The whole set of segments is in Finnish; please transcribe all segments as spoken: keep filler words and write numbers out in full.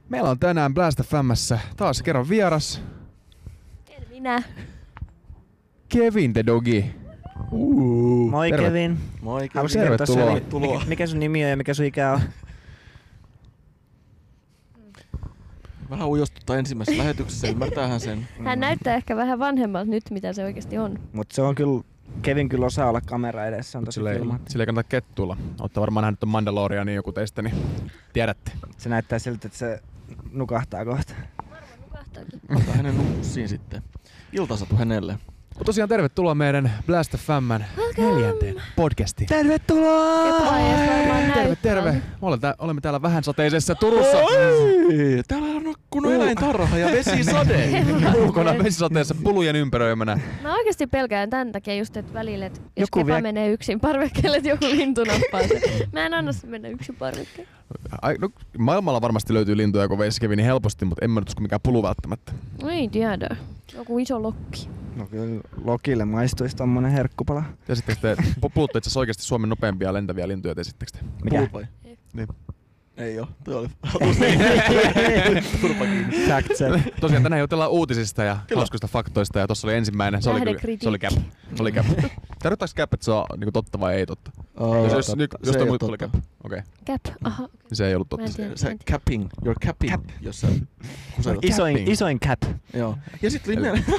Meillä on tänään Blast F M:ssä taas kerran vieras. En minä. Kevin the Doggy. Uh, Moi terve. Kevin. Moi Haluaisin Kevin. kertoa Tervetuloa. sen, mikä, mikä sun nimi on ja mikä sun ikä on? Vähän ujostutta ensimmäisessä lähetyksessä, ymmärtäähän sen. Hän näyttää ehkä vähän vanhemmalta nyt, mitä se oikeasti on. Mut se on kyllä, Kevin kyllä osaa olla kamera edessä, on tosi Sillä ei, filma. sillä ei kannata kettuilla. Olette varmaan nähnyt ton Mandalorianin joku teistä, niin tiedätte. Se näyttää siltä, että se nukahtaa kohta. Varmaan nukahtaakin. Ota hänen nukussiin sitten. Iltasatu hänelle. Mut tosiaan tervetuloa meidän Blast F M:n neljänteen podcastiin. Tervetuloa! Terve, terve. Me olemme, tää, olemme täällä vähän sateisessa Turussa. Oi! Täällä on nukkunut eläintarha ja vesisade. Ulkona vesisateessa pulujen ympäröimänä. Mä oikeesti pelkään tän takia just, että välillä, että jos Joku Kepa vie- menee yksin parvekkeelle, että joku lintu nappaa sen. Mä en anna sen mennä yksin parvekkeelle. Ai, no, maailmalla varmasti löytyy lintuja, kun veisi Kevin niin helposti, mutta en mä nyt usko mikään pulu välttämättä. No ei tiedä. Joku iso lokki. No kyllä Lokille maistuisi tommonen herkkupala. Tiesittekö te, pu- puhutte itse asiassa oikeasti Suomen nopeimpia lentäviä lintuja, tiesittekö te? Mikä? Pulut vai? Niin. Ei oo. Toi oli turpa kiinni. Fact check. Tosiaan tänään jutellaan uutisista ja Kyllä. hauskoista faktoista ja tossa oli ensimmäinen. Se oli, kyllä, se oli cap. Se oli cap. Tarkoittaako cap, että se on niinku totta vai ei totta? Oh, jos jos, totta. nyt, Se jos ei toi oo muut oli totta. cap. Okei. Okay. Cap. Aha. Niin se ei ollut Mä en totta. tiedä. Se capping. You're capping. Cap. Jos sä kusetat. Isoin, Capping. isoin cap. Joo. Ja sit tuli Eli- mieleen.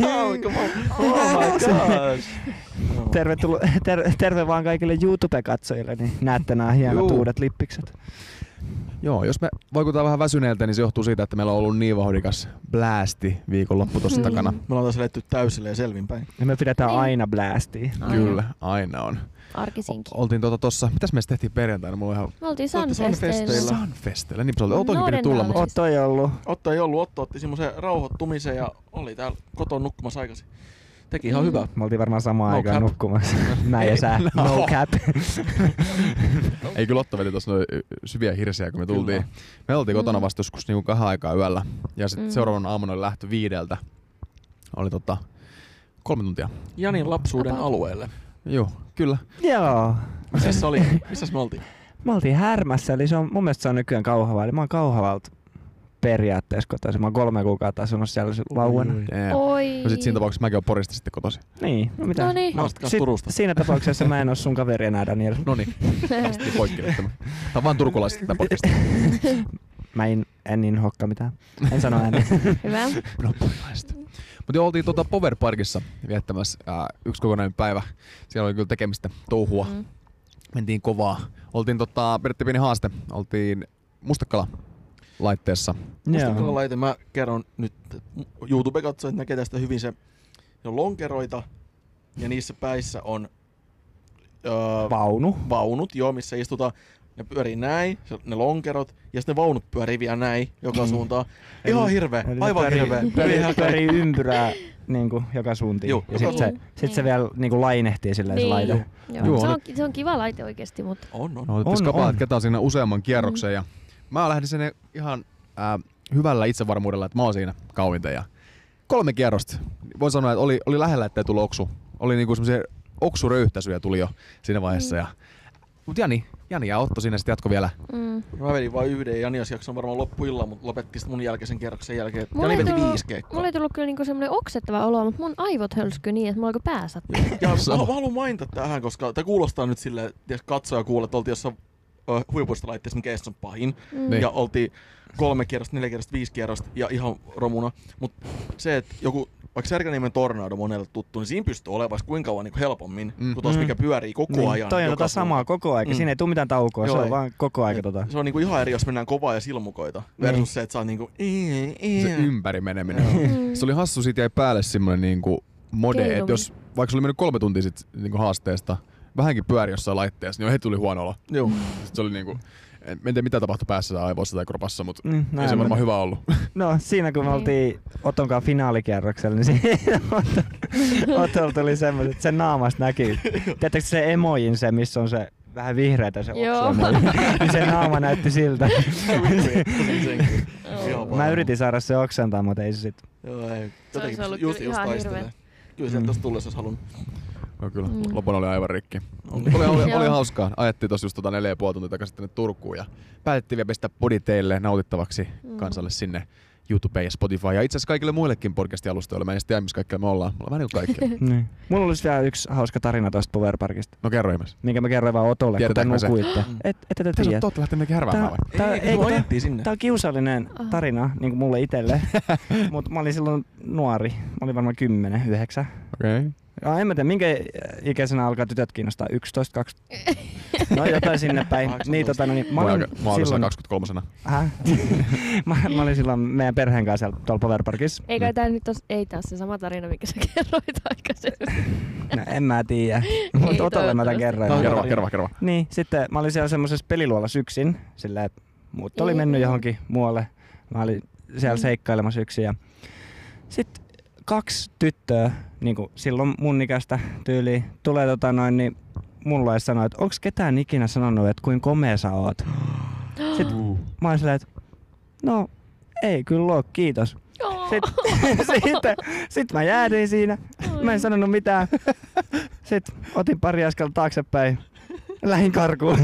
Oh my gosh. Joo. Tervetuloa, ter, terve vaan kaikille YouTube-katsojille, niin näette nämä hienot Juu. uudet lippikset. Joo, jos me vaikutaan vähän väsyneeltä, niin se johtuu siitä, että meillä on ollut niin vauhdikas blästi viikonloppu tossa takana. Me ollaan tässä letty täysille ja selvinpäin. Ja me pidetään Niin. aina blastia. Aina. Kyllä, aina on. Arkisinkin. O- oltiin tota tossa, mitäs me tehtiin perjantaina? Mulla on ihan Me oltiin Olette Sunfesteillä. Sunfesteillä. Sunfesteillä. Niin, se oli Otokin piti tulla, Nordendaalla. mutta Oot toi ollut. Otto ei ollut, Otto otti semmoisen rauhoittumisen ja oli täällä kotona nukkumassa aikaisin. Teki ihan Mm. hyvää. Me oltiin varmaan samaan No aikaan cap. nukkumassa. Mä ja sä. No. No cap. ei kyllä Otto veti tossa noin syviä hirsiä, kun me tultiin. Kyllä. Me oltiin kotona Mm. vasta joskus niinku kahden aikaa yöllä. Ja sitten Mm. seuraavana aamuna oli lähtö viideltä. Oli tota kolme tuntia. Janin lapsuuden About. alueelle. Joo, kyllä. Joo. Missä se oli? Missäs me oltiin? Me oltiin Härmässä, eli se on, mun mielestä se on nykyään Kauhavaa. Eli mä oon Kauhavalta periaatteessa kotoisin. Mä oon kolme kuukautta asunut siellä lauana. Damn. Oi. No sit siinä tapauksessa mäkin oon Porista sitten kotoisin. Niin, no mitä? Noniin. Mä oon sit kans Sit Turusta. siinä tapauksessa mä en oo sun kaveri enää, Daniel. Noniin, päästiin poikki nyt tämä. Tää on vaan turkulaiset tää podcast. Mä en, en niin hokka mitään. En sano ääneen. Hyvä. No porilaiset. Mut joo, oltiin tuota Power Parkissa viettämässä ää, yksi kokonainen päivä. Siellä oli kyllä tekemistä touhua. Mm. Mentiin kovaa. Oltiin tota, pidettiin pieni haaste. Oltiin mustekala-laitteessa. Mustakalla laite, mä kerron nyt, YouTube-katsojat näkee tästä hyvin se, ne on lonkeroita ja niissä päissä on öö, Vaunu. vaunut, joo, missä istutaan. Ne pyörii näin, se- ne lonkerot, ja sitten ne vaunut pyörii vielä näin joka suuntaan. Ihan hirveä, Eli aivan pyörii- hirveä. Pyörii, Ihan pyörii ympyrää niinku joka suuntiin. Juu, ja joka sit se, suuntiin. sit se Niin. vielä niinku lainehtii silleen Niin. se laite. Joo. Joo, Se, ne- on, se on kiva laite oikeesti, mutta On, on. No, otettiin On, skapaa, on. että ketään siinä useamman kierroksen. Ja mä lähdin sinne ihan ää, hyvällä itsevarmuudella, että mä oon siinä kauinta. Ja kolme kierrosta. Voin sanoa, että oli, oli lähellä, ettei tullut oksu. Oli niinku semmosia oksuröyhtäisyjä tuli jo siinä vaiheessa. Mm. Ja... Mut Jani, Jani ja Otto siinä sitten jatko vielä. mm. Mä vedin vain yhden ja Jani olisi jaksanut varmaan loppuillan, mutta lopettiin sitten mun jälkeisen kierroksen jälkeen. Mulla Jani ei veti tullut- viisi keikkaa. Mulla ei tullut kyllä niinku semmonen oksettava olo, mutta mun aivot hölsky niin, että mulla alkoi pää sattua. Ja Sama. mä, mä haluan mainita tähän, koska tää kuulostaa nyt silleen, että katsoja kuulee, että oltiin jossain uh, huipuista laitteessa, mikä on pahin. Mm. Niin. Ja oltiin kolme kierrosta, neljä kierrosta, viisi kierrosta ja ihan romuna. Mut se, että joku, vaikka Särkänniemen Tornado monelle tuttu, niin siinä pystyy olemaan vaikka kuinka kauan niin helpommin, Mm. kuin tos, Mm. mikä pyörii koko Niin, ajan. toi on joka tota suuntaan. samaa koko aika. Mm. Siinä ei tuu mitään taukoa, Joo, se on ei. vaan koko aika Et tota. Se on niinku ihan eri, jos mennään kovaa ja silmukoita. Versus Niin. se, että saa niinku... Se ympäri meneminen. Mm. Se oli hassu, siitä jäi päälle semmonen niinku mode, Keiluminen. että jos vaikka se oli mennyt kolme tuntia sit niinku haasteesta, vähänkin pyöri jossain laitteessa, niin heti tuli huono olo. Joo. Sit se oli niinku, en en tiedä mitä tapahtui päässä tai aivoissa tai kropassa, mutta Mm, ei näin se on. varmaan hyvä ollut. No siinä kun me Niin. oltiin Otonkaan finaalikierroksella, niin siinä Otto- Otolla tuli semmoset, että sen naamasta näki. Tiedättekö se emojin se, missä on se vähän vihreätä se Joo. oksu-emoji? Niin se naama näytti siltä. Mä yritin saada se oksentaa, mutta ei se sit. Joo, ei. Se olisi Jotenkin ollut just, kyllä just ihan taistelee. hirveä. Kyllä sieltä Mm. tosta tullessa olisi halunnut. No kyllä, Mm. lopun oli aivan rikki. Oli. Oli, oli, oli Joo. hauskaa. Ajettiin tossa just tota neljä ja puoli tuntia takaisin tänne Turkuun ja päätettiin vielä pistää podi teille nautittavaksi Mm. kansalle sinne YouTubeen ja Spotify ja itse asiassa kaikille muillekin podcast-alustoille. Mä en edes tiedä, missä kaikkea me ollaan. Me ollaan vähän niin kuin kaikkea. Niin. Mulla olisi vielä yksi hauska tarina tosta Powerparkista, No kerro ihmeessä. minkä mä kerroin vaan Otolle, kun te Tiedetäänkö se? nukuitte. Mm. Et, ette te Te tiedä. olette lähteneet härväämään vai? Tää, Ei, ei, ei, kun kun tää- ajettiin sinne. Tää on kiusallinen Aha. tarina niin kuin mulle itselle, mutta mä olin silloin nuori. Mä olin varmaan kymmenen, yhdeksän. Okei. Okay. Ja en mä tiedä, minkä ikäisenä alkaa tytöt kiinnostaa? yksitoista, kaksitoista? No jotain sinne päin. Niin, tota, no, niin, mä Mä olin olin silloin silloin... kaksikymmentäkolme. Häh? mä, mä olin silloin meidän perheen kanssa siellä tuolla Powerparkissa. Ei kai tää nyt os, ei tää se sama tarina, mikä sä kerroit aikaisemmin. No en mä tiedä. Mutta Otolle mä tämän kerroin. Tämä on Kerro vaan, tarina. kerro vaan, kerro vaan. Niin, sitten mä olin siellä semmoisessa peliluolassa yksin, sillä että muut oli mennyt johonkin muualle. Mä olin siellä Mm. seikkailemassa yksin ja sitten kaksi tyttöä, niin kuin silloin mun ikäistä tyyliin, tulee tota noin, niin mulle ja sanoo, että onks ketään ikinä sanonut, että kuin komea sä oot. Sitten mä olin silleen, että no ei kyllä oo, kiitos. Sitten, sitten, sitten mä jäädyin siinä, mä en sanonut mitään. Sitten otin pari askelta taaksepäin. Lähin karkuun.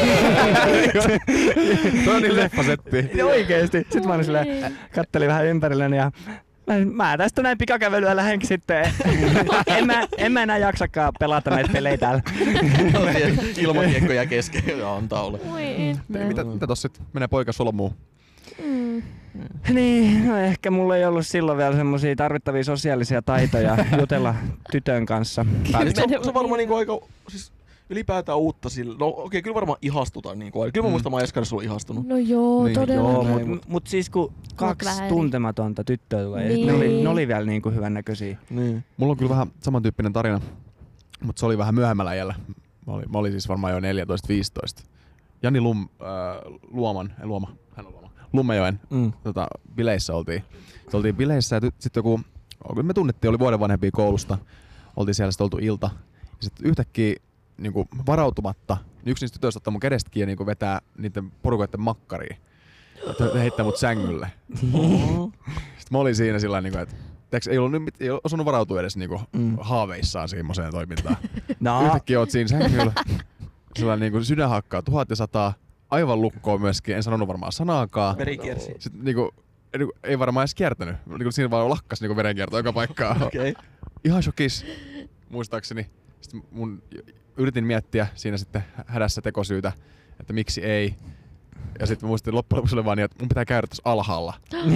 Toi on niin leffasetti. Ja oikeesti. Sitten mä olin silleen, kattelin vähän ympärilleni ja mä, mä tästä näin pikakävelyä lähenkin sitten. en, mä, en mä enää jaksakaan pelata näitä pelejä täällä. Ilmakiekko jää kesken ja antaa olla. Voi Niin, mitä, mitä tossa sit menee poika solmuun? Mm. Niin, no ehkä mulla ei ollut silloin vielä semmosia tarvittavia sosiaalisia taitoja jutella tytön kanssa. Siis se, on, se on varmaan niinku aika, siis ylipäätään uutta sillä, no okei, okay, kyllä varmaan ihastutaan niinku aina. Kyllä mä Mm. muistan, mä oon Eskarissa ollut ihastunut. No joo, Niin, todella. Joo, Okei, mut, mut siis kun kaksi vähän eri. tuntematonta tyttöä tulee, Niin. ne, oli, ne oli vielä niinku hyvännäköisiä. Niin. Mulla on kyllä vähän samantyyppinen tarina, mutta se oli vähän myöhemmällä iällä. Mä olin, mä olin siis varmaan jo neljätoista viisitoista. Jani Lum, äh, Luoman, ei Luoma, hän on Luoma. Lummejoen Mm. tota, bileissä oltiin. Se oltiin bileissä ja sitten joku, me tunnettiin, oli vuoden vanhempia koulusta. Oltiin siellä sitten oltu ilta. Ja sitten yhtäkkiä niinku, varautumatta, niin yksi niistä tytöistä ottaa mun kädestä kiinni ja niinku, vetää niiden porukoiden makkariin. Että ne heittää mut sängylle. Sitten mä olin siinä sillä tavalla, että tiiäks, ei, ollut, nyt mit- ei ollut osannut varautua edes niinku, Mm. haaveissaan semmoiseen toimintaan. No, Yhtäkkiä oot siinä sängyllä. Sillä niinku sydän hakkaa tuhat ja sataa. Aivan lukkoon myöskin. En sanonut varmaan sanaakaan. Veri kiersi. Sitten niinku, niinku, ei varmaan edes kiertänyt. Niinku, siinä vaan lakkas niinku verenkierto joka paikkaan. Okei. Okay. Ihan shokis, muistaakseni. Sitten mun, yritin miettiä siinä sitten hädässä tekosyytä, että miksi ei. Ja sitten mä muistin loppujen lopuksi oli vaan niin, että mun pitää käydä tuossa alhaalla.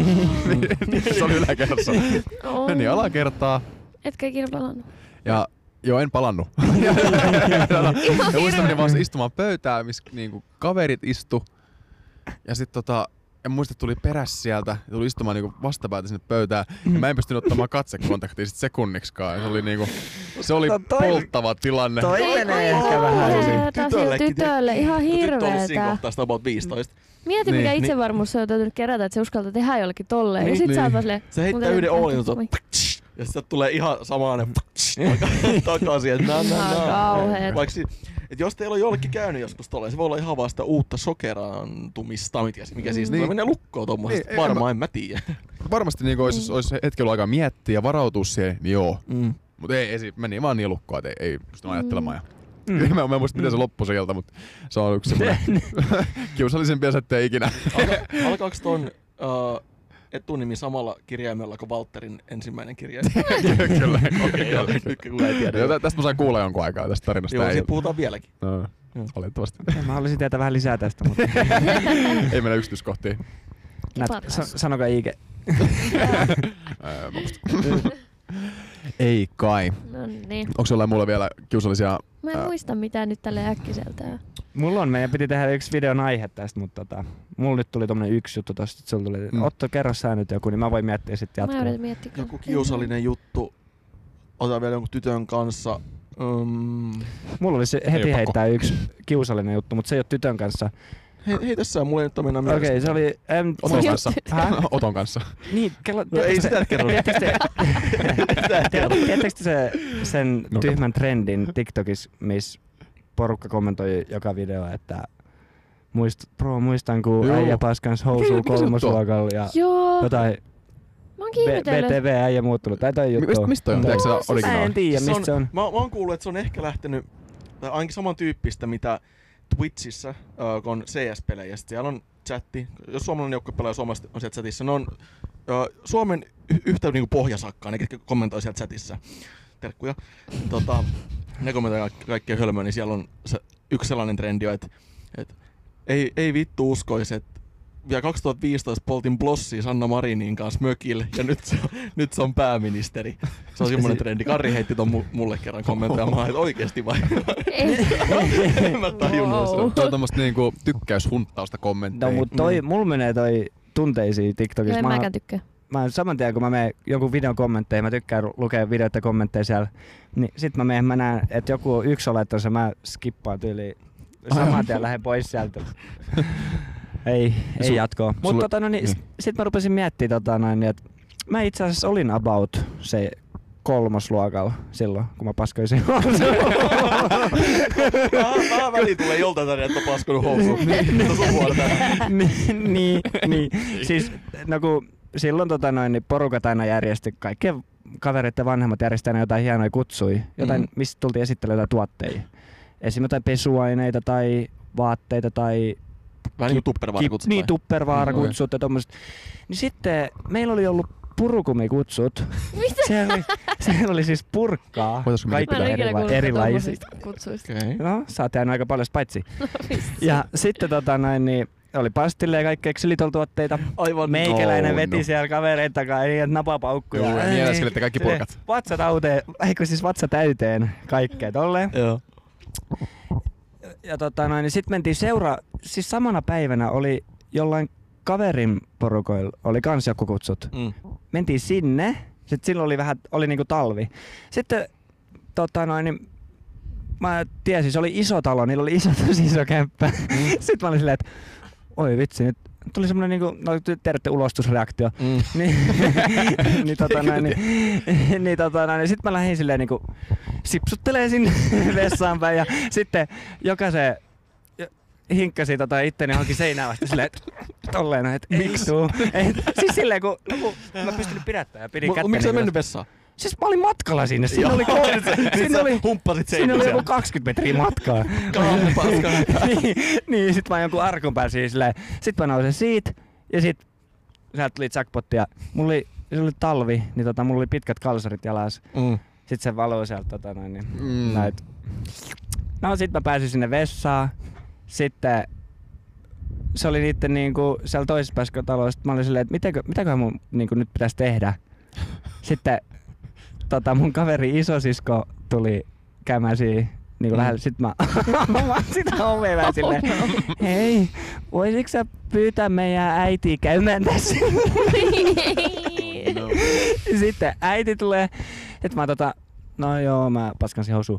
Se oli yläkerrassa. Oh. Meni alakertaa. Etkä ikinä palannut. Ja joo, en palannut. ja muistan, menin vaan istumaan pöytään, missä niinku kaverit istu. Ja sit tota, en muista, tuli perässä sieltä ja tuli istumaan niinku vastapäätä sinne pöytään. Ja mä en pystynyt ottamaan katsekontaktia sit sekunniksikaan. Se oli niinku, se oli No toi- polttava tilanne. toi menee ehkä vähän yli. Hirveetä sille tytölle, ihan Tyttö on ollut siinä hirveetä. kohtaa sitä about viisitoista. Mieti Niin, mikä niin. itsevarmuus se on täytynyt kerätä, että se uskaltaa tehdä jollekin tolleen. Ja Niin, sit niin. sä oot vaan silleen, Se heittää mun yhden täytyy oolin lähteä tuota, pois. ja sitten tulee ihan samainen takaisin, että nää, nää, Ihan nää. kauheet. Vaikka si- et jos teillä on jollekin käynyt joskus tolleen, se voi olla ihan vaan sitä uutta sokeraantumista, mikä, mikä siis Niin. niin. menee lukkoon tommosesta. Niin, en Varmaan mä- en mä tiedä. Varmasti niinku ois, Mm. ois hetki ollut aikaa miettiä ja varautua siihen, niin joo. Mm. Mut ei, ei, si- meni vaan niin lukkoa, että ei, ei pystynyt ajattelemaan. Ja Mm. mä, mä en muista, miten se loppui se ilta, mutta se on yksi semmoinen kiusallisempia setteja ikinä. Alka, alkaako ton uh, etunimi samalla kirjaimella kuin Walterin ensimmäinen kirjain? Kyllä. Okei, joo. Nyt kun ei tiedä. Ja tä- tästä mä sain kuulla jonkun aikaa tästä tarinasta. Joo, ei, siitä puhutaan vieläkin. no, Joo. valitettavasti. Mä haluaisin tietää vähän lisää tästä, mutta ei mennä yksityiskohtiin. näet, Paras. sa- sanokaa I G. Ää, mä muistan. Ei kai. No niin. Onko jollain mulla vielä kiusallisia? Mä en Ää. muista mitään nyt tälle äkkiseltä. Mulla on, meidän piti tehdä yksi videon aihe tästä, mutta tota, mulla nyt tuli tommonen yksi juttu tosta, että sulla tuli, Mm. Otto, kerro sä nyt joku, niin mä voin miettiä sitten Mä jatkoa. yritän miettiä. Joku kiusallinen juttu. Otan vielä jonkun tytön kanssa. Um, Mulla olisi Ei heti oo heittää yksi kiusallinen juttu, mutta se ei ole tytön kanssa. hei, hei tässä mulla ei nyt ole mennä Okei, mielestä. se oli... Äm, Oton Joo. kanssa. Häh? Oton kanssa. Niin, kello... No ei sitä kerro. Tiedättekö te, Sitä kerro. tiedättekö te se, sen No, tyhmän trendin TikTokissa, missä porukka kommentoi joka video, että muist, bro, muistan kun Joo. äijä paskans Mikä- housuu mikä se nyt on? kolmosluokalla ja Joo. jotain. Mä oon oonkin B- ihmetellyt. B T V äijä muuttunut. Tai toi juttu. Mistä, mistä toi on? No, Tiedätkö siis- sä Mä originaali? en tiedä, Se mistä se on. Mä, mä oon kuullut, että se on ehkä lähtenyt, tai ainakin samantyyppistä, mitä Twitchissä, äh, kun on C S-pelejä. Sitten siellä on chatti. Jos suomalainen joukkue pelaa ja suomalaiset on siellä chatissa, ne on äh, Suomen y- yhtä niinku pohjasakkaa, ne ketkä kommentoi siellä chatissa. Terkkuja. Tota, ne kommentoi kaik- kaikkea hölmöä, niin siellä on se yksi sellainen trendi, että et, ei, ei vittu uskoisi, että vielä kaksituhattaviisitoista poltin blossia Sanna Marinin kanssa mökille ja nyt se, nyt se on pääministeri. Se on semmoinen trendi. Karri heitti ton mulle kerran kommentoimaan, että oikeesti vai? Ei. En mä tajunnut Wow. sitä. Se on tommoista niinku tykkäyshunttausta kommentteja. No mut toi, mulla menee toi tunteisiin Joo, TikTokissa. en Mä, mäkään tykkää. mä saman tien kun mä menen jonkun videon kommentteihin, mä tykkään lukea videoita ja kommentteja siellä, niin sit mä menen, mä näen, että joku yksi olettansa, mä skippaan tyyliin. Saman tien lähden pois sieltä. Ei, ei Sul- jatkoa. Mutta sulla- tota, no niin, niin. sit, sit mä rupesin miettimään, tota, noin, niin, että mä itse asiassa olin about se kolmosluokalla silloin, kun mä paskoisin Vähän, vähän väliin tulee joltain tänne, että on paskonut housuun. Mutta sun puolelta. niin, niin, niin. Siis no kun silloin tota noin, niin porukat aina järjesti, kaikkien kavereiden vanhemmat järjesti aina jotain hienoja kutsui, jotain, Mm. mistä tultiin esittelemään jotain tuotteita. Esimerkiksi jotain pesuaineita tai vaatteita tai Vähän niin kuin tuppervaarakutsut. niin, vai? tuppervaarakutsut ja tommoset. Niin sitten meillä oli ollut purukumikutsut. Mitä? Siellä oli, siellä oli siis purkkaa, Voitaisko me kaikki Mä en ole ikinä erila- kuullut erilaisia. tommosista kutsuista. Okei. No, sä oot jäänyt aika paljon paitsi. No, mistä? Ja sitten tota noin, niin oli pastille ja kaikkea Xylitol-tuotteita. Aivan. Meikäläinen Oh, veti no. siellä kavereiden takaa, niin että napapaukkuja. Joo, ja Ei, nieleskelitte kaikki silleen purkat. Vatsa täyteen, eikö siis vatsa täyteen kaikkea tolleen. Joo. Ja tota noin, niin sit mentiin seura, siis samana päivänä oli jollain kaverin porukoilla, oli kans joku kutsut. Mm. Mentiin sinne, sit silloin oli vähän, oli niinku talvi. Sitten tota noin, niin mä tiesin, se oli iso talo, niillä oli iso, tosi iso kämppä. Mm. Sitten mä olin silleen, että oi vitsi, nyt tuli semmonen niinku, no tiedätte ulostusreaktio. Mm. niin, niin, tota noin, niin, niin, tota noin, niin sit mä lähdin silleen niinku sipsuttelee sinne vessaan päin ja sitten jokaisen hinkkasi tota itteni johonkin seinään vasta silleen, että tolleen, että miksi tuu? Et, siis silleen kun, no, kun mä pystyn pidättämään ja pidin Mut kättä. miksi sä niin mennyt vessaan? Siis mä olin matkalla sinne, siinä Joo. oli, ko- Nyt siinä sä oli, humppasit siinä oli seinällä. joku kaksikymmentä metriä matkaa. Kaamme paskana. niin, niin, sit mä jonkun arkun pääsin siis silleen, sit mä nousin siitä ja sit sieltä tuli jackpotti ja mulla oli, se oli talvi, niin tota, mulla oli pitkät kalsarit jalas. Mm. Sit se valuu sieltä tota noin, niin Mm. näit. No sit mä pääsin sinne vessaan. Sitten se oli niitten niinku siellä toisessa päässä talossa. Mä olin silleen, että mitäkö, mitäköhän mun niinku nyt pitäisi tehdä. Sitten tota, mun kaveri isosisko tuli kämäsiin niinku Mm. lähellä. Sit mä avaan sitä ovea vähän silleen, hei, voisitko sä pyytää meidän äitiä käymään tässä? No. Sitten äiti tulee, että mä tota, no joo, mä paskansin housuun.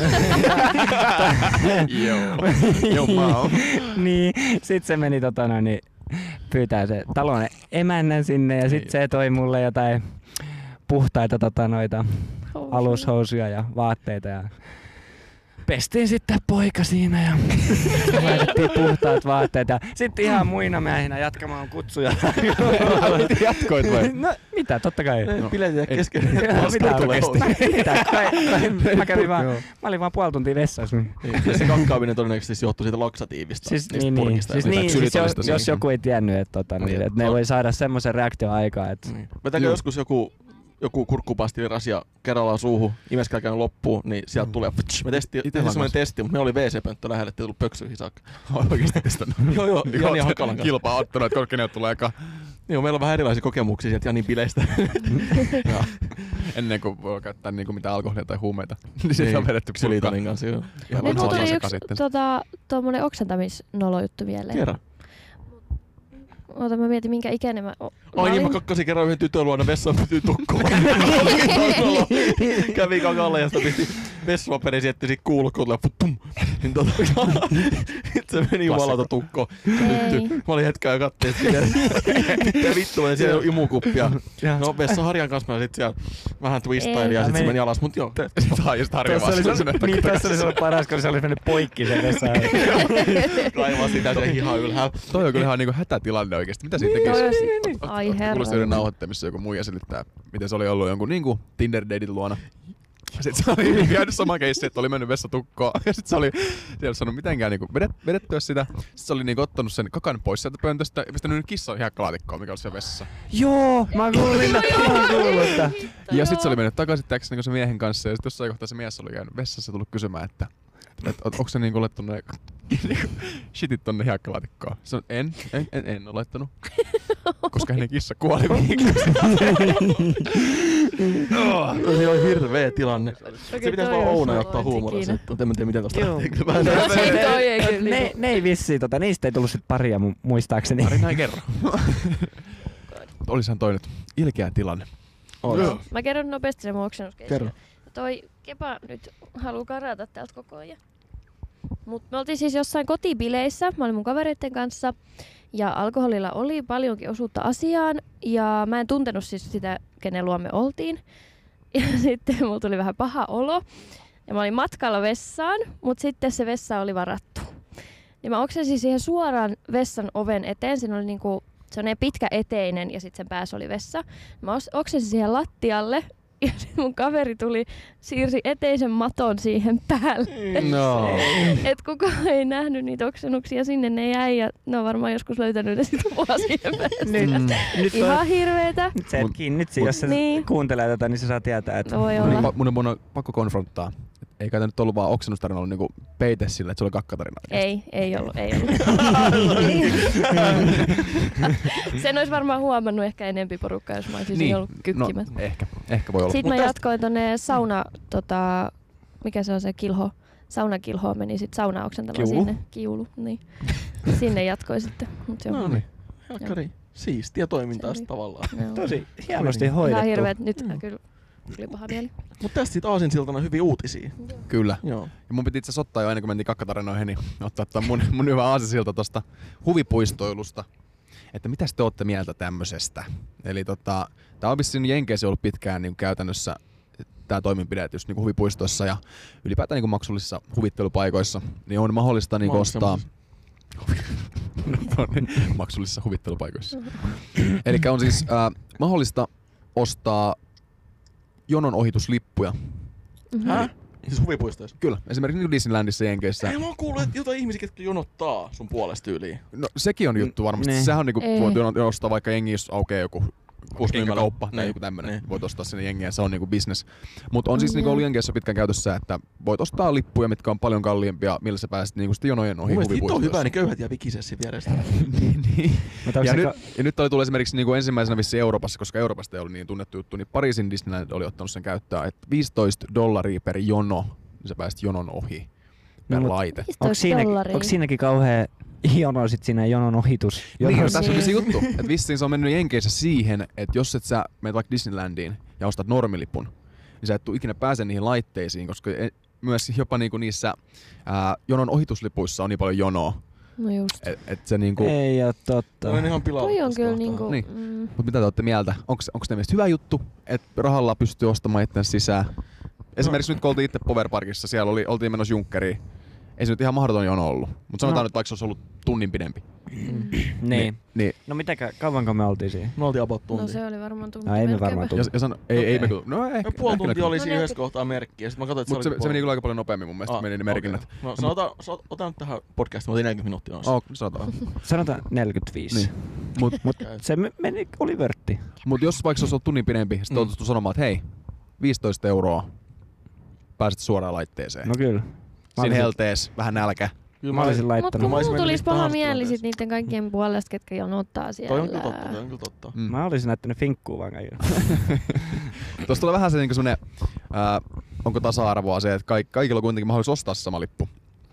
Joo. Joo, mä oon. Niin, sit se meni tota noin, niin pyytää se talon emännän sinne ja sit se toi mulle jotain puhtaita tota noita alushousuja ja vaatteita ja pestiin sitten poika siinä ja laitettiin puhtaat vaatteet ja sitten ihan muina miehinä jatkamaan kutsuja. Jatkoit vai? No mitä, totta kai. No. Biletit Ei. kesken. Mitä tulee oikeesti? Mitä? Kai, kai, mä kävin vaan, Joo. mä olin vaan puoli tuntia vessassa. Niin. Ja se kakkaaminen todennäköisesti johtuu siitä laksatiivista. Siis, niistä niin, niin, purkista. siis, Mitä niin, siis jos, ksylitolista jos siinä. joku ei tiennyt, että, tota, niin, Niin. että ne voi saada semmoisen reaktion aikaa, että Niin. Vetääkö Joo. joskus joku, joku kurkkupastillirasia kerrallaan suuhun, imeskää käynyt loppuun, niin sieltä Mm. tulee ptsch. Me testiin, Itellä tehtiin semmoinen kanssa. testi, mutta me oli wee see-pönttö lähellä, ettei tullut pöksyihin saakka. Oikeesti testannut. Joo, joo, Niin Jani oot Hakalan kanssa. Kilpaa ottanut, että korkeneet tulee eka. Joo, meillä on vähän erilaisia kokemuksia sieltä Janin bileistä. Joo. Ennen kuin voi käyttää niinku mitään alkoholia tai huumeita. Niin siitä on vedetty purkkaan. Xylitonin kanssa, joo. Ihan Nyt mulla vanhaa tuli sekä yksi sitten. tota, tommonen oksentamisnolojuttu mieleen. Kerran. Oota, mä mietin minkä ikäinen mä o- Ai niin, mä olin. kakkasin kerran yhden tytön luona vessaan pytyy tukkoon. Kävi kakalla ja sitä pisti vessapaperin sietti siitä kuulokkoon ja pum. Niin tota, Se meni jumalauta tukko. Ei. Mä olin hetken ja katsoin, että mitä vittua, ja siellä on imukuppia. No vessa Harjan kanssa mä sit siellä vähän twistailin ja sit se meni alas, mut joo. Tai just Harja Tässä oli vastaan se, sinne. niin, tässä oli se paras, kun se oli mennyt poikki sen vessaan. Kaivaa sitä se hihan ylhäällä. Toi on kyllä ihan niinku hätätilanne oikeesti. Mitä siitä Toi tekis? on si- Ai Kuulosti yhden herra. nauhoittamissa joku muija selittää, miten se oli ollut jonkun niinku Tinder-datein luona. Sitten se oli käynyt sama keissi, että oli mennyt vessatukkoon. Ja sit se oli siellä sanonut mitenkään niinku vedet, vedettyä sitä. Sitten se oli niinku ottanut sen kakan pois sieltä pöntöstä ja pistänyt nyt kissan hiekkalaatikkoon, mikä oli siellä vessassa. Joo, mä kuulin, mä oon kuullut sitä. Ja sit se oli mennyt takaisin täksi niinku se miehen kanssa. Ja sit jossain kohtaa se mies oli käynyt vessassa ja tullut kysymään, että et, onko se niinku laittanut ne niinku shitit tonne hiekkalaatikkoon. Se on, en, en, en, en ole laittanut. Koska hänen kissa kuoli viikossa. Se oli hirveä tilanne. Okei, Se pitäisi toi vaan on Ouna sama ottaa huumorissa, ikinä. että en mä tiedä miten tosta Joo. lähtee. Vähän No, näin. se toi ei kyllä Ne, niinku- ne ei vissiin, tota, niistä ei tullut sit paria mu- muistaakseni. Tarina ei kerro. Olisahan toi nyt ilkeä tilanne. Joo. Mä kerron nopeasti sen mun oksennuskeissin. Kerro. Toi Kepa nyt haluu karata täältä koko ajan. Mut me oltiin siis jossain kotibileissä, mä olin mun kavereitten kanssa. Ja alkoholilla oli paljonkin osuutta asiaan. Ja mä en tuntenut siis sitä, kenen luo me oltiin. Ja sitten mulla tuli vähän paha olo. Ja mä olin matkalla vessaan, mut sitten se vessa oli varattu. Niin mä oksensin siihen suoraan vessan oven eteen. Siinä oli niinku sellainen pitkä eteinen ja sitten sen päässä oli vessa. Mä os- oksensin siihen lattialle ja sit mun kaveri tuli, siirsi eteisen maton siihen päälle. No. Et kukaan ei nähnyt niitä oksennuksia, sinne ne jäi ja ne on varmaan joskus löytänyt ne sit mua siihen päälle. Nyt, nyt, Ihan on, hirveetä. nyt sä et Mut- kiinni, mut- jos sä Niin. kuuntelee tätä, niin sä saa tietää, että... No voi Mun, olla. on- mun, on- mun on pakko konfronttaa. Ei kai tää nyt ollut vaan oksennustarina, ollut niinku peite sillä, että se oli kakkatarina. Ei, ei ollut, ei ollut. Sen olisi varmaan huomannut ehkä enempi porukkaa, jos mä olisin niin. ollut kykkimät. No, ehkä, ehkä voi olla. Sitten Mut mä tästä- jatkoin tonne sauna, tota, mikä se on se kilho, saunakilhoon meni sit saunaoksentaloon Kiulu. sinne. Kiulu, niin. Sinne jatkoin sitten. Mut joo. No niin. Helkkari. Siistiä toimintaa Se oli- tavallaan. Joo. Tosi hienosti Ihan hoidettu. hirveet, nyt Joo. kyllä tuli paha mieli. Mut tästä sit aasinsiltana hyviä uutisia. Kyllä. Joo. Ja mun piti itse asiassa ottaa jo ennen kuin mentiin kakkatarinoihin, niin ottaa tää mun, mun hyvä aasisilta tosta huvipuistoilusta. Että mitäs te ootte mieltä tämmösestä? Eli tota, tää on vissiin Jenkeissä ollut pitkään niin käytännössä tää toimenpide just niin huvipuistoissa ja ylipäätään niin maksullisissa huvittelupaikoissa, niin on mahdollista niin ostaa maksullisissa huvittelupaikoissa. Eli on siis äh, mahdollista ostaa jonon ohituslippuja. Mhm. Hä? Siis huvipuistoissa? Kyllä, esimerkiksi niin Disneylandissa Jenkeissä. Ei mä oon kuullut, että jotain ihmisiä, ketkä jonottaa sun puolesta tyyliin. No sekin on juttu varmasti. Niin. Sehän on niinku, Ei. voit ostaa vaikka jengi, jos aukeaa joku kenkäkauppa tai Niin. joku tämmönen. Niin. Voit ostaa sinne jengiä, se on niinku business. Mutta on siis Mm, niinku joo. ollut Jenkeissä pitkään käytössä, että voit ostaa lippuja, mitkä on paljon kalliimpia, millä sä pääset niinku sitten jonojen ohi Mun mielestä hitto on huvipuistoissa. hyvä, niin köyhät jää vikisessä vierestä. niin, niin. Mutta onko Ja, se nyt, ka- ja nyt oli tullut esimerkiksi niinku ensimmäisenä vissiin Euroopassa, koska Euroopasta ei ollut niin tunnettu juttu, niin Pariisin Disneyland oli ottanut sen käyttöön, että viisitoista dollaria per jono, niin sä pääsit jonon ohi per No, mut- laite. Onko siinäkin, dollaria. onko siinäkin kauhea jono sit siinä jonon ohitus? Niin, no, jonossa? tässä on Niin. se juttu, että vissiin se on mennyt Jenkeissä siihen, että jos et sä menet vaikka Disneylandiin ja ostat normilipun, niin sä et tuu ikinä pääse niihin laitteisiin, koska e- myös jopa niinku niissä ää, jonon ohituslipuissa on niin paljon jonoa, No just. että et se niinku... Ei oo totta. Toi on ihan pilalla. Toi on tässä kyllä kohtaa. niinku... Niin. Mm, Mut mitä te olette mieltä? Onko te mielestä hyvä juttu, että rahalla pystyy ostamaan itsensä sisään? Esimerkiksi nyt kun oltiin itse Power Parkissa, siellä oli, oltiin menossa Junkkeriin. Ei se nyt ihan mahdoton jono ollut, mutta sanotaan No. nyt vaikka se olisi ollut tunnin pidempi. Niin. niin No mitäkö, kauanko me oltiin siinä? Me oltiin about no tunti. se oli varmaan tunti. No ei me melkeinpä. varmaan tunti. ja, ja sano, ei, ei me Okei. kyllä, no ehkä. Me puoli ehkä tuntia ne- oli No siinä ne- yhdessä kohtaa merkki, ja sit mä katsoin, että Mutta se, oli se meni kyllä aika paljon nopeammin mun mielestä, Ah, meni ne merkinnät. okei. No sanotaan, so, otan nyt tähän podcastiin, mä otin neljäkymmentä minuuttia noissa. Oh, sanotaan. Sanotaan neljäkymmentäviisi. Niin. Mut, mut, Okei. Se me- meni, oli vörtti. mut jos vaikka se olisi ollut tunnin pidempi, sitten Mm. mm. sanomaan, että hei, viisitoista euroa, pääset suoraan laitteeseen. No kyllä. Mä Siinä olisin, heltees, vähän nälkä. Kyllä mä olisin Mut laittanut. kun Mä olisin mulla mennyt tulisi mihin paha tahansa mieli tilanteessa. sit niitten kaikkien puolesta, ketkä jonottaa siellä. Toi on kyllä totta, toi on kyllä totta. Mm. Mä olisin näyttänyt finkkuu vaan kaikille. Tuossa tulee vähän se niinku semmonen, ää, onko tasa-arvoa se, että kaik, kaikilla on kuitenkin mahdollisuus ostaa se sama lippu.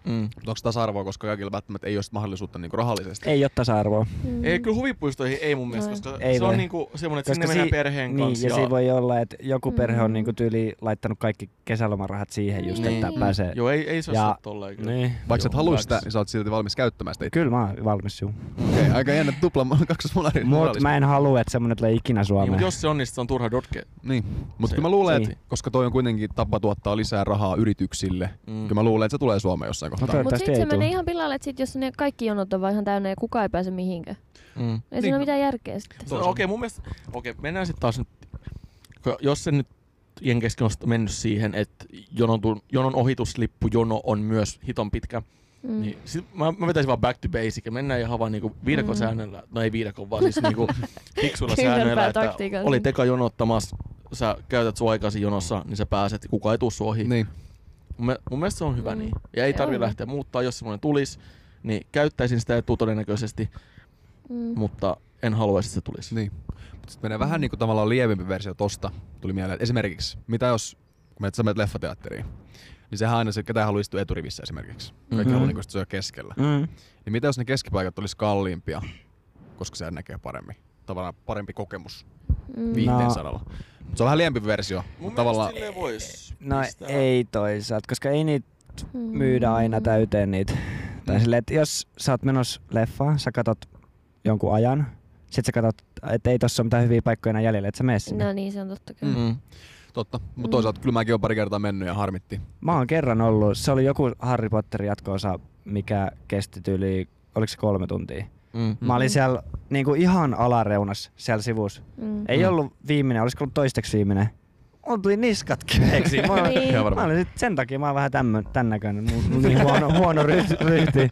Mm. Onko tasa-arvoa, koska kaikilla välttämättä ei ole mahdollisuutta niinku rahallisesti? Ei ole tasa-arvoa. Mm. Ei, kyllä huvipuistoihin ei mun mielestä, No. koska Ei se voi. on niinku semmoinen, että Koska sinne mennään si- perheen Niin, kanssa. ja siinä voi olla, että joku perhe on Mm. niinku tyyli laittanut kaikki kesälomarahat siihen just, Niin. että pääsee. Joo, ei, ei se Ja- ole tolleen kyllä. Niin. Vaikka sä et Joo, halua hyväksi. sitä, niin sä oot silti valmis käyttämään sitä itse. Kyllä mä oon valmis juu. Okei, aika jännä tupla kaksosmolari. Mut mä en halua, että semmonen tulee ikinä Niin, Suomeen. mutta jos se on, niin sit se on turha dotke. Niin, mutta Se- kyllä mä luulen, niin. että koska toi on kuitenkin tapa tuottaa lisää rahaa yrityksille, Mm. kyllä mä luulen, että se tulee Suomeen jossain kohtaa. No Mut toivottavasti sit se ei tuu. menee ihan pilalle, että sit jos ne kaikki jonot on vaan ihan täynnä ja kukaan ei pääse mihinkään. Mm. Ei Niin. siinä ole mitään järkeä sitten. No, okei, okay, mun mielestä, okei, okay, mennään sitten taas nyt, ko- jos se nyt Jenkessäkin on mennyt siihen, että jonon, tu- jonon ohituslippu jono on myös hiton pitkä, Mm. niin sit mä, mä vetäisin vaan back to basic ja mennään ihan vaan niinku viidakon Mm. säännöllä, no ei viidakon vaan siis niinku fiksuilla Kyynärpää säännöillä, että taktiikalla. oli teka jonottamassa, sä käytät sun aikaisin jonossa, niin sä pääset, kukaan ei tuu sun ohi. Niin. Mun, me- mun mielestä se on hyvä Mm. niin. Ja ei tarvi Joo. lähteä muuttaa, jos semmoinen tulisi, niin käyttäisin sitä etua todennäköisesti, Mm. mutta en haluaisi, että se tulisi. Niin. Mut sit menee vähän niinku tavallaan lievempi versio tosta. Tuli mieleen, että esimerkiksi, mitä jos, kun menet, sä menet leffateatteriin, niin sehän aina se, ketä haluaa istua eturivissä esimerkiksi. Kaikki Mhm. haluaa niinku istua keskellä. Mm. Niin mitä jos ne keskipaikat olisi kalliimpia, koska se näkee paremmin. Tavallaan parempi kokemus Mm. viihteen No. saralla. Mut se on vähän liempi versio, Mun mutta tavallaan... mielestä silleen vois No pistää. ei toisaalta, koska ei niitä Mm. myydä aina täyteen niitä. Tai Mm. silleen, että jos sä oot menossa leffaan, sä katot jonkun ajan, sit sä katot, että ei tossa ole mitään hyviä paikkoja enää jäljellä, että sä mene sinne. No niin, se on totta kyllä. Mm. Totta, mutta Mm. toisaalta kyllä mäkin oon pari kertaa mennyt ja harmitti. Mä oon kerran ollut, se oli joku Harry Potter jatko-osa, mikä kesti yli, oliko se kolme tuntia? Mm. Mä olin siellä niinku ihan alareunas siellä sivussa. Mm. Ei Mm. ollut viimeinen, olisiko ollut toiseksi viimeinen. Mulla tuli niskat kiveeksi. Mä, olin- Niin. Ihan mä varmaan. olin sit, sen takia mä oon vähän tämmön, tän näköinen. Mulla on niin huono, huono ryhti. ryhti.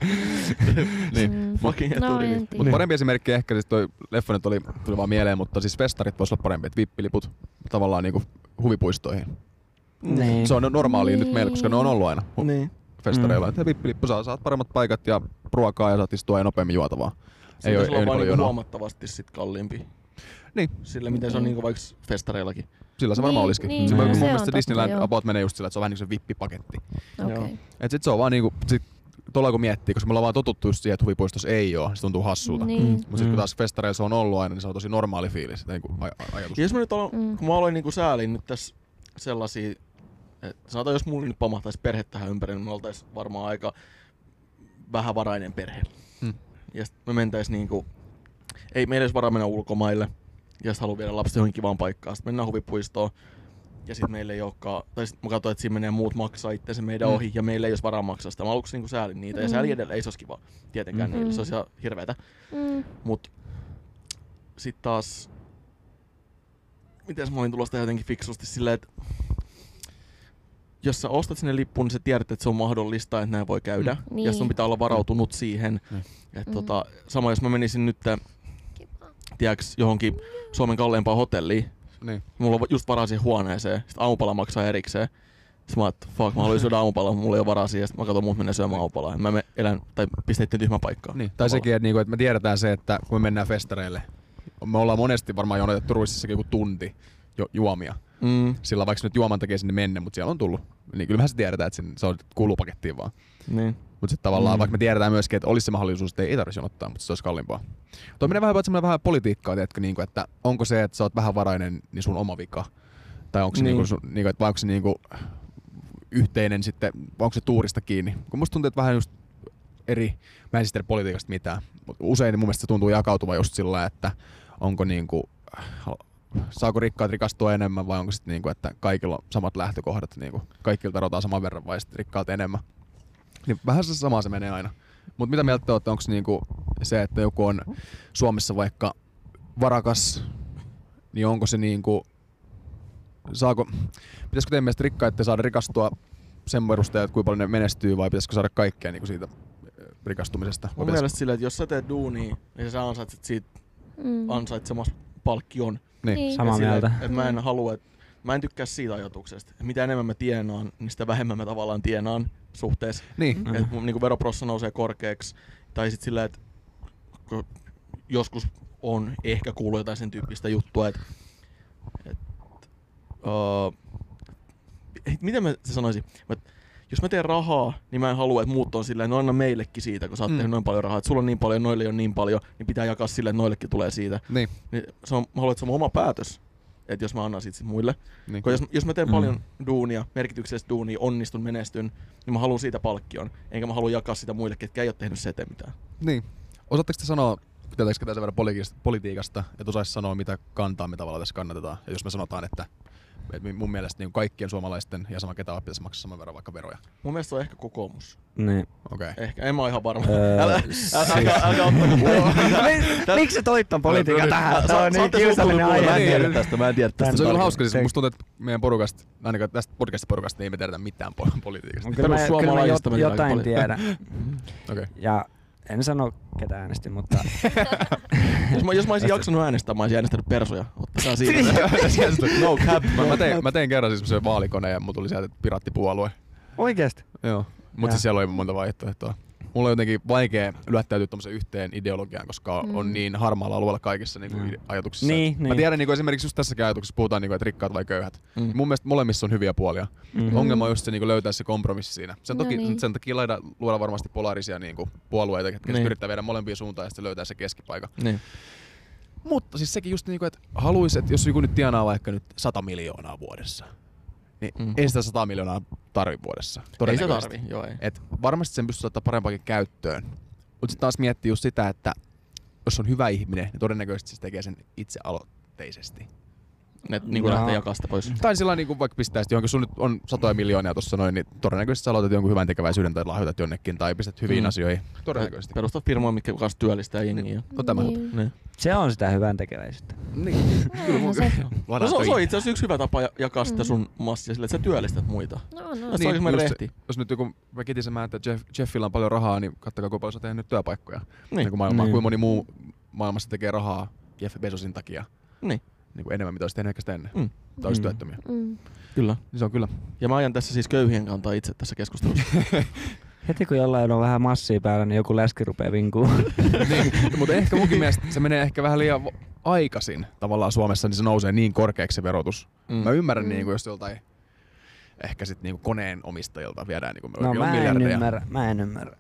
Niin. Mm. Fucking No eturivi. en Mutta tiedä. parempi esimerkki ehkä, siis toi leffa nyt oli, tuli vaan mieleen, mutta siis festarit vois olla parempi, että vippiliput tavallaan niinku huvipuistoihin. Niin. Se on normaali nyt Niin. meillä, koska ne on ollut aina hu- Niin. festareilla. Mm. Että vippilippu saa, saat paremmat paikat ja ruokaa ja saat istua ja nopeammin juotavaa. Se Ei oo- pitäisi ei olla niin vaan paljon niinku jonoa. huomattavasti sit kalliimpi. Niin. Sillä miten se on Niin. niinku vaikka festareillakin. Sillä se varmaan Niin, olisikin. niin, se, mun se mun on mielestä totta, Disneyland joo. about menee just sillä, että se on vähän niinku se vippipaketti. Okei. Joo. Et sit se on vaan niinku, sit tuolla kun miettii, koska me ollaan vaan totuttu just siihen, että huvipuistossa ei oo, se tuntuu hassulta. Niin. Mm. Mutta sit kun taas festareilla se on ollut aina, niin se on tosi normaali fiilis, niinku aj- ajatus. Ja jos mä nyt aloin, Mm. kun mä aloin niinku säälin nyt tässä sellaisia, että sanotaan jos mulla nyt pamahtaisi perhe tähän ympäri, niin me oltais varmaan aika vähävarainen perhe. Hmm. Ja sit me mentäis niinku, ei meillä olisi varaa mennä ulkomaille, ja sit haluan viedä lapset johonkin kivaan paikkaan. Sitten mennään huvipuistoon, ja sit meillä ei olekaan, tai sit mä katsoin, että siinä menee muut maksaa itse meidän Mm. ohi, ja meillä ei olisi varaa maksaa sitä. Mä aluksi niinku säälin niitä, ja Mm. sääli edelleen ei se olisi kiva. Tietenkään Mm. niille, se olisi ihan hirveetä. Mm. Mut sit taas, mites mä olin tulosta jotenkin fiksusti silleen, että jos sä ostat sinne lippun, niin sä tiedät, että se on mahdollista, että näin voi käydä. Mm. Ja Niin. sun pitää olla varautunut siihen. Mm. Et Mm. tota, sama jos mä menisin nyt tiedäks, johonkin Suomen kalleimpaan hotelliin, Niin. mulla on just varaa siihen huoneeseen, sit aamupala maksaa erikseen. Sitten mä oon, että fuck, mä haluaisin syödä aamupalaa, mulla ei ole varaa siihen, sit mä katson muut menee syömään aamupalaa. Mä me elän, tai pisteitte tyhmä paikkaa. Niin. Tai sekin, että, niinku, että me tiedetään se, että kun me mennään festareille, me ollaan monesti varmaan jonotettu Ruississakin joku tunti jo, juomia. Mm, Sillä vaikka nyt juoman takia sinne mennä, mutta siellä on tullut. Niin kyllähän se tiedetään, että sen, se on kuuluu pakettiin vaan. niin. Mutta sitten tavallaan, Mm. vaikka me tiedetään myöskin, että olisi se mahdollisuus, että ei, ei tarvitsisi jonottaa, mutta se olisi kalliimpaa. Toi menee vähän, semmoinen vähän politiikkaa, tiedätkö, niin kuin, että onko se, että sä oot vähävarainen, niin sun oma vika? Tai onko se, Niin. niin. Niinku, niin kuin, että vai onko se niin kuin, yhteinen sitten, vai onko se tuurista kiinni? Kun musta tuntuu, että vähän just eri, mä en siis tiedä politiikasta mitään, mutta usein mun mielestä se tuntuu jakautuvan just sillä lailla, että onko niin kuin, saako rikkaat rikastua enemmän vai onko sitten niin kuin, että kaikilla on samat lähtökohdat, niin kuin, kaikilta rotaan saman verran vai sitten rikkaat enemmän. Niin vähän se sama se menee aina. Mutta mitä mieltä te olette, onko niinku se, että joku on Suomessa vaikka varakas, niin onko se niinku, saako, pitäisikö teidän mielestä rikkaiden saada rikastua sen perusteella, että kuinka paljon ne menestyy vai pitäisikö saada kaikkea niinku siitä rikastumisesta? Mun mielestä silleen, että jos sä teet duunia, niin sä ansaitset siitä Mm. ansaitsemas palkkion. Niin. Niin. Samaa Ja silleen, mieltä. että mä en halua, että mä en tykkää siitä ajatuksesta. Että mitä enemmän mä tienaan, niin sitä vähemmän mä tavallaan tienaan suhteessa. Niin. Mm. Että mun niinku veroprossa nousee korkeaksi. Tai sit silleen, että kun joskus on ehkä kuullut jotain sen tyyppistä juttua, että et, uh, miten mä se sanoisin? Et, jos mä teen rahaa, niin mä en halua, että muut on silleen, no anna meillekin siitä, kun sä oot Mm. tehnyt noin paljon rahaa. Että sulla on niin paljon, noille ei ole niin paljon, niin pitää jakaa silleen, että noillekin tulee siitä. Niin. Niin se on, mä haluan, että se on mun oma päätös, että jos mä annan siitä sit muille. niin. Kun jos, jos mä teen Mm. paljon duunia, merkityksellistä duunia, onnistun, menestyn, niin mä haluan siitä palkkion. Enkä mä halua jakaa sitä muille, ketkä ei ole tehnyt se eteen mitään. Niin. Osaatteko te sanoa, tietääkö tässä verran politiikasta, politiikasta, että osaisi sanoa, mitä kantaa, mitä tavalla tässä kannatetaan? Ja jos me sanotaan, että, että mun mielestä niin kaikkien suomalaisten ja sama ketä pitäisi maksaa saman verran vaikka veroja. Mun mielestä se on ehkä kokoomus. Niin. Okei. Okay. Ehkä, en mä oo ihan varma. Öö, älä, älä, älä, älä ottako Miksi sä toit ton politiikan tähän? Se on niin Mä kiusallinen en aihe. tiedä tästä, mä en tiedä tästä. Se on kyllä tarkemmin. hauska, siis Se- musta tuntuu, että meidän porukasta, ainakaan tästä podcastista-porukasta, niin ei me tiedetä mitään po- politiikasta. Kyllä mä, kyllä mä Perussuomalaisista jot, meni aika jotain paljon. tiedän. Okei. Ja en sano ketä äänestin, mutta Jos mä, jos mä olisin jaksanut äänestää, mä olisin äänestänyt persoja. Ottakaa siitä. No cap. Mä, mä, tein, mä tein kerran siis semmoisen vaalikoneen ja mulla tuli sieltä piraattipuolue. oikeesti. Joo. Mut Ja. siis siellä oli monta vaihtoehtoa. Mulla on jotenkin vaikea lyöttäytyä tommoseen yhteen ideologiaan, koska Mm. on niin harmaalla alueella kaikissa niinku Mm. ide- ajatuksissa. Niin, Et Mä niin. tiedän niinku esimerkiksi just tässäkin ajatuksessa puhutaan, niinku, että rikkaat vai köyhät. Mm. Mun mielestä molemmissa on hyviä puolia. Mm. Ongelma on just se niinku löytää se kompromissi siinä. Sen, No toki, niin. sen takia laida, luoda varmasti polaarisia niinku puolueita, jotka Niin. yrittää viedä molempia suuntaan ja sitten löytää se keskipaikka. Niin. Mutta siis sekin just niinku, että haluaisi, että jos joku nyt tienaa vaikka nyt sata miljoonaa vuodessa, niin Mm. ei sitä sata miljoonaa tarvi vuodessa. Ei se Todennäköisesti. tarvi, joo ei. Et varmasti sen pystyy ottaa parempakin käyttöön. Mutta sitten taas miettii just sitä, että jos on hyvä ihminen, niin todennäköisesti se tekee sen itse aloitteisesti. Ne niinku No. lähtee jakaa sitä pois. Tai sillä niin vaikka pistää sitten johonkin, sun nyt on satoja miljoonia tuossa noin, niin todennäköisesti sä aloitat jonkun hyvän tekeväisyyden tai lahjoitat jonnekin tai pistät hyviin Mm. asioihin. Todennäköisesti. Perustat firmoja, mitkä kanssa työllistää jengiä. No tämä. Niin. Niin. Se on sitä hyvän tekeväisyyttä. Niin. Onhan se. No, se, on, se on itse asiassa yksi hyvä tapa ja- jakaa sitä sun massia sille, että sä työllistät muita. No, no. Tässä on Niin, oikein just rehti. se, jos nyt joku mä kitisemään, että Jeff, Jeffillä on paljon rahaa, niin katsokaa kuinka paljon se on tehnyt työpaikkoja. Niin. Niin kuin maailmaa, Niin. kuinka moni muu maailmassa tekee rahaa Jeff Bezosin takia. Niin, Niin kuin enemmän mitä olisi tehnyt ehkä sitä ennen. Mm. Tai olisi Mm. työttömiä. Mm. kyllä. Niin se on kyllä. Ja mä ajan tässä siis köyhien kantaa itse tässä keskustelussa. Heti kun jollain on vähän massia päällä, niin joku läski rupeaa vinkuu. niin, mutta ehkä munkin mielestä se menee ehkä vähän liian vo- aikaisin tavallaan Suomessa, niin se nousee niin korkeaksi se verotus. Mm. Mä ymmärrän, Mm. niin kuin, jos joltain ehkä sit niinku koneen omistajilta viedään niinku No oikein mä en miljardeja. ymmärrä, mä en ymmärrä.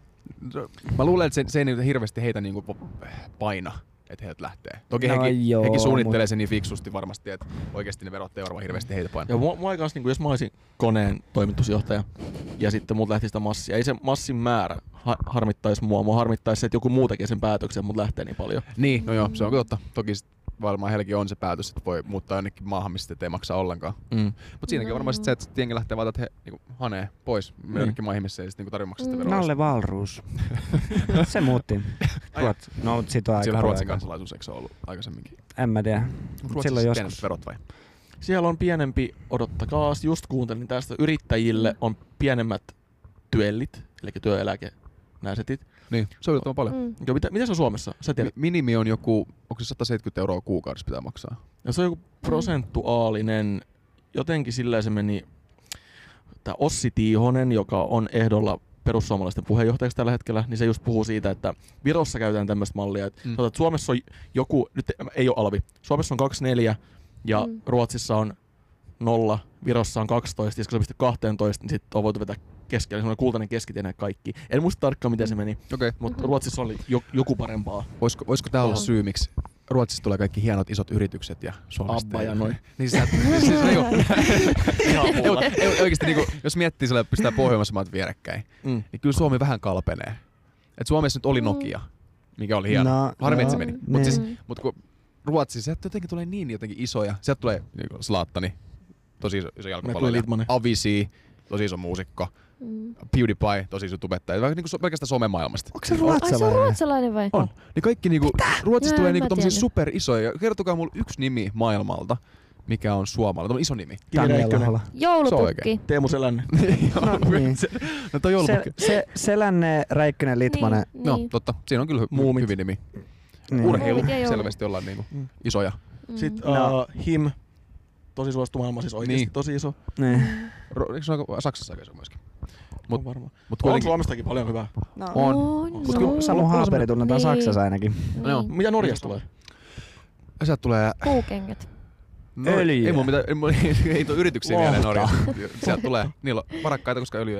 Mä luulen, että se, se ei niinku hirveästi heitä niinku paina, että heiltä lähtee. Toki No hekin, joo, hekin suunnittelee mut- sen niin fiksusti varmasti, että oikeasti ne verot ei varmaan hirveästi heitä paina. Ja mua, mua ei kans, niin jos mä olisin koneen toimitusjohtaja ja sitten mut lähti sitä massia, ei se massin määrä ha- harmittaisi mua, mua harmittaisi se, että joku muu tekee sen päätöksen, mut lähtee niin paljon. Niin, no joo, se on totta. Toki sit varmaan heilläkin on se päätös, että voi muuttaa jonnekin maahan, mistä ei maksa ollenkaan. Mm. Mutta siinäkin on varmaan sit se, että jengi lähtee vaan, että he niinku, hanee pois niin. jonnekin maihin, missä ei sit niinku tarvitse maksaa sitä Mm. veroa. Nalle Valruus. Se muutti. Ruotsi. No, sit on aika Siellä paljon Ruotsin aikaa. kansalaisuus, eikö se ollut aikaisemmin? En mä tiedä. Ruotsissa Silloin pienemmät joskus. verot vai? Siellä on pienempi, odottakaa, just kuuntelin tästä, yrittäjille on pienemmät tyellit, eli työeläke, nää setit. Niin, se on yllättävän paljon. Mm. Ja mitä, mitä se on Suomessa? Sä tiedät. Mi- minimi on joku, onko se sata seitsemänkymmentä euroa kuukaudessa pitää maksaa? Ja se on joku prosentuaalinen, jotenkin sillä se meni, tää Ossi Tiihonen, joka on ehdolla perussuomalaisten puheenjohtajaksi tällä hetkellä, niin se just puhuu siitä, että Virossa käytetään tämmöistä mallia, että, Mm. mm. että Suomessa on joku, nyt ei ole alvi, Suomessa on kaksikymmentäneljä ja Mm. Ruotsissa on nolla, Virossa on kaksitoista, ja kun se pistet kaksitoista, niin sitten on voitu vetää keskellä, semmoinen kultainen keskitie näin kaikki. En muista tarkkaan, miten se meni, Okei. Okay. mutta Mhm. Ruotsissa oli jo, joku parempaa. Voisiko, voisiko tää olla Joo. syy, miksi Ruotsissa tulee kaikki hienot isot yritykset ja Suomesta Abba ei- ja noin. niin siis, siis, siis niinku, Ihan ei, puolella. mut ei, oikeesti niinku, jos miettii sillä pistää pohjoimassa maat vierekkäin, Mm. niin kyllä Suomi vähän kalpenee. Et Suomessa nyt oli Mm. Nokia, mikä oli hieno. No, Harmi, että se no, meni. niin. Mut, siis, mut kun Ruotsissa sieltä jotenkin tulee niin jotenkin isoja. Sieltä tulee niinku Zlatani, tosi iso, iso tuli jalkapalloilija. Lidmanen. Avicii, tosi iso muusikko. Mm. PewDiePie, tosi iso tubettaja. Vaikka niinku so, pelkästään somemaailmasta. Onko se Ai se on ruotsalainen? ruotsalainen vai? On. Niin kaikki niinku, Ruotsissa Joo, tulee en niinku mä tommosia tiennyt. superisoja. Kertokaa mulle yksi nimi maailmalta, mikä on suomalainen. Tommonen iso nimi. Kivi Räikkönen. Tammialaholla. Joulupukki. oikein. Teemu Selänne. No niin. Se, no toi joulupukki. Se, se, Selänne, Räikkönen, Litmanen. Niin, No, niin. totta. Siinä on kyllä hy- Muumit. hyvin nimi. Niin. Urheilu Muumit ja joulu. selvästi ollaan niinku Mm. isoja. Mm. Sitten No. uh, Him, tosi suosittu maailma, siis oikeesti Niin. tosi iso. Niin. Ro- Eikö se ole Saksassa aika iso myöskin? Mut- On varmaan. Mut On kuitenkin, Suomestakin paljon hyvää. No. On. On, Mut no. kyllä Samu Haaperi tunnetaan Niin. Saksassa ainakin. Niin. Joo. Mitä Norjasta tulee? sieltä tulee... Puukengät. No, Öljyä. ei mulla mitään, ei, mulla- ei tuo yrityksiä Lohta. mieleen Norjasta. Sieltä tulee, niillä on varakkaita, koska öljyä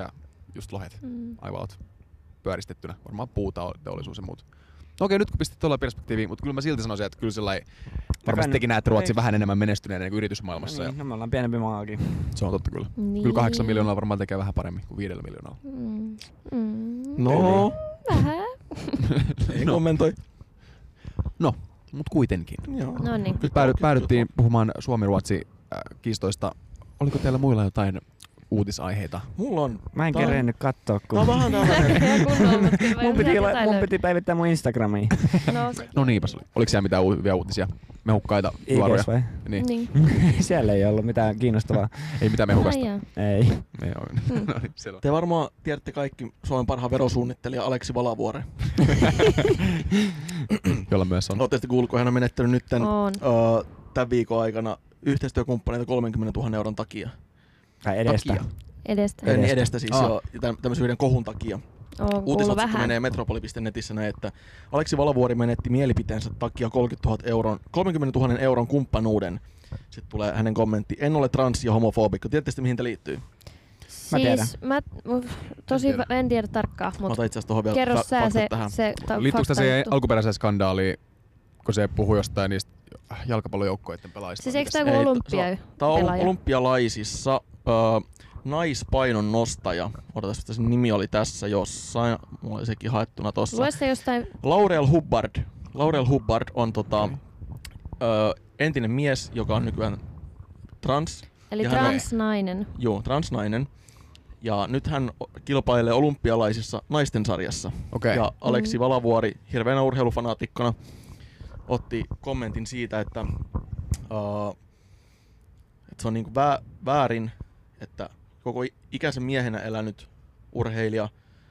just lohet, Mm. aivalot pyöristettynä. Varmaan puuteollisuus ja muut. No okei, nyt kun pistit tuolla perspektiiviin, mutta kyllä mä silti sanoisin, että kyllä sellainen, varmasti tekin näette Ruotsin vähän enemmän menestyneenä niin kuin yritysmaailmassa. Niin, no me ollaan pienempi maakin. Se on totta kyllä. Niin. Kyllä kahdeksan miljoonaa varmaan tekee vähän paremmin kuin viidellä miljoonalla. Mm. Mm. No, Vähän. ei kommentoi. No, mut kuitenkin. Joo. No niin. Nyt päädy, päädyttiin puhumaan Suomi-Ruotsi äh, kiistoista. Oliko teillä muilla jotain uutisaiheita? Mulla on... Mä en Tää on- kerennyt kattoo, kun Tää on vähän tällainen... Ja kunnolla, mutta kyllä mä mun, piti, yritän ila- jotain mun löytää. piti päivittää mun Instagramiin. No, sekin. No niinpäs oli. Oliko siellä mitään u- hyviä uutisia? Mehukkaita, I juoruja? Gs vai? Niin. Niin. Siellä ei ollut mitään kiinnostavaa. Ei mitään mehukasta. Ai jaa. Ei. Ei ole. No niin, selvä. Te varmaan tiedätte kaikki Suomen parhaan verosuunnittelija Aleksi Valavuoren. Jolla myös on. Oletteko kuullut, kun hän on menettänyt nyt tämän, On. uh, tämän viikon aikana yhteistyökumppaneita kolmekymmentätuhatta euron takia. Tai edestä. Takia. Edestä. Edestä, Edestä. edestä siis Aa. jo, ja täm- tämmöisen yhden kohun takia. On kuullut Uutisotsikko vähän. menee metropoli piste netissä näin, että Aleksi Valavuori menetti mielipiteensä takia kolmekymmentätuhatta euron, kolmekymmentätuhatta euron kumppanuuden. Sitten tulee hänen kommentti, en ole trans- ja homofobikko. Tiedätte sitten, mihin te liittyy? Mä tiedän. Siis mä uh, tosi En tiedä. en tiedä tarkkaan, Mä mutta otan itse asiassa tuohon vielä kerro fa- sä faktat se, tähän. se ta- Liittyykö se siihen faktajuttu. alkuperäiseen skandaaliin, kun se puhui jostain niistä jalkapallojoukkoiden pelaajista? Siis eikö Mitäs? tää Ei, joku t- se on- olympia Tää on pelaaja? olympialaisissa ö, naispainon nostaja. Odotas, että sen nimi oli tässä jossain. Mulla oli sekin haettuna tossa. Lue se jostain. Laurel Hubbard. Laurel Hubbard on tota, ö, entinen mies, joka on nykyään trans. Eli Ja hän on- transnainen. Joo, transnainen. Ja nyt hän o- kilpailee olympialaisissa naisten sarjassa. Okei. Ja Aleksi Mm. Valavuori, hirveänä urheilufanatikkona, otti kommentin siitä, että, uh, että se on niinku vä- väärin, että koko i- ikäisen miehenä elänyt urheilija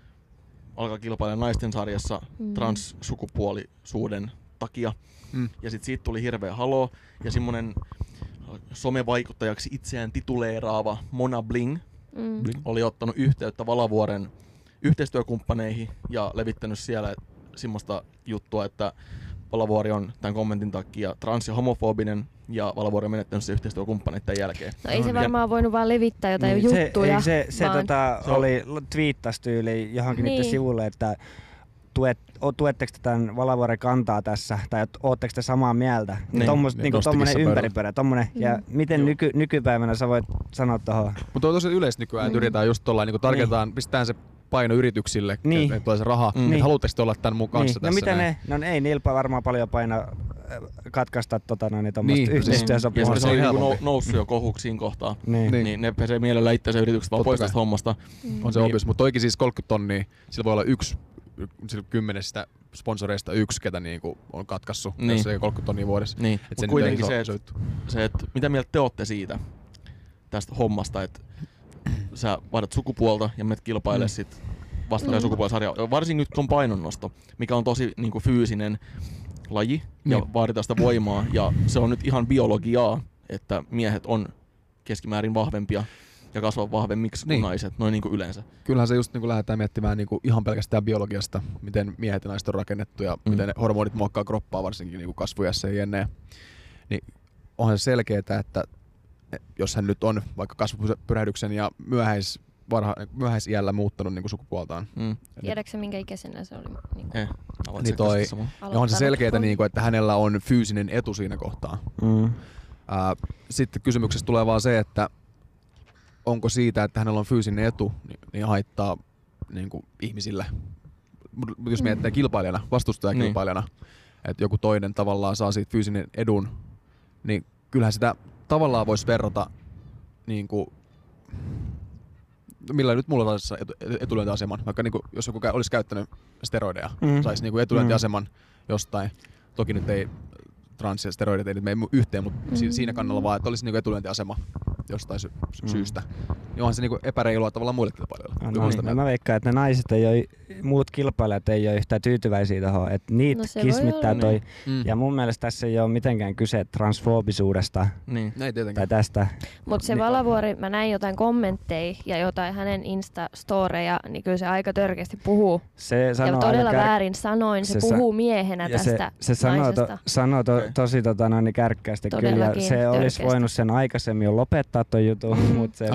alkaa kilpailla naisten sarjassa Mm. transsukupuolisuuden takia. Mm. Ja sit siitä tuli hirveä haloo. Ja semmonen somevaikuttajaksi itseään tituleeraava Mona Bling Mm. oli ottanut yhteyttä Valavuoren yhteistyökumppaneihin ja levittänyt siellä semmoista juttua, että Valavuori on tämän kommentin takia trans- ja homofobinen ja Valavuori on menettänyt se yhteistyökumppaneiden jälkeen. No ei No se niin. varmaan voinut vaan levittää jotain Niin, Se, juttuja. eikö se, se vaan- tota, Se on- oli twiittasi tyyli johonkin Niin. niiden sivulle, että tuet, o- tuetteko te tämän Valavuoren kantaa tässä, tai ootteko te samaa mieltä? Niin. Niin. Tommos, Niin, niinku tostakin tommonen se pöydällä. ympäripyörä, tommonen. Mm. Ja miten Joo. nyky, nykypäivänä sä voit sanoa tohon? Mutta on tosi yleistä nykyään, että Mm. yritetään just tuolla, niin tarkentaan, pistetään se paino yrityksille, Niin. että tulee se raha. Mm. Että Niin. haluatteko te olla tämän mun kanssa Niin. No tässä? mitä näin? ne? No ei niillä varmaan paljon paina äh, katkaista tota, no, niin tommoista Niin, niin, siis- Ja yhteistyösopimusta. se se on on niinku helpompi. nou- noussut jo kohuksi siinä kohtaa. Niin. Niin. Niin. niin ne pesee mielellä itseänsä yritykset vaan Totta pois kai. tästä hommasta. Mm. On se Niin. obvious, mutta toikin siis kolmekymmentä tonnia, sillä voi olla yksi sillä kymmenestä sponsoreista yksi, ketä niinku on katkassut, Niin. jos ei kolmekymmentä tonnia vuodessa. Niin. Et Mut se nyt kuitenkin ei se, iso- että iso juttu. se, että mitä mieltä te ootte siitä tästä hommasta, että sä vaihdat sukupuolta ja menet kilpailemaan Mm. sit vastakkain Mm. sukupuolisarjaa. Varsinkin nyt kun on painonnosto, mikä on tosi niinku fyysinen laji ja Niin. vaaditaan sitä voimaa ja se on nyt ihan biologiaa, että miehet on keskimäärin vahvempia ja kasvaa vahvemmiksi Niin. kuin naiset, noin niinku yleensä. Kyllähän se just niin lähdetään miettimään niin ihan pelkästään biologiasta, miten miehet ja naiset on rakennettu ja Mm. miten ne hormonit muokkaa kroppaa varsinkin niin kasvujassa ja jne. Niin onhan se selkeää, että jos hän nyt on vaikka kasvupyrähdyksen ja myöhäis, varha, myöhäisiällä muuttanut niin sukupuoltaan. Mm. Tiedätkö minkä ikäisenä se oli? Niin Eh, avaat Niin sen toi- käsissä mun. Ja onhan se selkeää, niin kuin, että hänellä on fyysinen etu siinä kohtaa. Mm. Ää, sitten kysymyksessä tulee vaan se, että onko siitä, että hänellä on fyysinen etu, niin, niin haittaa niin kuin ihmisille. Mut mut jos Mm. mietitään kilpailijana, vastustajakilpailijana, että joku toinen tavallaan saa siitä fyysinen edun, niin kyllähän sitä tavallaan voisi verrata niin kuin, millä nyt mulla olisi etu, etulyöntiaseman, vaikka niin kuin, jos joku kä- olisi käyttänyt steroideja, Mm. saisi niin kuin etulyöntiaseman jostain. Toki nyt ei trans- ja steroidit ei nyt mene yhteen, mutta Mm. si- siinä kannalla vaan, että olisi niinku etulyöntiasema jostain sy- Mm. syystä. Niin onhan se niinku epäreilua tavallaan muille kilpailijoille. No, Kyllä mä sitä no, mieltä. mä veikkaan, että ne naiset ei ole, muut kilpailijat ei ole yhtään tyytyväisiä tohon, että niitä No se voi kismittää olla. toi. Mm. Ja mun mielestä tässä ei ole mitenkään kyse transfoobisuudesta Niin. Ei tietenkään. tai tästä. Mutta se Niin. Valavuori, mä näin jotain kommentteja ja jotain hänen Insta-storeja, niin kyllä se aika törkeästi puhuu. Se Ja sanoo todella aika kär- väärin sanoin, se, se sa- puhuu miehenä ja se, tästä se sanoo, to, naisesta. sanoo to, Okei. tosi tota, noin, niin kärkkäästi kyllä. Ja Todellakin se olisi törkeästi. voinut sen aikaisemmin jo lopettaa ton jutun, Mm. mutta se Ai jaa. vissi,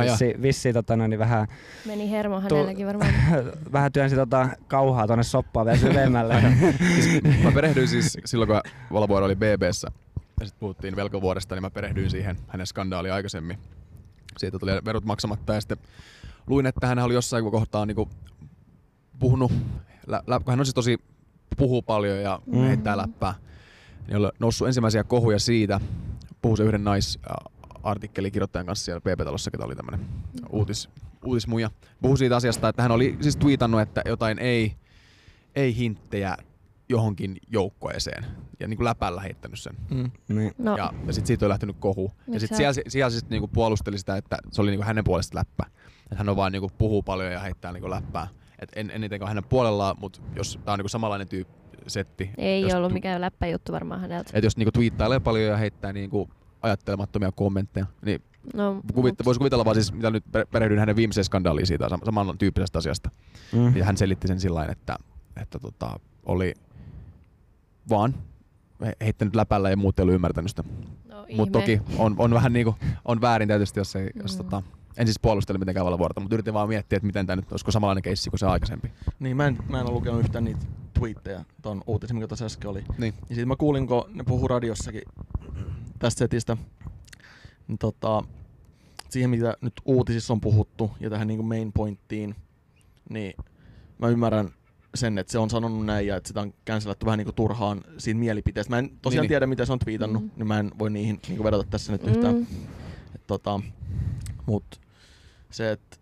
vissiin tota, no, niin vähän, Meni hermo hänelläkin varmaan. vähän työnsi tota, kauhaa tonne soppaan vielä syvemmälle. Siis, mä perehdyin siis silloin, kun Valavuori oli B B:ssä ja sitten puhuttiin velkovuodesta, niin mä perehdyin siihen hänen skandaaliin aikaisemmin. Siitä tuli verot maksamatta ja sitten luin, että hän oli jossain kohtaa niinku puhunut, lä- lä- hän on siis tosi puhuu paljon ja Mm. heittää läppää. Niin on noussut ensimmäisiä kohuja siitä. Puhui se yhden naisartikkelikirjoittajan kanssa siellä B B-talossa, ketä oli tämmönen uutis, uutismuija. Puhui siitä asiasta, että hän oli siis tweetannut, että jotain ei, ei hinttejä johonkin joukkueeseen. Ja niin kuin läpällä heittänyt sen. Mm. Niin. No, Ja, ja sit siitä on lähtenyt kohu. Ja Miks sit sä- siellä, siellä sit niinku puolusteli sitä, että se oli niinku hänen puolesta läppä. Että hän on vaan niinku puhuu paljon ja heittää niinku läppää. Et en, en niitäkään hänen puolellaan, mutta jos tää on niinku samanlainen tyyppi setti. ei jos ollut tu- mikään läppäjuttu varmaan häneltä. Et jos niinku twiittailee paljon ja heittää niinku ajattelemattomia kommentteja, niin No, kuvitt- mut- voisi kuvitella vaan siis, mitä nyt per- perehdyin hänen viimeiseen skandaaliin siitä sam- saman tyyppisestä asiasta. Mm. Ja hän selitti sen sillain, että, että tota, oli vaan he- heittänyt läpällä ja muut ei ollut ymmärtänyt sitä. no, Mutta ihme. toki on, on vähän niinku, on väärin tietysti, jos ei, jos Mm. tota, en siis puolustele mitenkään Valavuorta, mutta yritin vaan miettiä, että miten tämä nyt, olisiko samanlainen keissi kuin se aikaisempi. Niin, mä en, mä en ole lukenut yhtään niitä twiittejä ton uutisen, mikä tuossa äsken oli. Niin. Ja sitten mä kuulin, kun ne puhu radiossakin tästä setistä, niin tota, siihen mitä nyt uutisissa on puhuttu ja tähän niinku main pointtiin, niin mä ymmärrän sen, että se on sanonut näin ja että sitä on cancelattu vähän niinku turhaan siinä mielipiteestä. Mä en tosiaan Niin, tiedä, mitä se on twiitannut, Mm. niin mä en voi niihin niinku vedota tässä nyt yhtään. Mm. Et tota, mut se, että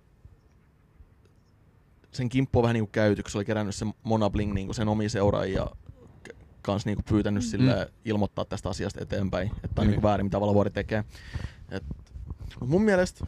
sen kimppu on vähän niinku käyty, kun se oli kerännyt sen Mona Bling niinku sen omia seuraajia k- kans niinku pyytänyt Mm. sille ilmoittaa tästä asiasta eteenpäin, että on Niin. niinku väärin mitä Valavuori tekee. Et, mut mun mielestä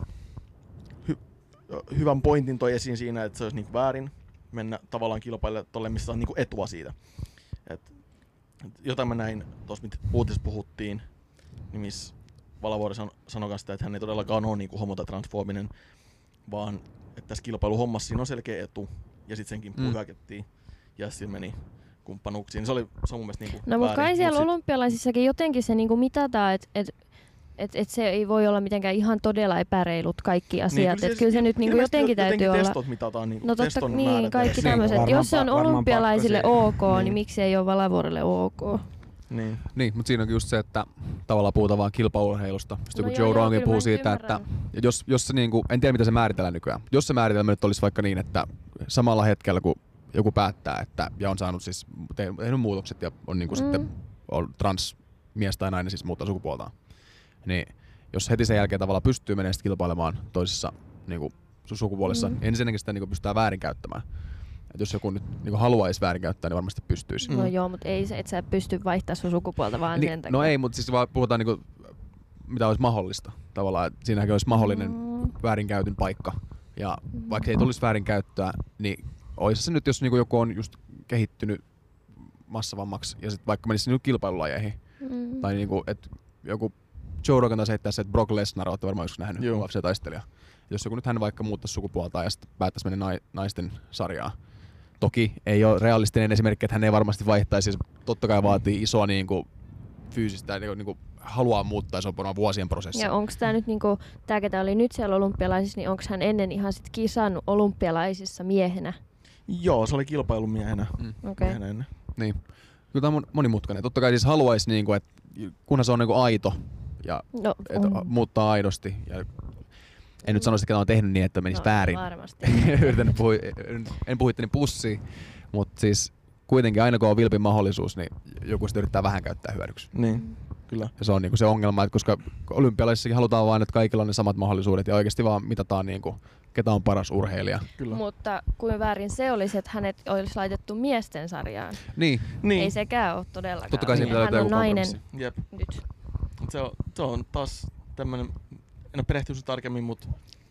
hy, hyvän pointin toi esiin siinä, että se olisi niinku väärin mennä tavallaan kilpaille tolle, missä on niinku etua siitä. Et, et jotain mä näin tuossa, mitä uutisessa puhuttiin, niin missä Valavuori san, sanoi kanssa sitä, että hän ei todellakaan ole niinku homo- tai transfoobinen, vaan että tässä kilpailuhommassa siinä on selkeä etu, ja sitten sen kimppuun Mm. mm. hyökättiin, ja sitten siinä meni kumppanuuksiin. Se, oli, se on mun mielestä niinku No mutta väärin. kai siellä Mut sit- olympialaisissakin jotenkin se niinku mitataan, että et, et, et se ei voi olla mitenkään ihan todella epäreilut kaikki asiat. kyllä Niin, kyllä se nyt niinku ilmeisesti jotenkin täytyy olla. testot mitataan, niinku, No totta, teston niin, määrät kaikki ja- tämmöiset. Varmaan Jos se on pa- varmaan olympialaisille pakko ok, Niin. niin miksi ei ole Valavuorelle ok? Niin. Niin, mutta siinä on just se, että tavallaan puhutaan vaan kilpaurheilusta. Just No joku joo, Joe joo, Rogan kyllä puhuu mä siitä, että ymmärrän. jos, jos se niinku, en tiedä mitä se määritellään nykyään. Jos se määritelmä nyt olisi vaikka niin, että samalla hetkellä kun joku päättää, että ja on saanut siis tehnyt, tehnyt muutokset ja on niinku Mm. sitten on transmies tai nainen siis muuttaa sukupuoltaan, niin jos heti sen jälkeen tavallaan pystyy menemään kilpailemaan toisessa niinku, su- sukupuolessa, Mm. mm. ensinnäkin sitä niinku pystytään väärinkäyttämään. Et jos joku nyt niinku haluaisi väärinkäyttää, niin varmasti pystyisi. No Mm. joo, mutta ei se, että sä pysty vaihtamaan sun sukupuolta vaan sen Niin, takia. no ei, mutta siis vaan puhutaan niinku, mitä olisi mahdollista. Tavallaan, että siinäkin olisi mahdollinen Mm. väärinkäytön paikka. Ja vaikka ei tulisi väärinkäyttöä, niin olisi se nyt, jos niinku joku on just kehittynyt massavammaksi ja sitten vaikka menisi niinku kilpailulajeihin. Mm. Tai niinku, että joku Joe Rogan taisi heittää se, että Brock Lesnar, olette varmaan joskus nähnyt, Joo. U F C-taistelija. Jos joku nyt hän vaikka muuttaisi sukupuolta ja sitten päättäisi mennä nai- naisten sarjaan. Toki ei ole realistinen esimerkki, että hän ei varmasti vaihtaisi. Se totta kai vaatii isoa niinku, fyysistä, niinku, niinku, haluaa muuttaa, se on varmaan vuosien prosessi. Ja onko tämä nyt niinku, tää ketä oli nyt siellä olympialaisissa, niin onko hän ennen ihan sit kisannut olympialaisissa miehenä? Joo, se oli kilpailumiehenä. Mm. Okei. Okay. Miehenä ennen. Niin. Kyllä tämä on mon- monimutkainen. Totta kai siis haluaisi, niinku, että kunhan se on niinku aito ja No, et, on. muuttaa aidosti. Ja en nyt sano sitä, että on tehnyt niin, että menisi No, väärin. varmasti. Yritän puhui, en puhu itteni pussiin, mutta siis kuitenkin aina kun on vilpin mahdollisuus, niin joku sitä yrittää vähän käyttää hyödyksi. Niin, kyllä. Ja se on niinku se ongelma, että koska olympialaisissakin halutaan vain, että kaikilla on ne samat mahdollisuudet ja oikeasti vaan mitataan, niinku, ketä on paras urheilija. kyllä. Mutta kuin väärin se olisi, että hänet olisi laitettu miesten sarjaan. Niin, Niin. Ei sekään ole todellakaan. totta kai siinä pitää hän löytää on joku nainen kompromissi. Jep. nyt. Se on, se on taas tämmönen, en ole perehtynyt sen tarkemmin, mutta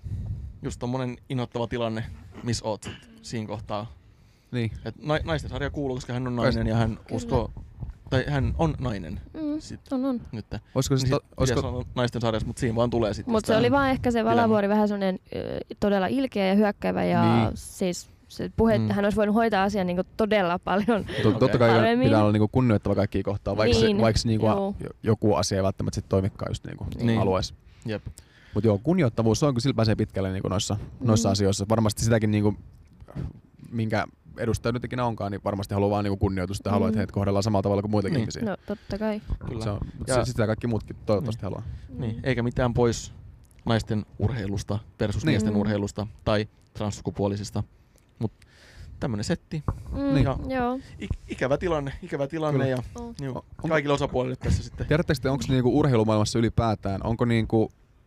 just tommonen inhottava tilanne, missä oot sit siinä kohtaa. Niin. Et na, naisten sarja kuuluu, koska hän on nainen ja hän Kyllä. uskoo, tai hän on nainen Mm, sit on, on. nyt. Olisiko Niin se, sit to, olisiko, pitäisi olla naisten sarjassa, mutta siinä vaan tulee sitten. Mutta se oli vaan ehkä se Valavuori vähän semmoinen todella ilkeä ja hyökkäävä ja Niin. siis se puhe, että Mm. hän olisi voinut hoitaa asian niin todella paljon. to, totta kai Paremmin. pitää olla niinku kunnioittava kaikkia kohtaan, vaikka, Niin, se, vaikka niinku joo. joku asia ei välttämättä sit toimikaan just niinku Niin. haluaisi. Jep. Mut joo, kunnioittavuus on kyllä sillä pääsee pitkälle niinku noissa, Mm. noissa asioissa. Varmasti sitäkin, niinku, minkä edustaja nyt ikinä onkaan, niin varmasti haluaa vaan niinku kunnioitusta ja Mm. haluaa, että heitä kohdellaan samalla tavalla kuin muitakin Niin. ihmisiä. No totta kai. Kyllä. Se on, mut Ja- se, sitä kaikki muutkin toivottavasti Niin. haluaa. Niin, eikä mitään pois naisten urheilusta versus Niin. miesten Mm. urheilusta tai transsukupuolisista. Mut tämmönen setti. Mm, Niin. joo. Ik- ikävä tilanne, ikävä tilanne Kyllä. ja On. niin, Onko- kaikille osapuolille tässä sitten. Tiedättekö te, onko niinku urheilumaailmassa ylipäätään, onko niinku,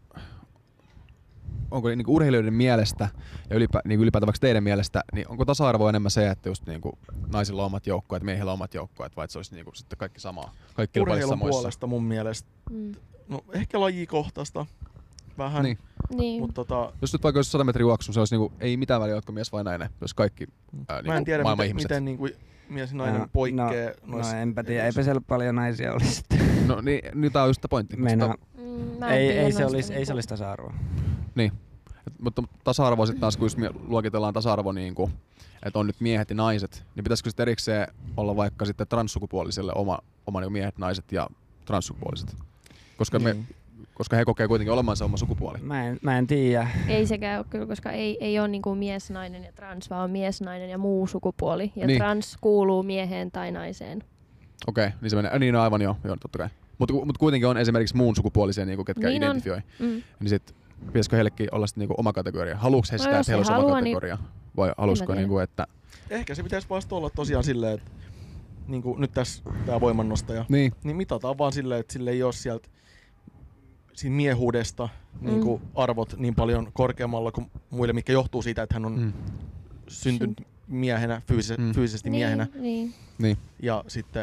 onko niinku urheilijoiden mielestä ja ylipä, niinku ylipäätään vaikka teidän mielestä, niin onko tasa-arvo enemmän se, että just niinku naisilla on omat joukkueet, miehillä on omat joukkueet, vai että se olisi niinku sitten kaikki samaa, kaikki kilpailisi Urheilun samoissa? puolesta mun mielestä, Mm. no ehkä lajikohtaista vähän, Niin. Niin. mutta tota, Jos nyt vaikka olisi sata metrin juoksu, se olisi niinku, ei mitään väliä, oletko mies vai nainen, jos kaikki ää, mä niinku en tiedä maailman miten, ihmiset. miten niin kuin mies ja nainen No, poikkeaa no, noissa. no enpä tiedä, eipä siellä paljon naisia olisi sitten. No niin, niin tää on just tämä pointti. Meinaa, Mm, mä en ei, tiedä ei, se noista olisi, ei niinku- se olisi tasa-arvoa. Niin. Et, mutta tasa-arvo sitten taas, kun just me luokitellaan tasa-arvo niinku, että on nyt miehet ja naiset, niin pitäisikö sitten erikseen olla vaikka sitten transsukupuolisille oma, oma niinku miehet, naiset ja transsukupuoliset? Koska, me, Niin. koska he kokee kuitenkin olemansa oma sukupuoli. Mä en, mä en tiedä. Ei sekään ole kyllä, koska ei, ei ole niinku mies, nainen ja trans, vaan on mies, nainen ja muu sukupuoli. Ja Niin. trans kuuluu mieheen tai naiseen. Okei, okay, niin se menee. Äh, niin no aivan joo, joo totta kai. Mutta mut kuitenkin on esimerkiksi muun sukupuolisia, niinku, ketkä Niin on. identifioi. Mm. Niin sit pitäisikö heillekin olla sit niinku oma kategoria? Haluuks he No sitä, jos että heillä he olisi oma haluaa, niin- kategoria? Vai halusiko tiedä. niinku, että... Ehkä se pitäisi vasta olla tosiaan silleen, että niin kuin nyt tässä tää voimannostaja, Niin, niin mitataan vaan silleen, että sille ei ole sieltä siinä miehuudesta Mm. niin kuin arvot niin paljon korkeammalla kuin muille, mitkä johtuu siitä, että hän on mm, syntynyt miehenä, fyysis- Mm. fyysisesti miehenä. Niin, niin. niin. Ja sitten...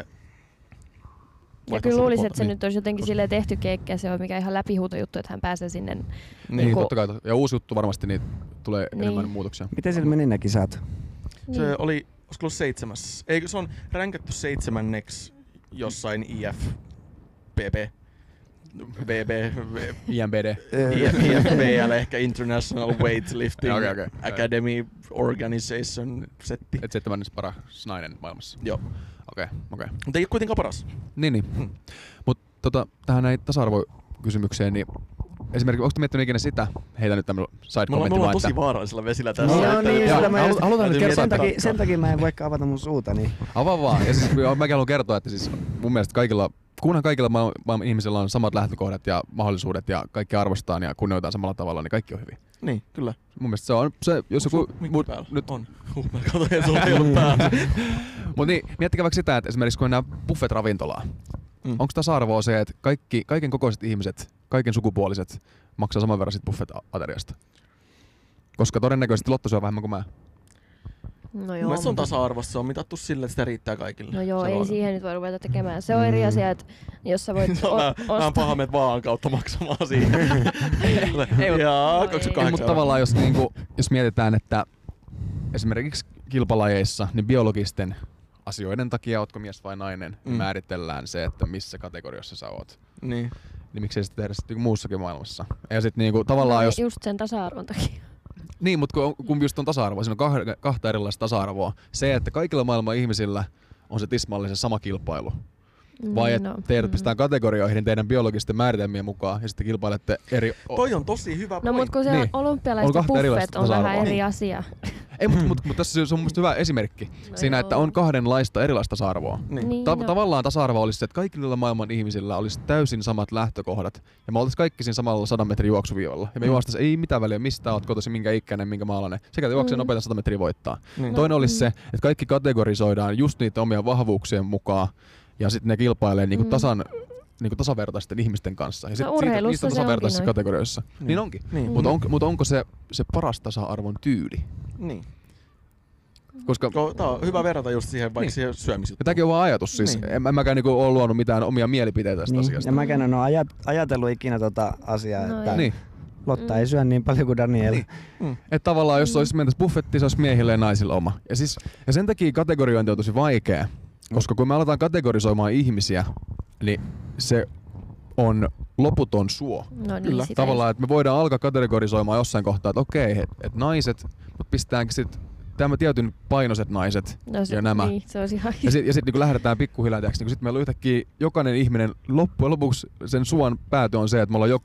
Ja vaihtaa kyllä luulisin, sukupuolta. että se niin. nyt olisi jotenkin silleen tehty keikkiä, se on mikä ihan läpihuutojuttu, että hän pääsee sinne. Niin, Niinku- totta kai. Ja uusi juttu varmasti, niin tulee Niin. enemmän muutoksia. Miten sillä meni ne kisat? Niin. Se oli, olisiko ollut seitsemäs? Eikö se on ränkätty seitsemänneksi jossain I F B B? B B, I M B D. I F B L, ehkä International Weightlifting Okei, okei. Academy Organization setti. Et seitsemännes paras nainen maailmassa. Joo. Okei, okei. Mutta ei ole kuitenkaan paras. Niin, niin. Hmm. Mut tota, tähän näin tasa-arvokysymykseen, niin esimerkiksi, onko te miettinyt ikinä sitä, heitä nyt tämmöinen Me ollaan, side-kommentti me ollaan vaan, tosi että vaarallisella vesillä tässä. No, että- joo, niin, Joo, sillä mä halu- just- halutaan nyt täytyy kertoa, sen, miettiä takia, tarkkaan. sen takia mä en vaikka avata mun suuta, niin avaa vaan. Ja siis mäkin haluan kertoa, että siis mun mielestä kaikilla, kunhan kaikilla maailman, maailman ihmisillä on samat lähtökohdat ja mahdollisuudet ja kaikki arvostetaan ja kunnioitetaan samalla tavalla, niin kaikki on hyvin. Niin, kyllä. Mun mielestä se on, se, jos joku, Onko sun mikki päällä? nyt, On. Huh, mä katsoin, että sulla ei ollut päällä. mut niin, miettikää vaikka sitä, että esimerkiksi kun nämä buffet ravintolaa, Mm. onko tasa-arvoa se, että kaikki, kaiken kokoiset ihmiset, kaiken sukupuoliset maksaa saman verran sit buffet-ateriasta? Koska todennäköisesti Lotta syö vähemmän kuin mä. No Mun joo, mielestä se on mutta- tasa-arvossa, se on mitattu sille, että sitä riittää kaikille. No joo, Se ei on- siihen nyt voi ruveta tekemään. Se on eri Mm. asia, että jos sä voit No, o- mä, mä ostaa... oon paha menet vaan kautta maksamaan siihen. Ei, Jaa, no ei. Ei, kaksikymmentäkahdeksan. mutta tavallaan jos, niinku, jos mietitään, että esimerkiksi kilpalajeissa niin biologisten asioiden takia, ootko mies vai nainen, mm. Mm. määritellään se, että missä kategoriassa sä oot. Niin. Niin miksei sitä tehdä sitten muussakin maailmassa. Ja sit niinku, tavallaan no, jos... Just sen tasa-arvon takia. Niin, mutta kun, kun just on tasa-arvoa, siinä on kahta, kahta erilaista tasa-arvoa. Se, että kaikilla maailman ihmisillä on se tismallisen sama kilpailu. Vai Niin, että no, teidät mm. pistetään kategorioihin teidän biologisten määritelmien mukaan ja sitten kilpailette eri... Toi on tosi hyvä No pointti. mut kun se Niin. niin. On olympialaiset kahta buffet erilaista on vähän tasa-arvoa. eri asia. Ei, mutta mut, mut tässä se on mun mielestä hyvä esimerkki No siinä, joo. että on kahdenlaista erilaista tasa-arvoa. Niin. Niin, Ta- no. Tavallaan tasa-arvo olisi se, että kaikilla maailman ihmisillä olisi täysin samat lähtökohdat. Ja me oltaisiin kaikki siinä samalla sadan metrin juoksuviivalla. Ja me Mm. juostaisiin, ei mitään väliä, mistä oot kotoisin, minkä ikäinen, minkä maalainen. Sekä juoksee Mm. nopeita sata metriä voittaa. Niin. Toinen olisi Mm. se, että kaikki kategorisoidaan just niitä omia vahvuuksien mukaan. Ja sitten ne kilpailee niinku Mm. tasan, niinku tasavertaisten ihmisten kanssa. Ja sit No siitä, urheilussa niistä on se tasavertaisissa onkin noin. kategorioissa. Niin, niin onkin. Niin. Mutta on, mut onko se, se paras tasa-arvon tyyli? Niin. Koska Ko- Tää on hyvä verrata just siihen, vaikka Niin. siihen syömisjuttuun. ja tämäkin on vaan ajatus siis. Niin. En, en mäkään niinku ole luonut mitään omia mielipiteitä tästä niin. asiasta. Ja mäkään en ole ajat, ajatellut ikinä tota asiaa, No että ei. Niin. Lotta Mm. ei syö niin paljon kuin Daniel. Niin. Mm. Että tavallaan jos Mm. olisi mentäisi buffettiin, se olisi miehille ja naisille oma. Ja, siis, ja sen takia kategoriointi on tosi vaikea. Koska kun me aletaan kategorisoimaan ihmisiä, niin se on loputon suo. No niin, Kyllä. sitä Tavallaan, että me voidaan alkaa kategorisoimaan jossain kohtaa, että okei, että et naiset, mutta pistetäänkin sitten tämä tietyn painoiset naiset no se, ja nämä. Niin, se olisi ihan... Ja sitten sit, niin lähdetään pikkuhiljaa, niin sitten meillä on yhtäkkiä jokainen ihminen, loppujen lopuksi sen suon päätö on se, että me ollaan jokainen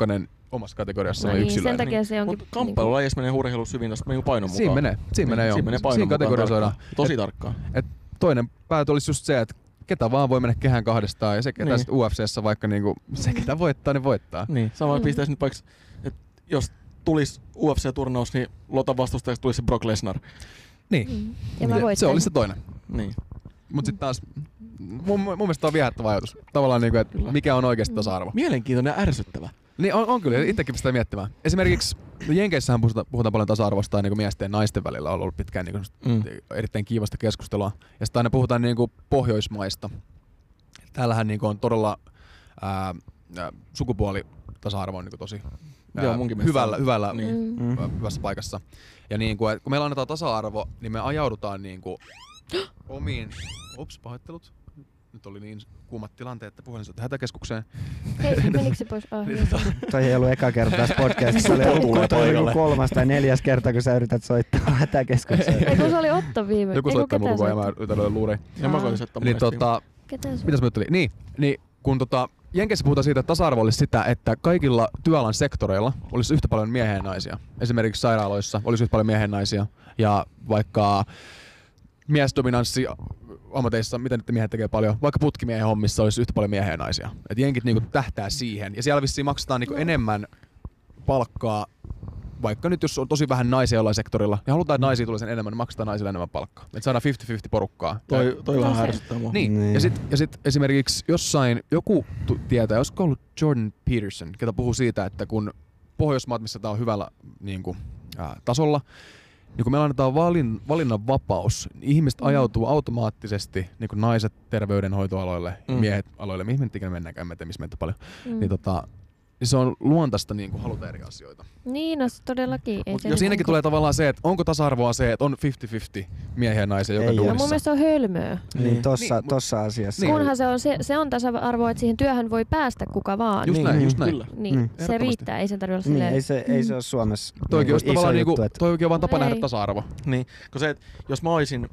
omassa kategoriassa No no niin, yksilöä. sen takia se onkin... Mutta kamppailulajeissa menee urheilussa hyvin tuosta niinku painon mukaan. Siinä menee, siinä menee Niin, joo. Siinä menee painon Siinä mukaan kategorisoidaan. tarkkaan. Tosi Et- tarkkaan. Et toinen päätö olisi just se, että ketä vaan voi mennä kehään kahdestaan ja se ketä Niin. niin. U F C:ssä vaikka niinku, se ketä voittaa, niin voittaa. Niin, sama Mm. pistäisi nyt vaikka, että jos tulisi U F C-turnaus, niin Lotan vastustajaksi tulisi se Brock Lesnar. Niin. Mm. Ja mä Se voittaisin. oli se toinen. Niin. Mut sit taas, mun, mun mielestä on viehättävä ajatus. Tavallaan niinku, että Kyllä. mikä on oikeasti tasa-arvo. Mielenkiintoinen ja ärsyttävä. Niin on, on kyllä, itsekin sitä miettimään. Esimerkiksi Jenkeissähän puhutaan, puhutaan paljon tasa-arvosta ja niin miesten ja naisten välillä on ollut pitkään niin Mm. erittäin kiivasta keskustelua. Ja sitten aina puhutaan niin kuin Pohjoismaista. Täällähän niin kuin on todella ää, ää, sukupuolitasa-arvo on niin kuin tosi ää, Joo, munkin mielestä hyvällä, on. hyvällä, Niin. Mm. ää, hyvässä paikassa. Ja niin kuin, et kun meillä annetaan tasa-arvo, niin me ajaudutaan niin kuin omiin... Ups, pahoittelut. Nyt oli niin kuumat tilanteet, että puhelin soitti hätäkeskukseen. Hei, menikö se pois? Ah, Niin, tota, Toi ei ollut eka kerta tässä podcastissa. Se oli Supo tulee ollut toi paikalle. kolmas tai neljäs kerta, kun sä yrität soittaa hätäkeskukseen. Ei, kun se oli Otto viime. Joku Ei, kun soittaa ketä mulle koko ajan, mä soitti? yritän löydä luureja. Ja mä Aa. koitin soittaa Niin monesti. tota, Ketä se mitäs mä juttelin? Niin, niin kun tota, Jenkeissä puhutaan siitä, että tasa-arvo olisi sitä, että kaikilla työalan sektoreilla olisi yhtä paljon miehiä ja naisia. Esimerkiksi sairaaloissa olisi yhtä paljon miehiä ja naisia. Ja vaikka miesdominanssi ammateissa, mitä nyt miehet tekee paljon, vaikka putkimiehen hommissa olisi yhtä paljon miehiä ja naisia. Et jenkit niinku tähtää siihen. Ja siellä vissiin maksetaan niinku enemmän palkkaa, vaikka nyt jos on tosi vähän naisia jollain sektorilla, niin halutaan, että naisia tulee sen enemmän, niin maksetaan naisille enemmän palkkaa. Että saadaan viisikymmentä viisikymmentä porukkaa. Toi, toi vähän Tosi. härsyttää mua. Niin, Niin. ja sitten ja sit esimerkiksi jossain joku tu- tietää, olisiko ollut Jordan Peterson, ketä puhuu siitä, että kun Pohjoismaat, missä tämä on hyvällä niin kuin, ää, tasolla, niin kun meillä annetaan valin, valinnan vapaus, niin ihmiset Mm. ajautuu automaattisesti, niin kuin naiset terveydenhoitoaloille, Mm. mm. miehet aloille, mihin me nyt ikinä mennäänkään, en tiedä, missä meitä on paljon, Mm. niin, tota, niin se on luontaista niin kuin haluta eri asioita. Niin, no se todellakin. Ei Mut se jo siinäkin niinku- tulee tavallaan se, että onko tasa-arvoa se, että on viisikymmentä viisikymmentä miehiä ja naisia joka Ei No oo. mun duunissa. mielestä se on hölmöä. Niin tossa, Niin, mut- tossa asiassa. Niin. Kunhan se on, se, se on tasa-arvoa, että siihen työhön voi päästä kuka vaan. Just Niin, näin, niin, just näin. Kyllä. Niin, Mm. se Ehdottomasti. riittää, ei sen tarvitse olla Niin, silleen... ei se, ei se ole Suomessa Toikin niinku olisi iso tavallaan niinku, juttu, että toikin on vaan tapa Ei. nähdä tasa-arvo. Niin, kun se, että jos mä olisin,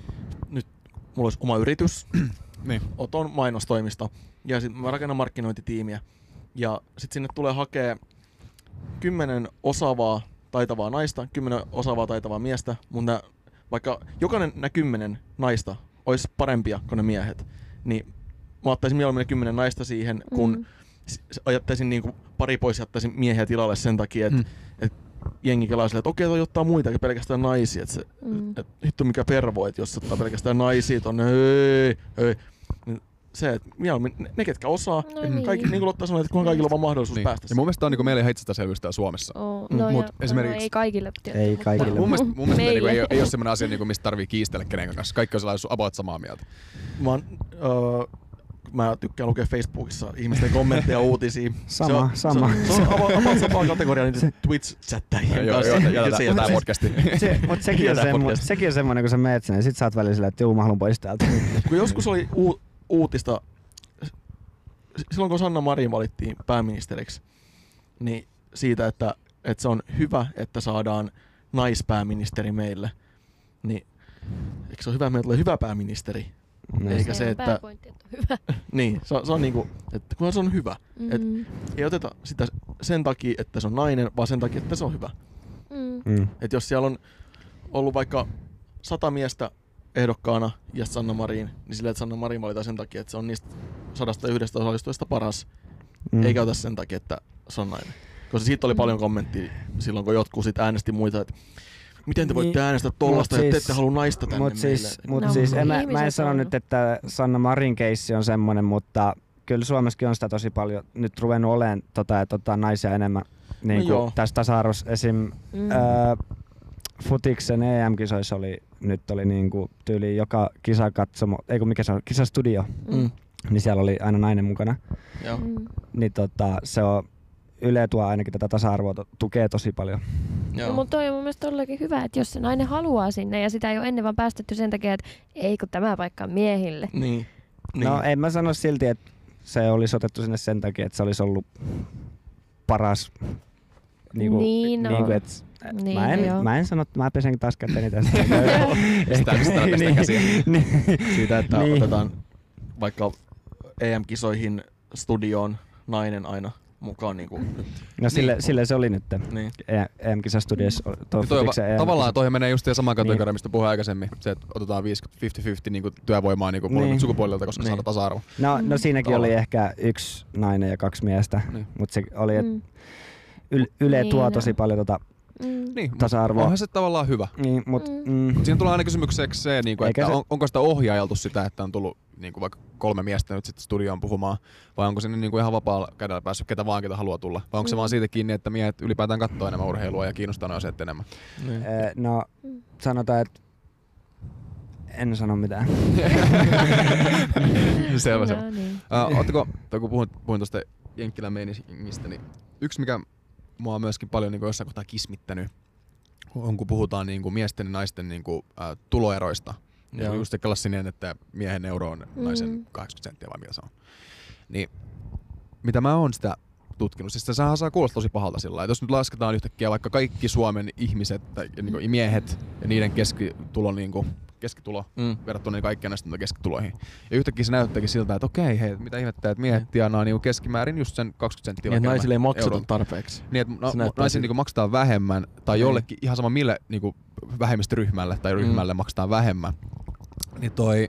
nyt mulla olisi oma yritys, Niin. oton mainostoimisto, ja sitten mä rakennan markkinointitiimiä, ja sitten sinne tulee hakea kymmenen osaavaa, taitavaa naista, kymmenen osaavaa, taitavaa miestä, mutta vaikka jokainen nämä kymmenen naista olisi parempia kuin ne miehet, niin mä ottaisin mieluummin ne kymmenen naista siihen, kun Mm. s- s- ajattaisin niin kuin pari pois ja ottaisin miehiä tilalle sen takia, että Mm. et jengi kelaa silleen, että okei, toi ottaa muita eikä pelkästään naisia. Että se, Mm. et, hitto mikä pervo, että jos ottaa pelkästään naisia tonne, hei, hei. Niin se, että mieluummin ne, ne, ketkä osaa, No et niin. kaikki, niin kuin Lotta sanoi, että kun kaikilla on vaan mahdollisuus Niin. päästä Ja mun mielestä on niinku meille ihan itsestäänselvyys täällä Suomessa. Oh, Mm. no, Mut ja, esimerkiksi- no, ei kaikille tietysti, Ei mutta- kaikille. Mun mielestä, mun mielestä niinku Meille. ei, ei ole semmoinen asia, niinku, mistä tarvii kiistellä kenenkään kanssa. Kaikki on sellainen about samaa mieltä. Mä, oon, öö, mä tykkään lukea Facebookissa ihmisten kommentteja ja uutisia. Sama, se on, sama. Se on, se on about, about samaa kategoriaa niitä Twitch-chattäjien Joo, kanssa. joo, Ja jätetään, se- jätetään se- podcasti. Se, mutta sekin, on Jätetään semmo, podcast. sekin on semmoinen, kun sä meet sinne, sit sä oot välillä silleen, että juu, mä haluan pois täältä. Kun joskus oli u- uutista, silloin kun Sanna Marin valittiin pääministeriksi, niin siitä, että, että se on hyvä, että saadaan naispääministeri meille, niin eikö se ole hyvä, että meillä tulee hyvä pääministeri? No. Eikä se, on että- pääpointti, että on hyvä. Niin, se on, se on niinku, että kun se on hyvä. Et- Mm. Ei oteta sitä sen takia, että se on nainen, vaan sen takia, että se on hyvä. Mm. Mm. Että jos siellä on ollut vaikka sata miestä ehdokkaana ja Sanna Marin, niin silleen, että Sanna Marin valitaan sen takia, että se on niistä sadasta yhdestä osallistujasta paras, Mm. eikä ota sen takia, että se on nainen. Koska siitä oli Mm. paljon kommenttia silloin, kun jotkut sit äänesti muita, että miten te voitte Niin, äänestää tollasta, mut että te siis- ette halua naista tänne Mut meille. siis, mut No, siis en, mä, mä en ihmiset sano on. nyt, että Sanna Marin keissi on semmonen, mutta kyllä Suomessakin on sitä tosi paljon nyt ruvennut olemaan tota, että ottaa naisia enemmän niin joo. kuin tässä tasa-arvossa. Esim. Mm. Ää, Futiksen E M-kisoissa oli, nyt oli niinku tyyli joka kisakatsomo, ei kun mikä se on, kisastudio, Mm. niin siellä oli aina nainen mukana. Joo. Mm. Niin tota, se on, Yle tuo ainakin tätä tasa-arvoa to, tukee tosi paljon. No, Joo. mutta toi on mun mielestä todellakin hyvä, että jos se nainen haluaa sinne ja sitä ei ole ennen vaan päästetty sen takia, että ei kun tämä paikka on miehille. Niin. niin. No en mä sano silti, että se olisi otettu sinne sen takia, että se olisi ollut paras. Niinku, Niin, no. niinku, et, Niin, mä, en, joo. mä en sano, että mä pesen taas käteni tästä. Sitä mistä niin, pestä käsiä. niin, Siitä, että Niin. otetaan vaikka E M-kisoihin studioon nainen aina mukaan niinku. No sille, Niin. sille se oli nyt Niin. E M-kisastudios. Ja toi va- tavallaan toihin menee just siihen samaan kategoriaan, mistä puhuin aikaisemmin. Se, että otetaan viisikymmentä viisikymmentä niinku työvoimaa niinku Niin. sukupuolilta, koska Niin. saadaan tasa-arvo. No, no Mm. siinäkin oli ehkä yksi nainen ja kaksi miestä, Niin. mutta se oli, että Mm. Yle, yle Niin, tuo no. tosi paljon tota Mm. Niin, mut tasa-arvoa. onhan se tavallaan hyvä. Niin, mut, Mm. mm, Siinä tulee aina kysymykseksi se, niinku, Eikä että se- on, onko sitä ohjaajaltu sitä, että on tullut niinku vaikka kolme miestä nyt sitten studioon puhumaan, vai onko sinne niinku ihan vapaalla kädellä päässyt ketä vaan, ketä haluaa tulla? Vai onko se Mm. vaan siitä kiinni, että miehet ylipäätään katsoo enemmän urheilua ja kiinnostaa ne asiat enemmän? Niin. eh, no Mm. sanotaan, että en sano mitään. Selvä se. No niin. Uh, ootteko, tai kun puhuin, puhuin tuosta Jenkkilän meiningistä, niin yksi mikä mua on myöskin paljon niin jossain kohtaa kismittänyt, on kun puhutaan niin kuin miesten ja naisten niin kuin, uh, tuloeroista. Ja Joo. just se klassinen, että miehen euro on naisen Mm. kahdeksankymmentä senttiä vai mitä se on. Niin mitä mä oon sitä tutkinut, siis se saa, saa kuulostaa tosi pahalta sillä lailla, että jos nyt lasketaan yhtäkkiä vaikka kaikki Suomen ihmiset tai niin kuin miehet ja niiden keskitulo, niin kuin, keskitulo Mm. verrattuna niin kaikkien näistä keskituloihin. Ja yhtäkkiä se näyttääkin siltä, että okei, hei, mitä ihmettä, että miehet tienaa niin keskimäärin just sen kaksikymmentä senttiä. Niin, että vaikka naisille ei enemmän makseta euroa. tarpeeksi. Niin, että na, Se näyttää naisille siltä. niin maksetaan vähemmän, tai Niin. jollekin ihan sama mille niin kuin vähemmistöryhmälle tai ryhmälle mm. maksetaan vähemmän. Niin toi,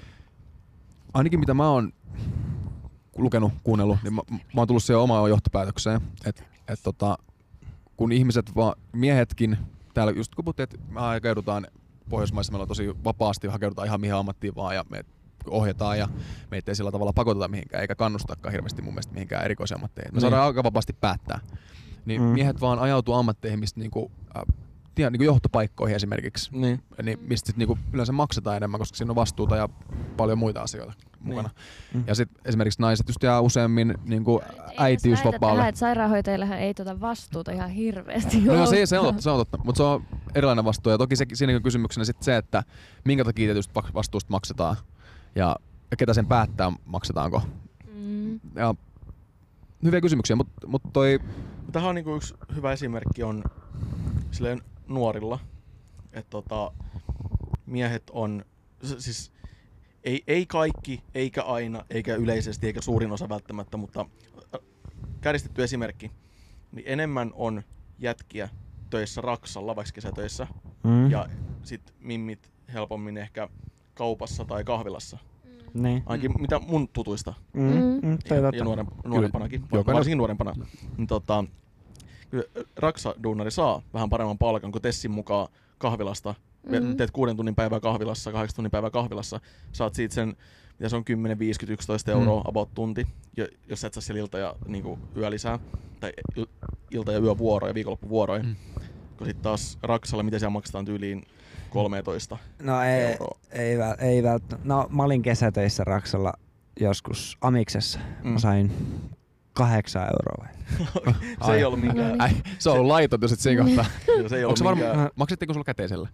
ainakin mitä mä oon lukenut, kuunnellut, niin mä, mä oon tullut siihen omaan johtopäätökseen, että et tota, kun ihmiset, vaan miehetkin, täällä just kun puhuttiin, että me hakeudutaan Pohjoismaissa, meillä on tosi vapaasti, hakeudutaan ihan mihin ammattiin vaan ja me ohjataan ja meitä ei sillä tavalla pakoteta mihinkään, eikä kannustakaan hirveästi mun mielestä mihinkään erikoisiin ammatteihin. Me Niin. saadaan aika vapaasti päättää. Niin Mm. miehet vaan ajautuu ammatteihin, mistä niinku, äh, tiedän, niinku johtopaikkoihin esimerkiksi, Niin. niin mistä sit niinku yleensä maksetaan enemmän, koska siinä on vastuuta ja paljon muita asioita mukana. Mm. Ja sitten esimerkiksi naiset just jää useammin niinku Ei, jos äitiysvapaalle. väität, että sairaanhoitajillahan ei tuota vastuuta ihan hirveästi No joo, ole. se, se on totta, se on totta. Mutta se on erilainen vastuu. Ja toki se, siinä on kysymyksenä sit se, että minkä takia tietysti vastuusta maksetaan ja, ja ketä sen päättää, maksetaanko. Mm. Ja hyviä kysymyksiä, mutta mut toi... Tähän on niinku yksi hyvä esimerkki on silleen nuorilla, että tota, miehet on, s- siis ei, ei kaikki, eikä aina, eikä yleisesti, eikä suurin osa välttämättä, mutta äh, kärjistetty esimerkki, niin enemmän on jätkiä töissä Raksalla, vaikka kesätöissä, Mm. ja sit mimmit helpommin ehkä kaupassa tai kahvilassa. Niin. Ainakin mm. mitä mun tutuista. Mm. Mm. Mm. Toi Ja, totta. ja nuoren, nuorempanakin, Jokainen- varsinkin nuorempana. Niin tota, kyllä Raksa-duunari saa vähän paremman palkan kuin Tessin mukaan kahvilasta. Mm. Teet kuuden tunnin päivää kahvilassa, kahdeksan tunnin päivää kahvilassa. Saat siitä sen, mitä se on kymmenen, viisikymmentä, yksitoista euroa Mm. about tunti, jo- jos sä et saa siellä ilta- ja niinku yö lisää. Tai il- ilta- ja yövuoroja ja viikonloppuvuoroja. Mm. Kun sit taas Raksalla, mitä siellä maksetaan tyyliin kolmetoista No ei, euroa. ei, väl, ei välttämättä. No mä olin kesätöissä Raksalla joskus Amiksessa. Mm. Mm. Mä sain kahdeksan euroa. Se ei Ai. ollut minkään. No niin. Ai, se on ollut laiton jo sit siinä kohtaa. Joo, se ei Onko ollut se varma, minkään. maksettiinko sulla käteisellä?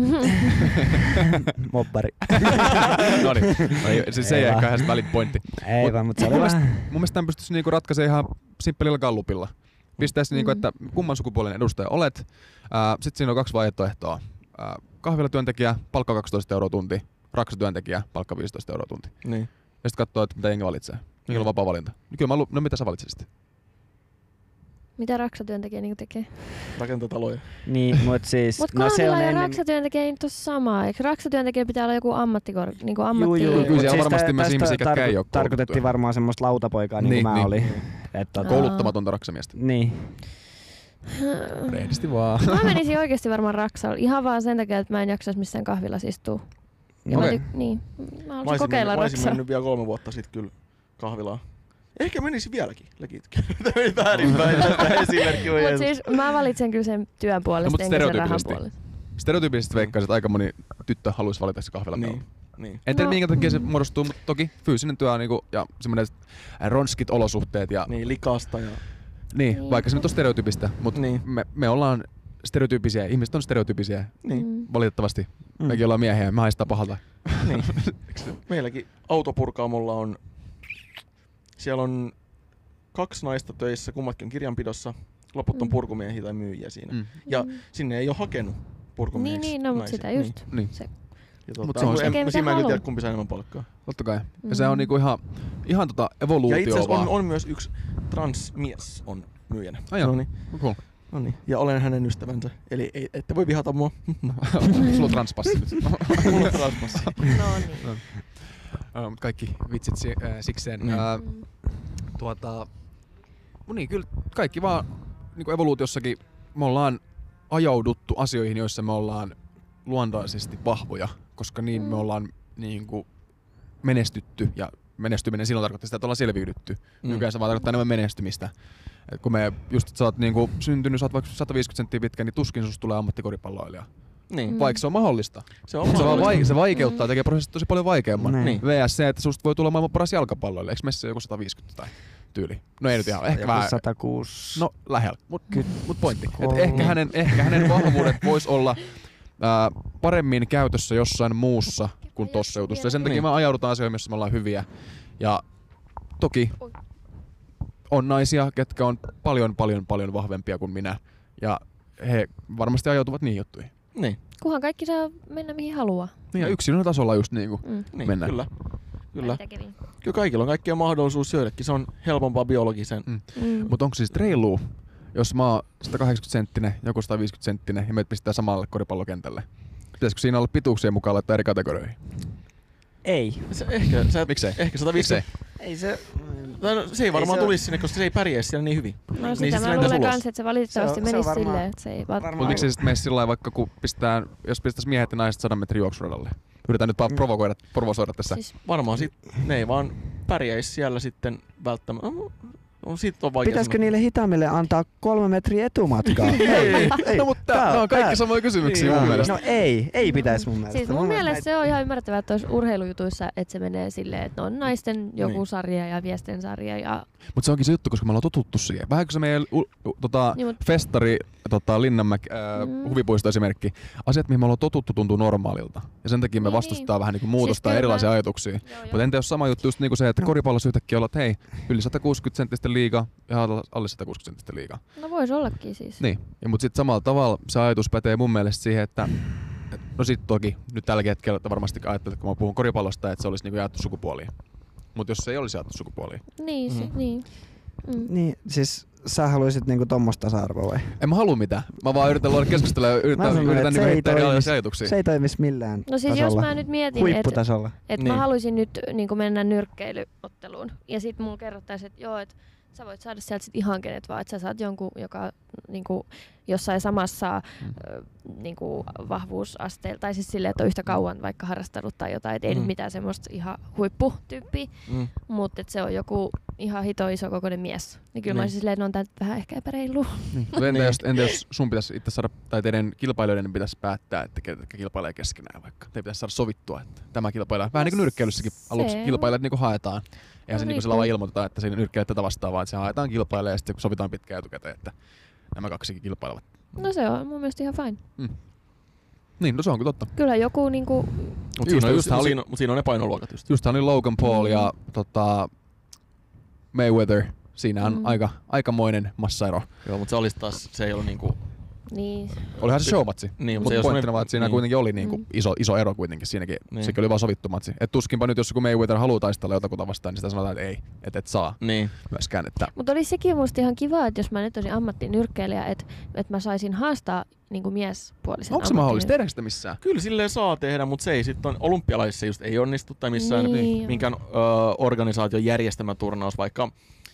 Mobbari. No niin, siis se Ei ei vaan. ehkä ihan valid pointti. Ei Mut vaan, mutta se mun oli mielestä- vähän... Mun mielestä tämän pystyisi niinku ratkaisemaan ihan simppelillä gallupilla. Pistäisi niinku, Mm. että kumman sukupuolen edustaja olet. Ää, sit siinä on kaksi vaihtoehtoa. Ää, kahvilatyöntekijä, palkka kaksitoista euroa tunti. Raksatyöntekijä, palkka viisitoista euroa tunti. Niin. Ja sit katsoo, että mitä jengi valitsee. Mikä on vapaa valinta. Niin kyllä mä lu- no mitä sä valitsisit? Mitä raksatyöntekijä niinku tekee? Rakentaa taloja. Niin, mut siis... Mut no se kahvila on ja ennen... raksatyöntekijä ei nyt oo samaa. Eikö raksatyöntekijä pitää olla joku ammattikor... niinku ammatti... Juu, juu, Kyllä mut siellä siis varmasti tä- myös tästä ihmisiä, ketkä ei oo koulutettuja. tarkoitettiin varmaan semmoista lautapoikaa niin, Niin, kuin mä niin. olin. Et, tota, Koulu- Kouluttamatonta raksamiestä. niin. Rehdisti vaan. Mä menisin oikeesti varmaan raksalla. Ihan vaan sen takia, että mä en jaksais missään kahvilassa istua. Ja Okei. mä tyk- niin. Mä Mä haluaisin olisin, kokeilla mennyt, mä olisin raksaa. mennyt vielä kolme vuotta sitten kyllä kahvilaan. Ehkä menisin vieläkin. Legit. Tämä meni väärinpäin. Tämä esimerkki voi Mut Jeesus. siis mä valitsen kyllä sen työn No, puolesta, mut enkä sen rahan stereotyypillisesti. puolesta. Stereotyypillisesti veikkaisin, että aika moni tyttö haluaisi valita se kahvilan Niin. niin. Niin. En tiedä No. minkä takia se muodostuu, mutta toki fyysinen työ on niinku, ja semmoinen ronskit olosuhteet ja Niin, likasta ja... niin, Niin. vaikka se nyt on stereotyypistä, mutta Niin. me, me ollaan stereotyyppisiä, ihmiset on stereotyyppisiä, Niin. Mm. valitettavasti. Mm. Mekin ollaan miehiä, me haistaa pahalta. niin. Meilläkin autopurkaamolla on... Siellä on kaksi naista töissä, kummatkin on kirjanpidossa. Loput on Mm. purkumiehiä tai myyjiä siinä. Mm. Ja Mm. sinne ei ole hakenut purkumieheksi Niin, niin, no mut naisia. sitä just. Niin. Se. Ja Mut tota, se on se. en, Tekee mitä siinä mä en kyllä haluaa. tiedä, kumpi saa enemmän palkkaa. Totta kai. Ja Mm. se on niinku ihan, ihan tota Ja evoluutio itse asiassa vaan. on, on myös yksi transmies on myyjänä. Ai joo. Noniin. Cool. Noniin. Ja olen hänen ystävänsä. Eli ei, ette voi vihata mua. Sulla on transpassi nyt. Mulla on transpassi. No niin. Uh, mut kaikki vitsit si- äh, sikseen. Niin. Uh, Mm. tuota, no niin, kyllä kaikki vaan niin evoluutiossakin me ollaan ajauduttu asioihin, joissa me ollaan luontaisesti vahvoja, koska niin Mm. me ollaan niin kuin menestytty ja menestyminen silloin tarkoittaa sitä, että ollaan selviydytty. Mm. Nykyään se vaan tarkoittaa enemmän menestymistä. Et kun me just, että sä oot niinku syntynyt, sä oot vaikka sata viisikymmentä senttiä pitkä, niin tuskin susta tulee ammattikoripalloilija. Niin. Mm. Vaikka se on mahdollista. Se on Se, vaan mahdollista. vai, se vaikeuttaa, Mm. tekee prosessit tosi paljon vaikeamman. Niin. Niin. V S se, että susta voi tulla maailman paras jalkapalloilija. Eikö meissä joku sata viisikymmentä tai tyyli? No ei nyt ihan, ehkä Joku vähän. sata kuusi. No lähellä, mut, mut pointti. Et Kolme. ehkä, hänen, ehkä hänen vahvuudet vois olla ää, paremmin käytössä jossain muussa kuin tossa jutussa. Ja sen takia Niin. me ajaudutaan asioihin, missä me ollaan hyviä. Ja toki Oi. on naisia, ketkä on paljon, paljon, paljon vahvempia kuin minä. Ja he varmasti ajautuvat niihin juttuihin. Niin. Kunhan kaikki saa mennä mihin haluaa. Niin ja yksilön tasolla just niinku. Mm. Niin, Mennään. kyllä. Kyllä. Mitä kävin. Kyllä kaikilla on kaikkia mahdollisuus joillekin. Se on helpompaa biologisen. Mm. Mm. Mutta onko siis reilua, jos mä oon sata kahdeksankymmentä senttinen, joku sata viisikymmentä senttinen ja meidät pistää samalle koripallokentälle? Pitäisikö siinä olla pituuksien mukaan laittaa eri kategorioihin? Ei. Se, ehkä, sä, Miksei? Ehkä sata viisikymmentä. Ei se... Tai no, se ei varmaan Ei se- tulisi sinne, koska se ei pärjäisi siellä niin hyvin. No Niin sitä se mä lentäisi luulen ulos. kans, että se valitettavasti Se on- se on menisi varmaan- silleen, että se ei vaan... varmaan- Mutta miksei sitten mene sillä lailla vaikka kun pistää, jos pistäis miehet ja naiset sadan metrin juoksuradalle? Yritän nyt vaan Mm. provokoida, provosoida tässä. Siis, Varmaan sit, ne ei vaan pärjäisi siellä sitten välttämättä. No, no sit on vaikea Pitäisikö sanoa. niille hitaammille antaa kolme metriä etumatkaa? ei, ei. No mutta Tää- tää, on kaikki tää- samoja kysymyksiä Niin, mun no, mielestä. No ei, ei pitäisi mun mielestä. siis mun Mun mielestä mielestä se on ihan ymmärrettävää, että olisi urheilujutuissa, että se menee silleen, että on naisten joku Niin. sarja ja miesten sarja ja... Mutta se onkin se juttu, koska me ollaan totuttu siihen. Vähän kuin se meidän u, u, tota, Niin, mut- festari, tota, Linnanmäki, ää, Mm. huvipuistoesimerkki. Asiat, mihin me ollaan totuttu, tuntuu normaalilta. Ja sen takia me Niin, vastustetaan niin. vähän niinku muutosta Siis ja kyllä erilaisia mä- ajatuksia. Joo, Mutta entä jos sama juttu just niinku se, että koripallossa yhtäkkiä ollaan, että hei, yli sata kuusikymmentä senttistä liiga ja alle sata kuusikymmentä senttistä liiga. No vois ollakin siis. Niin, ja mutta sitten samalla tavalla se ajatus pätee mun mielestä siihen, että et, no sit toki nyt tällä hetkellä että varmasti ajattelet, kun mä puhun koripallosta, että se olisi niinku jaettu sukupuoliin. Mutta jos se ei olisi jaettu sukupuoliin. Niin, se, Mhm. niin. Mm. Niin, siis sä haluisit niinku tommoista tasa-arvoa vai? En mä halua mitään. Mä vaan yritän luoda keskustelua ja yritän, Mä sanon, yritän että niinku se ei heittää toimis- erilaisia ajatuksia. Se ei toimisi millään No siis tasolla. jos mä nyt mietin, että Huipputasolla. et Niin. mä haluaisin nyt niin mennä nyrkkeilyotteluun ja sit mulla kerrottaisiin, että joo, että sä voit saada sieltä sit ihan kenet vaan, että sä saat jonkun, joka niinku, jossain samassa Mm. ö, niinku, vahvuusasteella, tai siis silleen, että on yhtä kauan vaikka harrastanut tai jotain, että ei Mm. nyt mitään semmoista ihan huipputyyppiä, Mm. mutta se on joku ihan hito iso kokoinen mies. Niin kyllä mä Niin. olisin silleen, että no on tää nyt vähän ehkä epäreilu. Niin. Entä, Niin. jos, entä jos sun pitäisi itse saada, tai teidän kilpailijoiden pitäisi päättää, että ketkä kilpailee keskenään vaikka. Te pitäisi saada sovittua, että tämä kilpailee. Vähän niin kuin nyrkkeilyssäkin aluksi Se- kilpailijat niin kuin haetaan. Eihän No se niin niin, kuin sillä vaan kun- ilmoitetaan, että siinä nyrkkeilijät tätä vastaan, vaan että se haetaan kilpaileja ja sitten sovitaan pitkään etukäteen, että nämä kaksikin kilpailevat. No se on mun mielestä ihan fine. Niin, no se on kyllä totta. Kyllä joku niinku, Mut Just- siinä, on, justhan just, oli- siinä, on- mut siinä on ne painoluokat just. Justhan oli Logan Paul Mm. ja tota, Mayweather. Siinä on Mm. aika, aikamoinen massaero. Joo, mutta se olisi taas, se ei ollut niinku... niin, Olihan se showmatsi. Niin, Mutta se ei ole pointtina semmonen- vaan, että siinä niin. kuitenkin oli niinku Mm. iso, iso ero kuitenkin siinäkin. Niin. Sekin oli vaan sovittu matsi. Et tuskinpa nyt, jos joku Mayweather haluaa taistella jotakuta vastaan, niin sitä sanotaan, että ei. Että et saa Niin. myöskään. Että mutta olisi sekin musta ihan kiva, että jos mä nyt olisin ammattinyrkkeilijä, että että mä saisin haastaa niinku miespuolisen onko se ammattinyrk- mahdollista? Tehdäänkö sitä missään? Kyllä silleen saa tehdä, mutta se ei sitten on olympialaisissa just ei onnistu tai missään Niin, joo. minkään ö, organisaation järjestämä turnaus, vaikka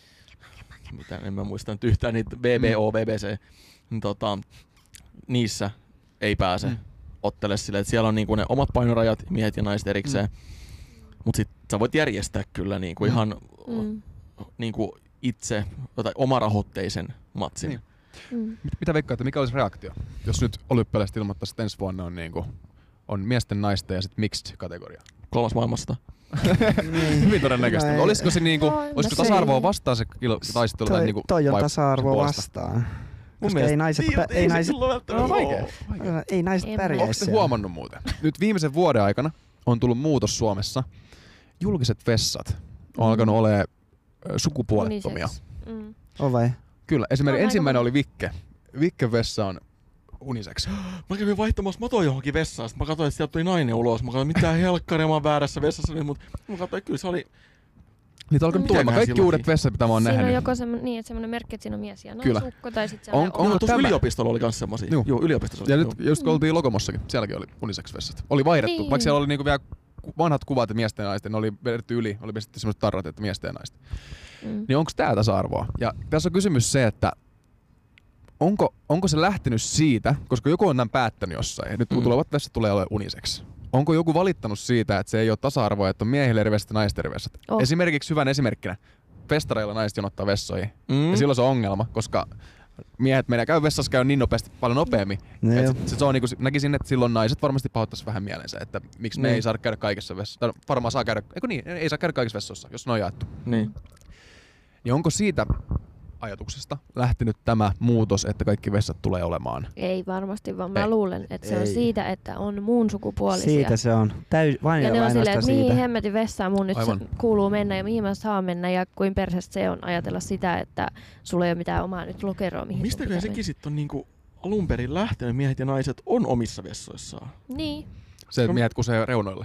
mitä en mä muista nyt yhtään niitä B B O, B B C, niin tota, niissä ei pääse Mm. mm. ottele silleen, että siellä on niinku ne omat painorajat, miehet ja naiset erikseen, mm. mutta sit sä voit järjestää kyllä niinku Mm. ihan Mm. niinku itse tai omarahoitteisen matsin. Niin. Mm. Mit- Mitä veikkaatte, mikä olisi reaktio, jos nyt olympialaiset ilmoittaisi, että ensi vuonna on, niinku, on miesten, naisten ja sitten mixed kategoria? Kolmas maailmasta. Hyvin todennäköistä. No ei- Olisiko se, niinku, No, olisiko no se tasa-arvoa ei. vastaan se kil- taistelu? tai Toi, niinku, toi on vai tasa-arvoa sen puolesta? vastaan. Koska ei naiset, Niin, pä- mutta ei se naiset, kyllä välttämättä No, oo. vaikea. vaikea. ei naiset En mä- pärjäisi Onko te siellä. huomannut muuten? Nyt viimeisen vuoden aikana on tullut muutos Suomessa. Julkiset vessat on Mm. alkanut olemaan ö, sukupuolettomia. Unisex. Mm. On vai? Kyllä, Se esimerkiksi on ensimmäinen aika oli Vikke. Vikke vessa on unisex. Mä kävin vaihtamassa matoa johonkin vessaan, sit mä katsoin, että sieltä tuli nainen ulos. Mä katsoin, mitä helkkaria mä oon väärässä vessassa, niin, mutta mä katsoin, että kyllä se oli Niitä on alkanut Mm. tulemaan. Mitäköhän Kaikki silloin uudet vessat, mitä mä oon Siinä on nähnyt. joko semmoinen, niin, että semmoinen merkki, että siinä on mies ja Kyllä. naisukko, tai sitten On- se on- Joo, tuossa tämä- yliopistolla oli kans semmosia. Juu. Joo, yliopistossa oli. Ja Joo. nyt just kun oltiin Logomossakin, sielläkin oli unisex-vessat. Oli vaihdettu, Niin. vaikka siellä oli niinku vielä ku- vanhat kuvat ja miesten ja naisten, ne oli vedetty yli, oli pistetty semmoiset tarrat, että miesten ja naisten. Mm. Niin onko tää tasa-arvoa? Ja tässä on kysymys se, että onko, onko se lähtenyt siitä, koska joku on näin päättänyt jossain, ja nyt Mm. tulevat vessat tulee olemaan unisex. Onko joku valittanut siitä, että se ei ole tasa-arvoa, että on miehille eri vessat ja naisten eri vessat? Oh. Esimerkiksi hyvän esimerkkinä, festareilla naiset jonottaa vessoihin. Mm. Ja silloin se on ongelma, koska miehet meidän käy vessassa käy niin nopeasti, paljon nopeammin. No Et joo. se, se on niinku, näkisin, että silloin naiset varmasti pahoittaisi vähän mielensä, että miksi me Niin. ei saada käydä kaikissa vessoissa. Tai varmaan saa käydä, eikö niin, ei saa käydä kaikissa vessoissa, jos ne on jaettu. Niin. Niin onko siitä ajatuksesta lähtenyt tämä muutos, että kaikki vessat tulee olemaan? Ei varmasti, vaan mä Ei. luulen, että se on Ei. siitä, että on muun sukupuolisia. Siitä se on. Täys, vain ja ja, ne on silleen, ainoastaan että mihin siitä. hemmetin vessaan mun nyt Aivan. se kuuluu mennä ja mihin mä saan mennä ja kuin perseestä se on ajatella sitä, että sulla ei ole mitään omaa nyt lokeroa, mihin sun Mistäköhän pitää sekin sitten on niinku alun perin lähtenyt, miehet ja naiset on omissa vessoissaan. mennä. Niin. Se, että miehet kusee reunoille.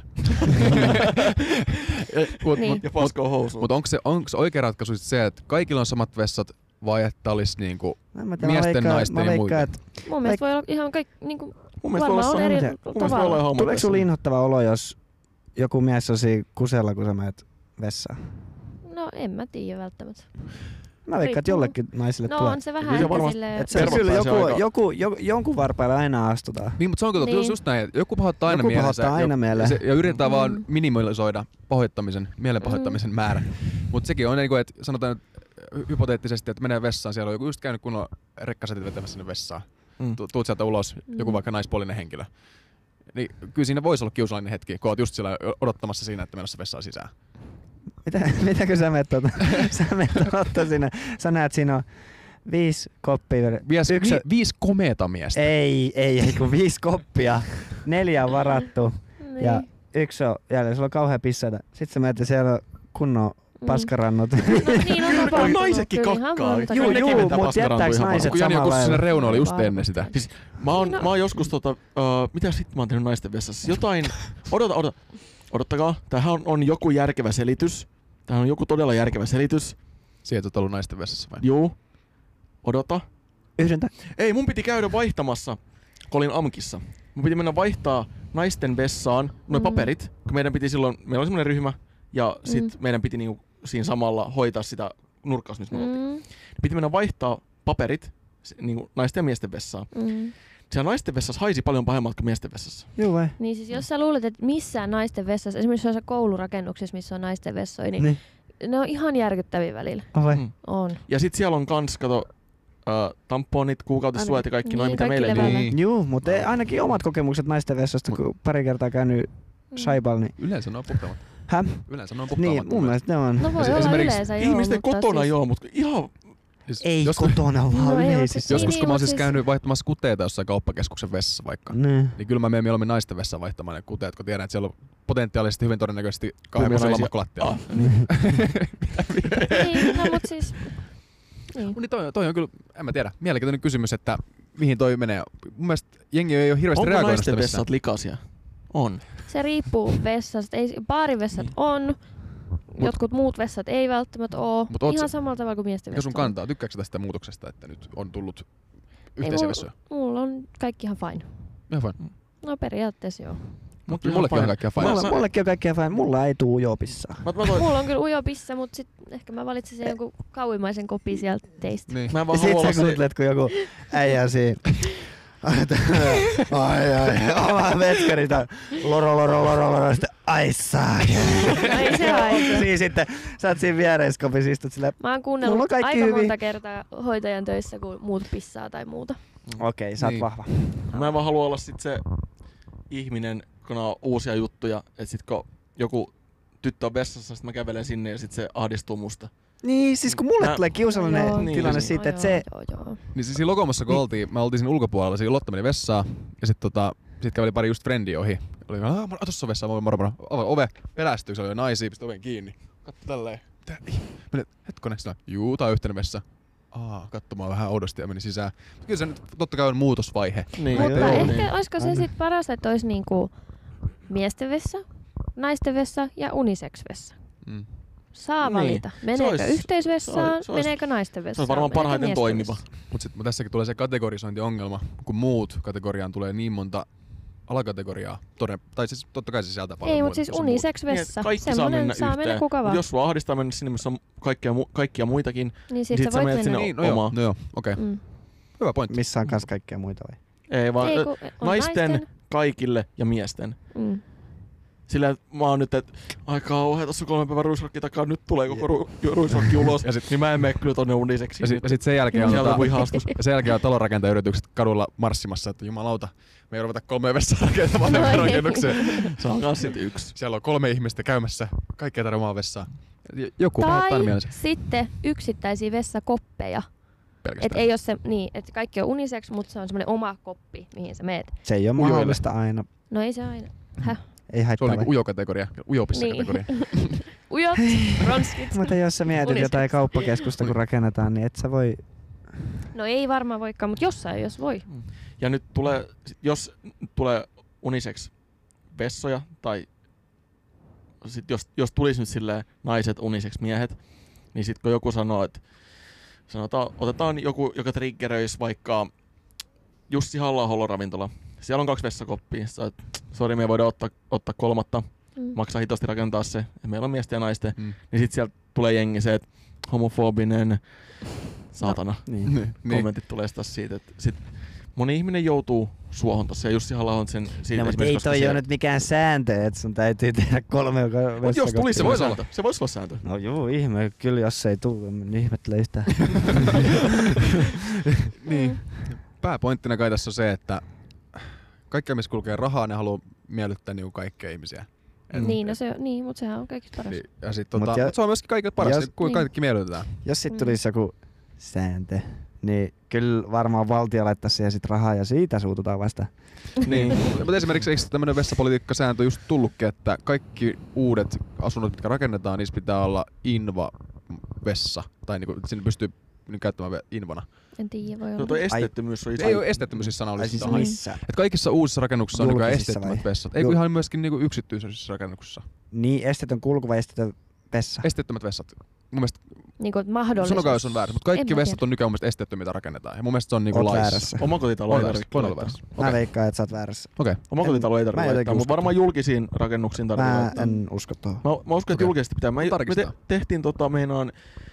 Mut, Niin. mut, Ja paskoo housuun. mut onko se, onko se oikea ratkaisu sit se, että kaikilla on samat vessat vai että olisi niinku No, mä tiedän, mä miesten, veikkaan- naisten mä ja veikkaan, muiden? että Mun mielestä voi olla ihan kaikki, niinku, mun mielestä voi olla, varmaan on eri mun mielestä voi olla tavalla. ihan omat Tuleeko sulla vessat. inhottava olo, jos joku mies olisi kusella, kun sä menet vessaan? no en mä tiedä välttämättä. Mä veikkaan, että Riippuu. jollekin naisille No tulee. on se vähän Kyllä se ehkä varmasti- silleen... Et se Verkot kyllä pääsee joku, aika- joku, joku, jonkun varpailla aina astutaan. Niin, mutta se on kyllä Niin. niin. just näin, että joku pahoittaa aina Joku mielensä. pahoittaa aina ja- mieleen. Ja, se, ja yritetään Mm. vaan minimalisoida pahoittamisen, mielen pahoittamisen määrä. Mutta sekin on, niin kuin, että sanotaan nyt hypoteettisesti, että menee vessaan, siellä on joku just käynyt kunnon rekkasetit vetämässä sinne vessaan. Mm. Tu- Tuut sieltä ulos, Mm. joku vaikka naispuolinen henkilö. Niin kyllä siinä voisi olla kiusallinen hetki, kun oot just siellä odottamassa siinä, että menossa vessaan sisään. Mitä, mitäkö sä menet tuota? Sä menet ottaa sinne. Sä näet siinä on viisi koppia. Vies, Yksi- vi, viisi komeeta miestä. Ei, ei, ei kun viisi koppia. Neljä on varattu Niin. ja yksi on jäljellä. Sulla on kauhean pissaita. Sitten sä menet ja siellä on kunnon Mm. paskarannut. No, niin on tapahtunut. naisetkin kyllä ihan kakkaa. monta Juu, Kyllä kertaa. nekin juu, vetää mut paskarantua jättääks ihan naiset Kun Jani on samalla kussu sinne lailla? reunoille just Varmasti. ennen sitä. Siis mä oon, No. mä oon joskus tota, uh, mitä sit mä oon tehnyt naisten vessassa? Jotain, odota, odota, odottakaa. Tämähän on, on joku järkevä selitys. Tämähän on joku todella järkevä selitys. Sieltä oot ollut naisten vessassa vai? Juu. Odota. Yhdyntä. Ei, mun piti käydä vaihtamassa, kun olin AMKissa. Mun piti mennä vaihtaa naisten vessaan noin Mm. paperit, kun meidän piti silloin, meillä oli semmoinen ryhmä, ja sit Mm. meidän piti niinku siinä samalla hoitaa sitä nurkkausta, missä me oltiin. Mm, Piti mennä vaihtaa paperit s- niinku naisten ja miesten vessaan. mm. Siellä naisten vessassa haisi paljon pahemmalta kuin miesten vessassa. Juu vai? Niin siis jos sä luulet, että missään naisten vessassa, esimerkiksi jossain koulurakennuksissa, missä on naisten vessoja, niin, Niin. ne on ihan järkyttäviä välillä. Oh vai? Mm. On. Ja sit siellä on kans, kato, äh, tamponit, kuukautissuojat ja kaikki Niin, noin, mitä kaikki meille levällä. niin. Niin. Juu, mutta ei- ainakin omat kokemukset naisten vessasta, kun pari kertaa käynyt Mm. shaiballa, niin... Yleensä ne on puhtaamat. Hä? Yleensä ne on puhtaamat. Niin, mun mielestä ne on. No voi Esi- olla esimerkiksi yleensä, joo, Ihmisten mutta kotona siis, joo, mutta ihan Siis Ei jos, kotona, vaan No ei, yleisesti. Niin, joskus niin, kun mä oon mut siis siis- käynyt vaihtamassa kuteita jossain kauppakeskuksen vessassa vaikka, Niin. niin kyllä mä menen mieluummin naisten vessaan vaihtamaan ne kuteet, kun tiedän, että siellä on potentiaalisesti hyvin todennäköisesti kahden Kuinka vuoden naisia- lamakko lattialla. Ah. Niin. niin, no mut siis... Niin. Niin toi, toi on kyllä, en mä tiedä, mielenkiintoinen kysymys, että mihin toi menee. Mun mielestä jengi ei ole hirveästi Onko reagoinut naisten sitä vessaan. vessat likaisia? On. Se riippuu vessasta. Ei, baarivessat Niin. on, jotkut muut vessat ei välttämättä oo. Mut oot Ihan sä- samalla tavalla kuin miesten Mikä sun vessat on. kantaa? Tykkääkö sä tästä muutoksesta, että nyt on tullut Ei, yhteisiä mulla- vessoja? Mulla on kaikki ihan fine. Ihan fine. No periaatteessa joo. Mut kyllä mullekin on kaikkia fine. Mä- Mulla, mullekin on kaikkea fine. Mulla ei tuu ujopissa. Mä, mä, toin, Mulla on kyllä ujo pissa, mut sit ehkä mä valitsisin jonkun kauimmaisen kopin sieltä teistä. Niin. mä en Ja vaan sit halua olla sä se... kuuntelet, kun joku äijä siinä. Ai ai, oma vetskari tää. Loro, loro, loro, loro. Sitten ai saa. Ei se haittaa. Siinä sitten, sä oot siinä viereiskopissa, istut silleen. Mä oon Mulla kuunnellut on kaikki aika hyvin. monta kertaa hoitajan töissä, kun muut pissaa tai muuta. Okei, okay, sä oot Niin. vahva. Mä en vaan halua olla sit se ihminen, kun on uusia juttuja, että sit kun joku tyttö on vessassa, sit mä kävelen sinne ja sit se ahdistuu musta. Niin, siis kun mulle Mä- tulee kiusallinen Joo, niin, tilanne siis- siitä, että joo, se... Joo, joo. Niin siis siinä Logomassa kun Niin. oltiin, mä oltiin siinä ulkopuolella, siinä Lotta meni vessaan ja sit tota, sit käveli pari just frendi ohi. Oli vaan, aah, tossa on vessa, moro moro moro. Ove, ove, pelästyy, se oli jo naisia, pisti oven kiinni. Katso tälleen. Mitä? Meni, hetkonen, sit juu, tää on yhteinen vessa. Aa, katsomaan vähän oudosti ja meni sisään. Kyllä se nyt totta kai on muutosvaihe. Niin, Mutta joo, ehkä niin. olisiko se Aina. sit parasta, että olisi niinku miesten vessa, naisten vessa ja unisex vessa. Mm. saa valita. Meneekö Se ois- yhteisvessaan, se ois- se ois- meneekö naisten vessaan? Se on varmaan meneekö parhaiten miesten toimiva. vessaan? Mutta sitten tässäkin tulee se kategorisointiongelma, kun muut kategoriaan tulee niin monta alakategoriaa. Toden, tai siis totta kai se sieltä paljon Ei, muuta, mutta siis jos on muut. unisex vessa. Niin, kaikki saa Semmonen mennä saa yhteen. mennä kuka Mut vaan. jos sua ahdistaa mennä sinne, missä on kaikkia, mu- kaikkia muitakin, Niin sit sit sä sä voit menet sinne mennä. Niin, no joo, omaa. no joo, okei. Okay. Mm. Hyvä pointti. Missä on kans kaikkia muita vai? ei vaan Ei, ö, kun on naisten, naisten. kaikille ja miesten. Mm. Sillä että mä oon nyt, että ai kauhea, tossa on kolme päivän ruisrokki takaa, nyt tulee koko ru- ruisrokki ulos. Ja sit- niin mä en mene kyllä tonne uniseksi. Ja, sit, ja sit sen jälkeen on, Sieltä tota, on ihastus. ja sen jälkeen on talonrakentajayritykset kadulla marssimassa, että jumalauta, me ei ruveta kolme vessaa rakentamaan No no, ei. rakennukseen. Se on kans sit yksi. Siellä on kolme ihmistä käymässä, kaikki ei tarvitse omaa vessaa. J- Joku Tai pahoittaa mielensä sitten yksittäisiä vessakoppeja. Et pelkästään. ei ole se, niin, että kaikki on unisex, mutta se on semmoinen oma koppi, mihin sä meet. Se ei ole Ujoille. mahdollista aina. No ei se aina. Häh? Ei Se on haittaa. niinku ujo-kategoria, ujopissa Niin. kategoria. Ujot, ronskit. Mutta jos sä mietit Unisex. jotain kauppakeskusta, kun rakennetaan, niin et sä voi... No ei varmaan voikaan, mutta jossain jos voi. Ja nyt tulee, jos tulee unisex vessoja, tai sit jos, jos tulisi nyt silleen naiset unisex miehet, niin sit kun joku sanoo, että sanotaan, otetaan joku, joka triggeröisi vaikka Jussi Halla-ahon ravintola. Siellä on kaksi vessakoppia. Sä oot, sori, me ei voida ottaa, ottaa kolmatta. Mm. Maksaa hitosti rakentaa se. Ja meillä on miesten ja naisten. Mm. Niin sit sieltä tulee jengi se, että homofobinen saatana. Niin. Niin. Kommentit tulee taas siitä, että sit moni ihminen joutuu suohon tossa. Ja Jussi Halla-aho on sen siitä No, mutta esimerkiksi, ei koska toi se- ole nyt mikään sääntö, että sun täytyy tehdä kolme joka Mut jos tulisi, se voisi olla. olla. Se voisi olla sääntö. No juu, ihme. Kyllä jos ei tuu, en ihmettele yhtään. Niin. Pääpointtina kai tässä on se, että kaikki missä kulkee rahaa, ne haluaa miellyttää niinku kaikkia ihmisiä. Et- Niin, no se, niin, mutta sehän on kaikista paras. Niin, ja sit, tota, Mut ja- mut se on myöskin kaikille paras, jos- jos, kun Niin. kaikki miellytetään. Jos sit Mm. tulisi joku sääntö, niin kyllä varmaan valtio laittaisi siihen sit rahaa ja siitä suututaan vasta. Niin. Mutta esimerkiksi eikö tämmöinen vessapolitiikkasääntö just tullutkin, että kaikki uudet asunnot, mitkä rakennetaan, niissä pitää olla inva-vessa. Tai niinku, että sinne pystyy niinku käyttämään ve- invana. En tiedä, voi No olla. toi esteettömyys on iso. Ei ole esteettömyys siis Ai sanallisesti. siis Siis missä? että kaikissa uusissa rakennuksissa on nykyään Julkisissa esteettömät vai? vessat. Ei kun Jul- ihan myöskin niinku yksityisissä rakennuksissa. Niin, estetön kulku vai estetön vessa? Esteettömät vessat. Mun mielestä, Niin kuin mahdollisuus. sanokaa jos on väärin, mutta En kaikki mä vessat tiedä. on nykyään mun mielestä esteettömiä, mitä rakennetaan. Ja mun mielestä se on niinku Oot laissa. väärässä. Omakotitalo On ei väärässä. tarvitse Voin olla laittaa. väärässä. Mä Okei. veikkaan, että sä oot väärässä. Okei. Omakotitalo ei mä tarvitse jotenkin laittaa, mutta uskon. varmaan julkisiin rakennuksiin tarvitsee Mä laittaa. en usko tuohon. Mä, mä uskon, että Okei. julkisesti pitää. Me, me te, Tarkistetaan. tehtiin tota meinaan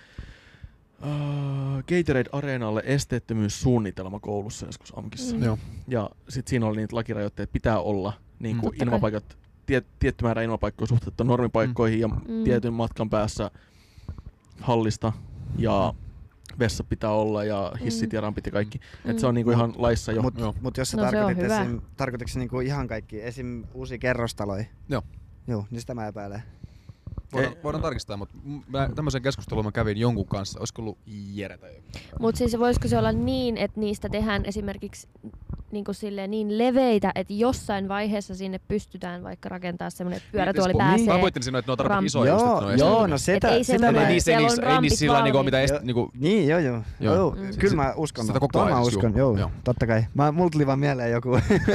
uh, Gatorade Areenalle esteettömyyssuunnitelma koulussa joskus AMKissa. Mm. Joo. Ja sit siinä oli niitä lakirajoitteita, että pitää olla niin Mm. kuin Totta kai. ilmapaikat, tiet, tietty määrä ilmapaikkoja suhteessa normipaikkoihin ja Mm. tietyn matkan päässä hallista ja vessa pitää olla ja hissit Mm. ja rampit ja kaikki. Mm. Et se on niinku ihan laissa jo. Mut, Joo. mut jos sä No se on tarkoitit hyvä. esim, tarkoititko se niinku ihan kaikki, esim. Uusia kerrostaloja? Joo. Joo, niin sitä mä epäilen. Voidaan, Ei- voidaan tarkistaa, mutta mä, tämmöisen keskustelun mä kävin jonkun kanssa. Olisiko ollut Jere tai joku. Mutta siis voisiko se olla niin, että niistä tehdään esimerkiksi niin, kuin silleen niin leveitä, että jossain vaiheessa sinne pystytään vaikka rakentaa semmoinen, että pyörätuoli Niin, pääsee. Mä pointtin siinä, että ne on tarpeeksi Ramp- isoja just, että ne Joo, on joo, esteettömiä. no Et sitä, ei sitä semmoinen- mä... Ei niissä, ei siellä niissä, on ei rampit niissä sillä niinku mitä est, Joo. niinku, Niin, joo, joo. Joo. joo. Mm. Kyllä mä uskon. Sitä Sitä koko mä ajan, uskon, juu. joo. Joo. Totta kai. Mä, multa tuli vaan mieleen joku,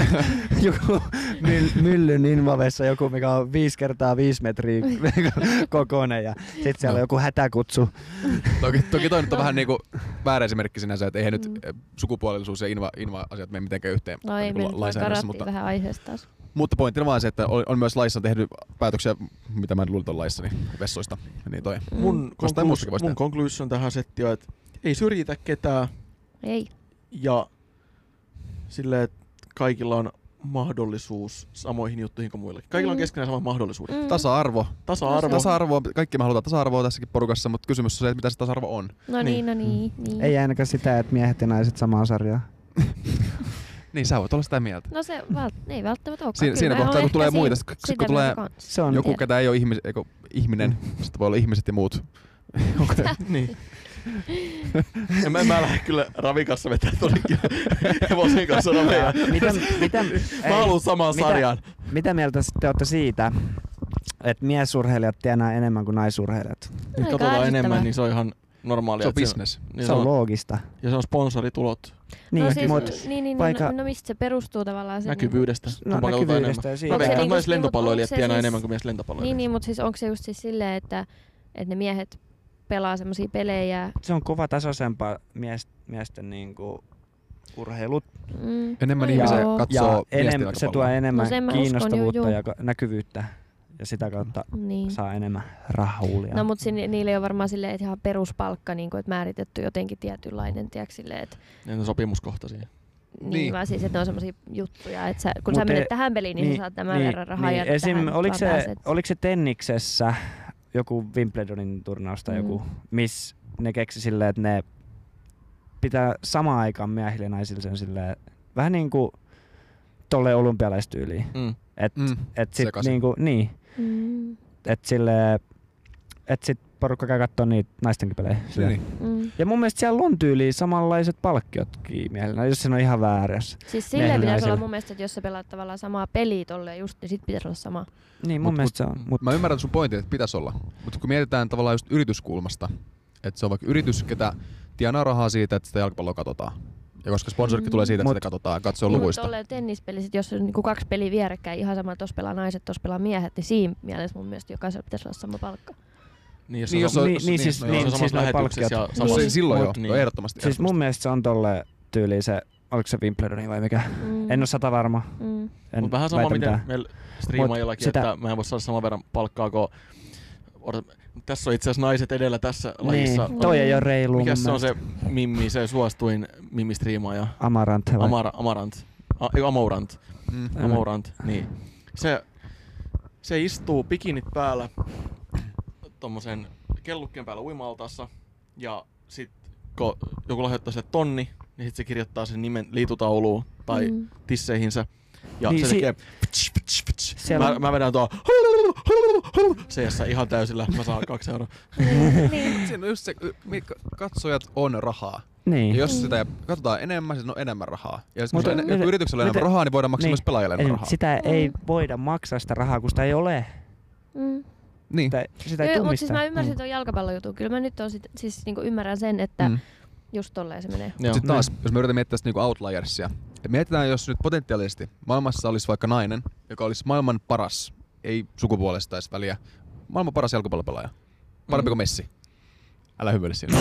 joku myll, myllyn invavessa, joku mikä on viisi kertaa viisi metriä kokoinen ja sit siellä on Joo. joku hätäkutsu. toki, toki toi nyt on vähän niinku väärä esimerkki sinänsä, että eihän nyt Mm. eh, sukupuolisuus ja inva, inva-asiat mene mitenkään yhteen No ei niinku me la- nyt lainsäädännössä, mutta... mutta, vähän aiheesta taas. mutta pointtina vaan se, että on, on myös laissa tehty päätöksiä, mitä mä en luullut on laissa, niin vessoista. Niin toi. Mm. Mun, Jostain konklus- muustakin voisi mun tehdä. conclusion tähän settiin on, että ei syrjitä ketään Ei. ja silleen, että kaikilla on mahdollisuus samoihin juttuihin kuin muillakin. Kaikilla on Mm. keskenään samat mahdollisuudet. Mm. Tasa-arvo. Tasa-arvo. Tasa-arvoa, kaikki me halutaan tasa-arvoa tässäkin porukassa, mutta kysymys on se, että mitä se tasa-arvo on. No niin, no niin. niin. Ei ainakaan sitä, että miehet ja naiset samaa sarjaa. Niin sä voit olla sitä mieltä. No se vält- ei välttämättä olekaan. Siinä- Kyllä siinä mä kohtaa, oon kun ehkä tulee siinä muita, sit kun- sitä kun tulee mieltä kans. Se on Joku, tiedä. ketä ei ole ihmis, eiku, ihminen, sitten voi olla ihmiset ja muut. Okay. Niin. Ja mä, mä lähden kyllä ravikassa vetää todinkin hevosen kanssa raveja. mitä, mitä, Mä haluun samaan mitä- sarjaan. mitä mieltä te olette siitä, että miesurheilijat tienaa enemmän kuin naisurheilijat? Nyt Aika katsotaan ärsyttävää. enemmän, niin se on ihan normaalia. Se on että business. Niin Se on loogista. ja se on sponsoritulot Niin, no siis, mut niin, niin, vaikka- no, no mistä se perustuu tavallaan se? näkyvyydestä. no, Kun näkyvyydestä ja Mä siitä. Onko se veikkaan, niinku- että naislentopalloilijat mut onko se tienaa siis- enemmän kuin mies Niin, lentopalloilijat. niin, mutta siis onko se just siis silleen, että että ne miehet pelaa semmosia pelejä. Se on kova tasoisempaa mies, miesten niinku urheilut. Mm. Enemmän No ihmisiä joo. katsoo Ja enem, miesten se jalkapalloa. tuo enemmän No sen mä uskon, kiinnostavuutta juu, juu. ja ka- näkyvyyttä. Ja sitä kautta Niin. saa enemmän rahuulia. No mutta niillä ei ole varmaan silleen, että ihan peruspalkka, niin kuin, että määritetty jotenkin tietynlainen, tiedätkö, silleen, että Ne on sopimuskohtaisia. niin, Niin. vaan siis, että ne on semmosia juttuja, että sä, kun Mut sä menet e- tähän peliin, niin, niin sä saat tämän niin, verran rahaa niin. ja Esim, tähän oliko, vaan se, pääset. oliko se tenniksessä joku Wimbledonin turnaus tai Mm. joku, missä ne keksi silleen, että ne pitää samaan aikaan miehille ja naisille sen silleen, vähän niinku tolle olympialaistyyliin. Mm. Et, Mm, et sit sekaisin. niinku, niin, Mm. et silleen, et sit porukka käy kattoo niitä naistenkin pelejä. silleen. Niin. Mm. Ja mun mielestä siellä on tyyliin samanlaiset palkkiotkin miehillä, jos se on ihan väärässä. Siis silleen Miehillä pitäisi olla naisilla. mun mielestä, että jos sä pelaat tavallaan samaa peliä tolleen just, niin sit pitäisi olla sama. Niin mun Mut- mielestä se on. Mut, Mä ymmärrän sun pointin, että pitäisi olla. Mutta kun mietitään tavallaan just yrityskulmasta, että se on vaikka yritys, ketä tienaa rahaa siitä, että sitä jalkapalloa katsotaan. Ja koska sponsorikki Mm. tulee siitä, että Mut- sitä katsotaan ja katsoo Niin, luvuista. mutta tolleen tennispeli, sit jos on niinku kaksi peliä vierekkäin, ihan sama, tossa pelaa naiset, tossa pelaa miehet, niin siinä mielessä mun mielestä jokaisella pitäisi olla sama palkka. Niin, jos Niin, niin, jos on, on- niin, jos- niin, niin, siis, no niin, joo, se on siis samassa noi lähetyksessä palkkiot. ja No, samassa- se, silloin Mut joo, niin. no, ehdottomasti. Siis mun mielestä se on tolle tyyliin se, oliko se Wimbledoni vai mikä? Mm. En oo sata varma. Mm. En Mut vähän sama väitä miten mitään. meillä striimaajillakin, sitä- että mä en voi saada saman verran palkkaa kuin... Odota, tässä on itse asiassa naiset edellä tässä lajissa. Niin, toi ei oo reilu. Mikä mun se on se mielestä. Mimmi, se suosituin Mimmi-striimaaja? Amarant vai? Amara, Amarant. A, ei, Amourant. Mm. Mm. Amourant, niin. Se, se istuu bikinit päällä tommosen kellukkeen päällä uima-altaassa ja sit kun joku lahjoittaa sille tonni, niin sit se kirjoittaa sen nimen liitutauluun tai Mm. tisseihinsä ja Niin se si- tekee Siellä mä, on- mä vedän tuo C S ihan täysillä, mä saan kaksi euroa. niin. Siinä on just se, mitkä katsojat on rahaa. Niin. Ja jos Mm. sitä katsotaan enemmän, siis on enemmän rahaa. Ja jos Mutta on, miten- jos yrityksellä on enemmän miten- rahaa, niin voidaan maksaa niin. myös pelaajille Eli enemmän rahaa. sitä ei Mm. voida maksaa sitä rahaa, kun sitä ei ole. Mm. Niin. Sitä, sitä ei Joo, tuu mutta siis mistään. mä ymmärsin Mm. ton jalkapallojutun. Kyllä mä nyt on sit, siis niinku ymmärrän sen, että Mm. just tolleen se menee. Joo. Sitten taas, jos me yritetään miettiä tästä niinku outliersia. Et mietitään, jos nyt potentiaalisesti maailmassa olisi vaikka nainen, joka olisi maailman paras, ei sukupuolesta edes väliä, maailman paras jalkapallopelaaja. Parempi Mm. kuin Messi. Älä hymyile siinä.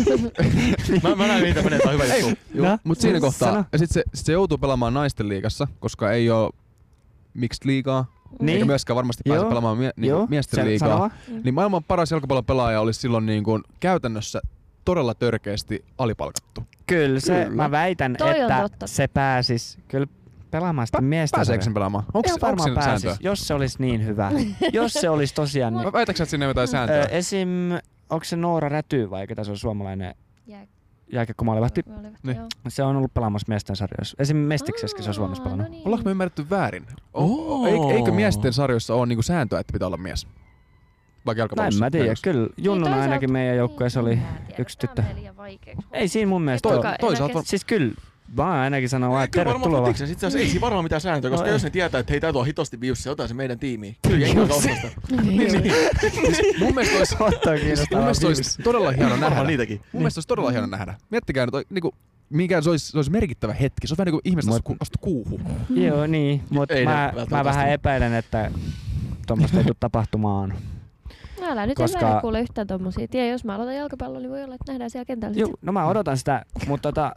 Mä, mä näin niitä menee, tää on hyvä juttu. Joo, No, mut siinä sano. kohtaa. Ja sit se, sit se joutuu pelaamaan naisten liigassa, koska ei oo mixed liigaa. Niin. Eikä myöskään varmasti pääse Joo. pelaamaan mie- niinku Joo, miesten se- liigaa. sano vaan. Mm. Niin maailman paras jalkapallopelaaja olisi silloin niin kuin käytännössä todella törkeästi alipalkattu. Kyllä, se, Kyllä. mä väitän, Toi on että totta. se pääsis kyllä pelaamaan sitä Pä- miestä. Pääseekö sen pelaamaan? Onko Ihan onko varmaan siinä pääsis, sääntöä? jos se olisi niin hyvä. Jos se olisi tosiaan niin. Mä väitäksä, että siinä on jotain Ö, sääntöä? esim, onko se Noora Räty vai ketä se on suomalainen Jää- jääkiekkomaalivahti? maalivahti, Niin. joo. Se on ollut pelaamassa miesten sarjoissa. Esim. Mestiksessäkin se on Suomessa Aa, pelannut. no niin. Ollaanko me ymmärretty väärin? Oo. O- eik- Eikö miesten sarjoissa ole niinku sääntöä, että pitää olla mies? Vaikka No en jalkapallossa. mä tiedä, kyllä. Junnuna Niin, toisaalta- ainakin meidän joukkueessa niin, oli en mä tiedä. yksi Tää tyttö. menee liian vaikeaksi. Ei siinä mun mielestä Toi- ole. Toika- toisaalta enää kes- Siis kyllä, mä ainakin sanon vaan, että Kyllä varmaan tervetuloa. futiksessa itse asiassa ei siinä varmaan mitään sääntöä, koska No jos ei. ne tietää, että hei tää tuo hitosti viussa, se ottaa se meidän tiimiin. Kyllä jengi on kaupasta. Niin, niin. Siis mun mielestä olisi, Ottaa mun kiinnostavaa mielestä olisi todella hieno nähdä. Varmaan niitäkin. Mun mielestä olisi todella hieno nähdä. Miettikää nyt, niinku, mikä se olisi, se olisi merkittävä hetki. Se olisi vähän niin kuin ihmistä Mut- ku, astu kuuhun. Joo, niin, mutta Ei ne mä, välttämättä mä vähän astu. epäilen, että tuommoista ei tule tapahtumaan. No älä nyt Koska- Koska... kuule yhtään tommosia. Tiedä, jos mä aloitan jalkapallon, niin voi olla, että nähdään siellä kentällä Joo, sit. no mä odotan sitä, mutta tota,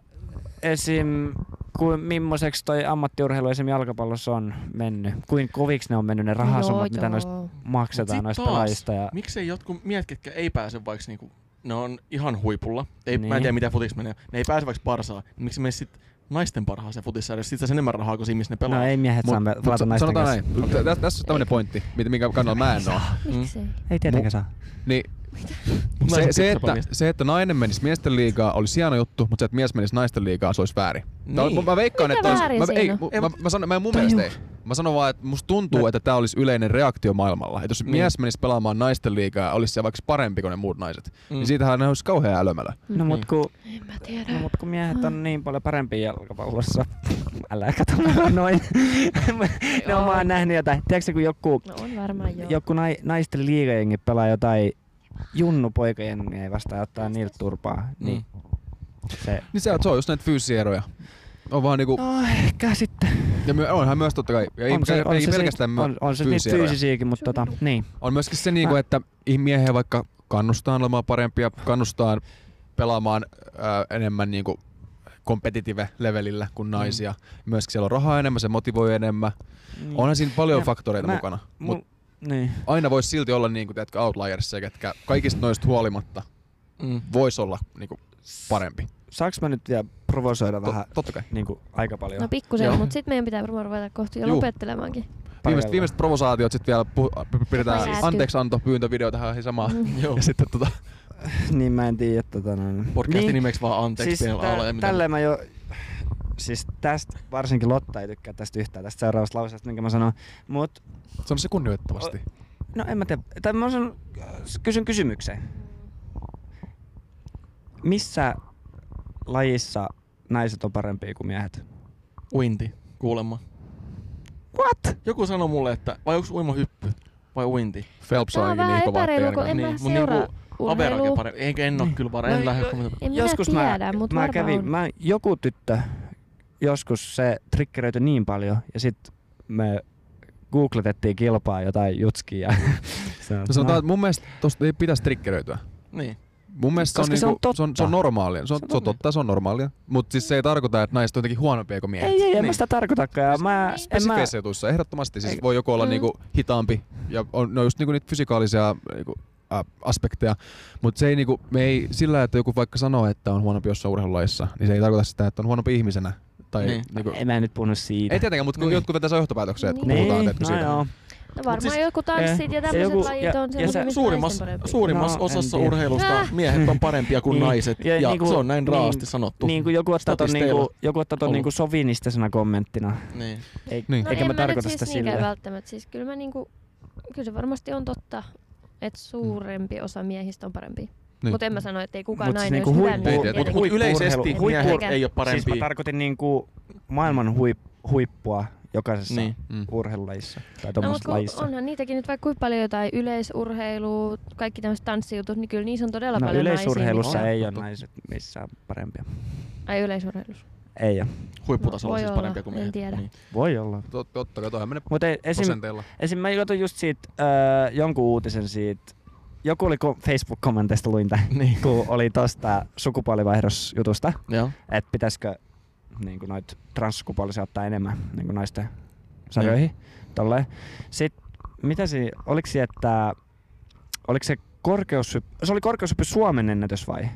esim. Kuin millaiseksi toi ammattiurheilu esim. Jalkapallossa on mennyt, kuin koviksi ne on mennyt ne rahasummat, mitä noista maksetaan Mut sit noista taas, pelaajista. Ja... Miksei jotkut miehet, ketkä ei pääse vaikka niinku, ne on ihan huipulla. Ei, Niin. Mä en tiedä mitä futiksi menee. Ne ei pääse vaikka Barsaan. Niin miksi me sit naisten parhaaseen futissarjassa? Sit se enemmän rahaa kuin siinä, missä ne pelaa. No ei miehet saa Mut- pelata mut naisten sanotaan kanssa. näin. Tä- tä- Tässä on tämmönen pointti, mit- minkä kannalla mä en oo. Miksei? Ei tietenkään saa. Niin, Mut se, naiset se, tykkää että, paljon niistä. se, että nainen menisi miesten liigaa olisi hieno juttu, mutta se, että mies menisi naisten liigaa, se olisi väärin. Niin. Mä, mä veikkaan, Mikä että olisi, väärin mä, ei, siinä mu- mä, mä, sanon, mä en mun mielestä ei. Mä sanon vaan, että musta tuntuu, No. että tää olisi yleinen reaktio maailmalla. Että jos Niin. mies menisi pelaamaan naisten liigaa, olisi se vaikka parempi kuin ne muut naiset. Mm. Niin siitähän ne olisi kauhean älömälä. No mut kun, En mä tiedä. no, mut kun miehet on niin paljon parempia jalkapallossa. Älä kato mua noin. Ne on vaan nähnyt jotain. Tiedätkö kun joku, No on varmaan joo. joku nai, naisten liigajengi pelaa jotain junnupoikajengiä vastaan ja ottaa niiltä turpaa. Mm. Niin. Se, Niin se, se on just näitä fyysisiä eroja. On vaan niinku, no ehkä sitten. ja my, onhan myös totta kai, ja ei, On se, ei on se, pelkästään sit, on, on se niitä fyysisiä eroja. fyysisiäkin, mutta tota, niin. On myöskin se, niinku, Mä- että miehen vaikka kannustaan olemaan parempia, kannustaan pelaamaan ää, enemmän niinku competitive levelillä kuin naisia. Mm. Myöskin siellä on rahaa enemmän, se motivoi enemmän. Niin. Onhan siinä paljon Ja faktoreita mä- mukana. Mul, Mut niin. aina voisi silti olla niinku, tiedätkö, outliersia, ketkä kaikista noista huolimatta Mm. voisi olla niinku parempi. Saanko mä nyt vielä provosoida To- vähän totta kai. niinku aika paljon? No pikkusen, Joo. mutta sitten meidän pitää varmaan ruveta kohti jo Juu. lopettelemaankin. Viimeiset, Paikalla. viimeiset provosaatiot sitten vielä puh- pidetään Päätyy. anteeksianto pyyntövideo tähän samaan. Mm. Joo. Ja sitten tota, Niin mä en tiedä tota noin. Podcastin niin. nimeksi vaan anteeksi Siis pienellä alla. ja tä- mitä- tälleen mä jo... Siis tästä, varsinkin Lotta ei tykkää tästä yhtään, tästä seuraavasta lauseesta, minkä mä sanon. Mut, sano se kunnioittavasti. no en mä tiedä, tai mä sanon, kysyn kysymyksen. Missä lajissa naiset on parempia kuin miehet? Uinti, kuulemma. What? Joku sanoi mulle, että vai onko uimahyppy vai uinti? Phelps Tää on on ainakin vähän niin kova epäreilu, kun ettei en ainakaan- mä Niin, mut seuraa niinku Average urheilua. parempi. Enkä en oo Niin. kyllä parempi. En No, lähde jo- kommentoimaan. En minä Joskus tiedä, mä, mutta mä varmaan kävin, on. mä, joku tyttö, joskus se triggeröityi niin paljon ja sit me googletettiin kilpaa jotain jutskia. Ja se on, No sanotaan, että mun mielestä tosta ei pitäisi triggeröityä. Niin. Mun mielestä Koska se se on, on niinku, se on, se on totta. normaalia. Se on, se on totta, se on normaalia. Mutta siis se ei tarkoita, että naiset on jotenkin huonompia kuin miehet. ei, ei, en Niin. mä sitä tarkoitakaan. Ja Mä, en mä, Spesifeissä jutuissa ehdottomasti. Siis Ei. voi joku olla Mm. niinku hitaampi ja on, ne on just niinku niitä fysikaalisia niinku, ä, aspekteja. Mutta se ei niinku, me ei sillä, että joku vaikka sanoo, että on huonompi jossain urheilulajissa, niin se ei tarkoita sitä, että on huonompi ihmisenä. Tai Niin. niinku, en mä nyt puhunut siitä. ei tietenkään, mutta kun Niin. jotkut vetää sen johtopäätöksen, että kun Niin. puhutaan niin, teetkö no siitä. joo. No varmaan siis- joku tanssit ja eh, tämmöiset joku- lajit ja- on ja semmoisia, se missä Suurimmassa, naisten parempi. suurimmassa No, en osassa tiedä. urheilusta Äh. miehet on parempia kuin Niin. naiset. Ja Ja, niinku- se on näin niin- raasti sanottu. Niin kuin joku ottaa ton, Statisteilla. niinku, joku ottaa ton ollut. niinku sovinistisena kommenttina. Niin. Ei, Niin. No eikä en mä mä tarkoita nyt sitä siis niinkään silleen. välttämättä. Siis kyllä, mä niinku, kyllä se varmasti on totta, että suurempi osa miehistä on parempi. Niin. Mutta en mä sano, että ei kukaan Mut siis nainen niinku olisi hyvä huippu- mies Ei, tietenkin. mut Mut yleisesti Huippu- miehet huippu- ei ole parempia. Siis mä tarkoitin niinku maailman huip, huippua jokaisessa Niin. Mm. urheilulajissa tai No, tuommoisessa mut lajissa. onhan niitäkin nyt vaikka kuinka paljon jotain yleisurheilua, kaikki tämmöiset tanssijutut, niin kyllä niissä on todella No paljon yleisurheilussa naisia. ei On. ole naiset missään parempia. Ai yleisurheilussa. Ei ole. Huipputasolla Voi siis olla, parempia kuin en miehet. tiedä. Niin. Voi olla. Tot- Totta kai, toihan menee Mutta esim, prosenteilla. esim mä katsoin just siitä öö, jonkun uutisen siitä. Joku oli ko- Facebook-kommenteista luin tän, Niin. kun oli tosta sukupuolivaihdosjutusta, Joo. että pitäisikö niin noita transsukupuolisia ottaa enemmän niin naisten sarjoihin. Tolleen. Sitten mitä siinä, oliko se, että oliko se korkeushyppy, se oli korkeushyppy Suomen ennätys vai?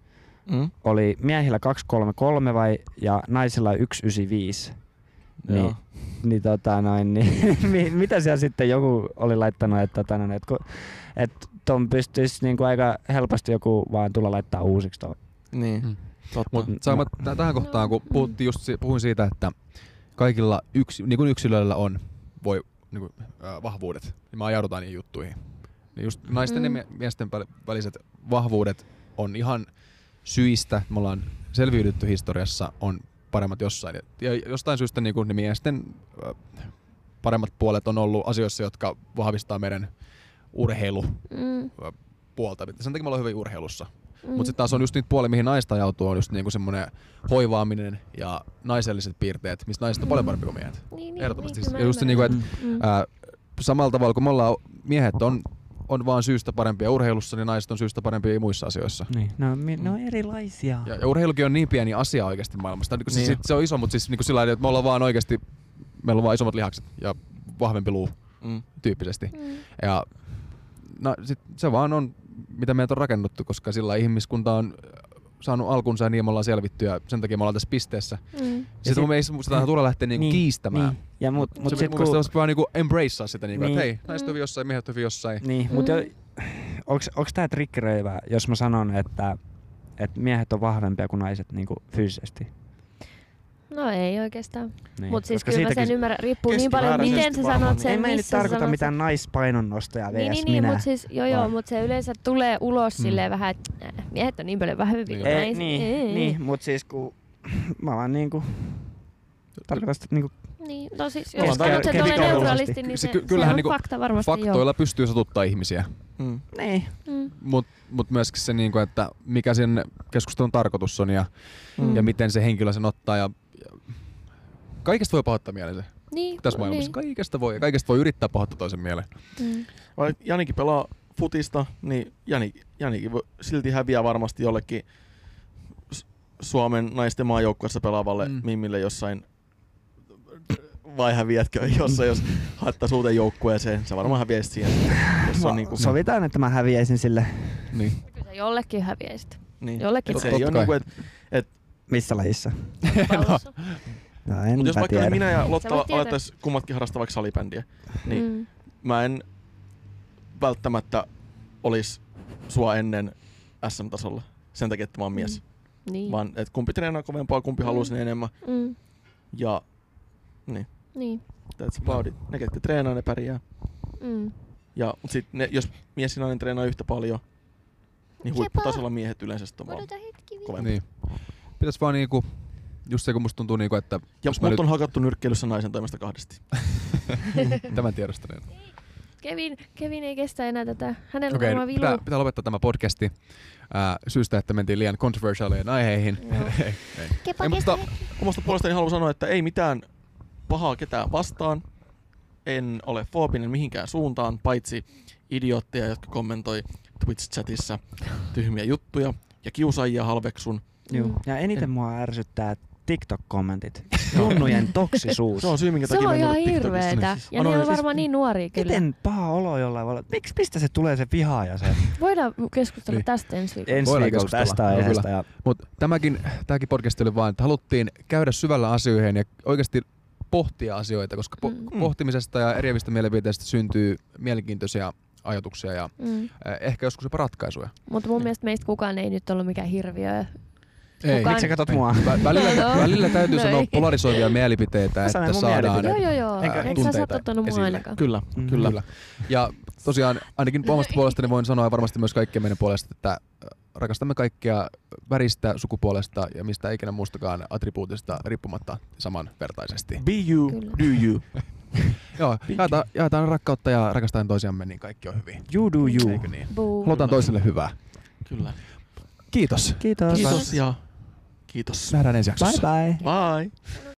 Mm. Oli miehillä kaksi kolme kolme vai ja naisilla yksi yhdeksänkymmentäviisi. Niin, Joo. niin, tota noin, niin mi- mitä siellä sitten joku oli laittanut, että tota noin, että et ton pystyisi niinku aika helposti joku vaan tulla laittaa uusiksi ton. Niin. Mm. Totta. Mut saanko mä tä- tähän kohtaan, kun Mm. puhuttiin just, si- puhuin siitä, että kaikilla yks, niin kuin yksilöillä on voi, niin kuin, äh, vahvuudet, niin me ajaudutaan niihin juttuihin. Niin just naisten Mm. ja mie- miesten väl- väliset vahvuudet on ihan syistä, me ollaan selviydytty historiassa, on paremmat jossain. Ja jostain syystä niin kuin ne miesten äh, paremmat puolet on ollut asioissa, jotka vahvistaa meidän urheilupuolta. Mm, Sen takia me ollaan hyvin urheilussa. mm. Mutta sitten taas on just niitä puolia, mihin naista ajautuu, on just niinku semmoinen hoivaaminen ja naiselliset piirteet, mistä naiset on paljon parempi kuin miehet. Niin, niin, Ehdottomasti. Niin, kyllä Ja mä just se niinku, ymmärrän. että Mm. ää, samalla tavalla kuin me ollaan, miehet on, on vaan syystä parempia urheilussa, niin naiset on syystä parempia muissa asioissa. Niin, ne on, mi- ne on erilaisia. Ja, ja urheilukin on niin pieni asia oikeasti maailmasta. Niin, Niin. siis, se on iso, mutta siis niinku sillä lailla, että me ollaan vaan oikeasti, meillä on vaan isommat lihakset ja vahvempi luu Mm. tyyppisesti. Mm. Ja no, sit se vaan on, mitä meitä on rakennettu, koska sillä ihmiskunta on saanut alkunsa ja niin me ollaan selvitty ja sen takia me ollaan tässä pisteessä. Mm. Sitten mun mielestä sitä on turha lähteä niinku Niin, kiistämään. Niin. Ja mut, mut, Mut sit sit mun kun, mielestä kun... vaan niinku embracea sitä, niinku, Niin. että hei, naiset on hyvin jossain, miehet on hyvin jossain. niin, mut Mm. jo, onks, onks tää triggeröivää, jos mä sanon, että, että miehet on vahvempia kuin naiset niinku fyysisesti? No ei oikeastaan. Niin. Mutta siis Koska kyllä mä siitäkin- sen ymmärrän, riippuu niin paljon, keskimääräisesti miten sä varmaan sanot niin. sen, Ei mä nyt missä sä tarkoita sanot mitään sen. naispainonnostoja Niin, vs niin, niin minä. mutta siis, joo, joo, Vaan- mut se yleensä tulee ulos Mm. silleen vähän, että äh, miehet on niin paljon vahvempia kuin Ei, naiset. niin, Ei, niin, mut siis kun mä vaan niinku tarkoitan sitä niinku Niin, no siis Me ollaan jos sanot sen keskiarvoisesti. tolleen neutraalisti, niin Se se, ky- se kyllähän on niinku fakta varmasti Faktoilla pystyy satuttaa ihmisiä, Mm. niin. joo. Mm. mutta mut myöskin se, niinku, että mikä sen keskustelun tarkoitus on ja, Mm. ja miten se henkilö sen ottaa. Ja, ja kaikesta voi pahoittaa mielensä Niin, tässä maailmassa. niin. Kaikesta voi ja kaikesta voi yrittää pahoittaa toisen mieleen. Mm. Vai Janikin pelaa futista, niin Jani, Janikin voi, silti häviää varmasti jollekin S- Suomen naisten maajoukkueessa pelaavalle Mm. Mimmille jossain, vai häviätkö jossain, jos haittaisi uuteen joukkueeseen, sä varmaan häviäisit siihen. Jos on niinku, Sovitaan, että mä häviäisin sille. Niin. Kyllä sä jollekin häviäisit. niin. Jollekin Et se totta ei ole kai. niinku, et, et, Missä lajissa? Pallossa. No mut enpä jos vaikka tiedä. minä ja Sä Lotta voit tietää. alettaisiin kummatkin harrastaa vaikka salibändiä, niin Mm. mä en välttämättä olisi sua ennen S M-tasolla sen takia, että mä oon mies. Niin. Vaan että kumpi treenaa kovempaa, kumpi Mm. haluaa sen enemmän. Mm. Ja niin, Niin. that's about it. Ne, ketkä treenaa, ne pärjää. Mm. Ja mut sit ne, jos mies ja nainen treenaa yhtä paljon, niin huipputasolla miehet yleensä sit on vaan Odota hetki vielä. kovempia. Niin. Pitäis vaan niinku, just se kun musta tuntuu niinku, että Ja jos mä mut nyt on hakattu nyrkkeilyssä naisen toimesta kahdesti. tämän tiedostan. Kevin, Kevin ei kestä enää tätä. Hänellä Okei, on varmaan vilu. pitää, pitää lopettaa tämä podcasti ää, syystä, että mentiin liian controversialeihin aiheihin. Joo. ei, ei. Kepa Ei, kestä mutta Omasta puolestani haluan sanoa, että ei mitään pahaa ketään vastaan. En ole foobinen mihinkään suuntaan, paitsi idiootteja, jotka kommentoi Twitch-chatissa tyhmiä juttuja ja kiusaajia halveksun. Juu. Mm. Ja eniten En- mua ärsyttää TikTok-kommentit. Junnujen toksisuus. Se on syy, minkä Se takia on mä en ihan ole TikTokissa. hirveetä. Siis Ja annoin ne on siis- varmaan niin nuoria kyllä. Miten paha olo jollain voi olla? Miks, mistä se tulee se viha ja se Voidaan keskustella Niin. tästä ensi viikolla. ensi Voidaan viikolla keskustella. tästä Joo, aiheesta? kyllä. Ja Mut tämäkin, tämäkin podcast oli vaan, että haluttiin käydä syvällä asioihin ja oikeasti pohtia asioita, koska po- Mm. pohtimisesta ja eriävistä mielipiteistä syntyy mielenkiintoisia ajatuksia ja Mm. äh, ehkä joskus jopa ratkaisuja. Mutta mun mielestä meistä kukaan ei nyt ollut mikään hirviö. Ei. Kukaan- miksi sä katot Ei. mua? Vä- välillä, No, välillä täytyy no sanoa ei. polarisoivia mielipiteitä, Mä että sanon mun saadaan mielipiteitä. Joo, joo, joo. Enkä- Eikö sä tunteita oot ottanut mua esille. ainakaan? Kyllä, Mm. kyllä. Kyllä. Ja tosiaan ainakin omasta puolestani voin sanoa ja varmasti myös kaikkien meidän puolesta, että äh, rakastamme kaikkea väristä, sukupuolesta ja mistä ikinä muustakaan attribuutista riippumatta samanvertaisesti. Be you, Kyllä. do you. Joo, jaetaan, jaetaan rakkautta ja rakastaen toisiamme, niin kaikki on hyvin. You do you. Eikö niin? Boo. Halutaan toisille hyvää. Kyllä. Kiitos. Kiitos. Kiitos ja kiitos. Nähdään ensi jaksossa. Bye bye. Bye.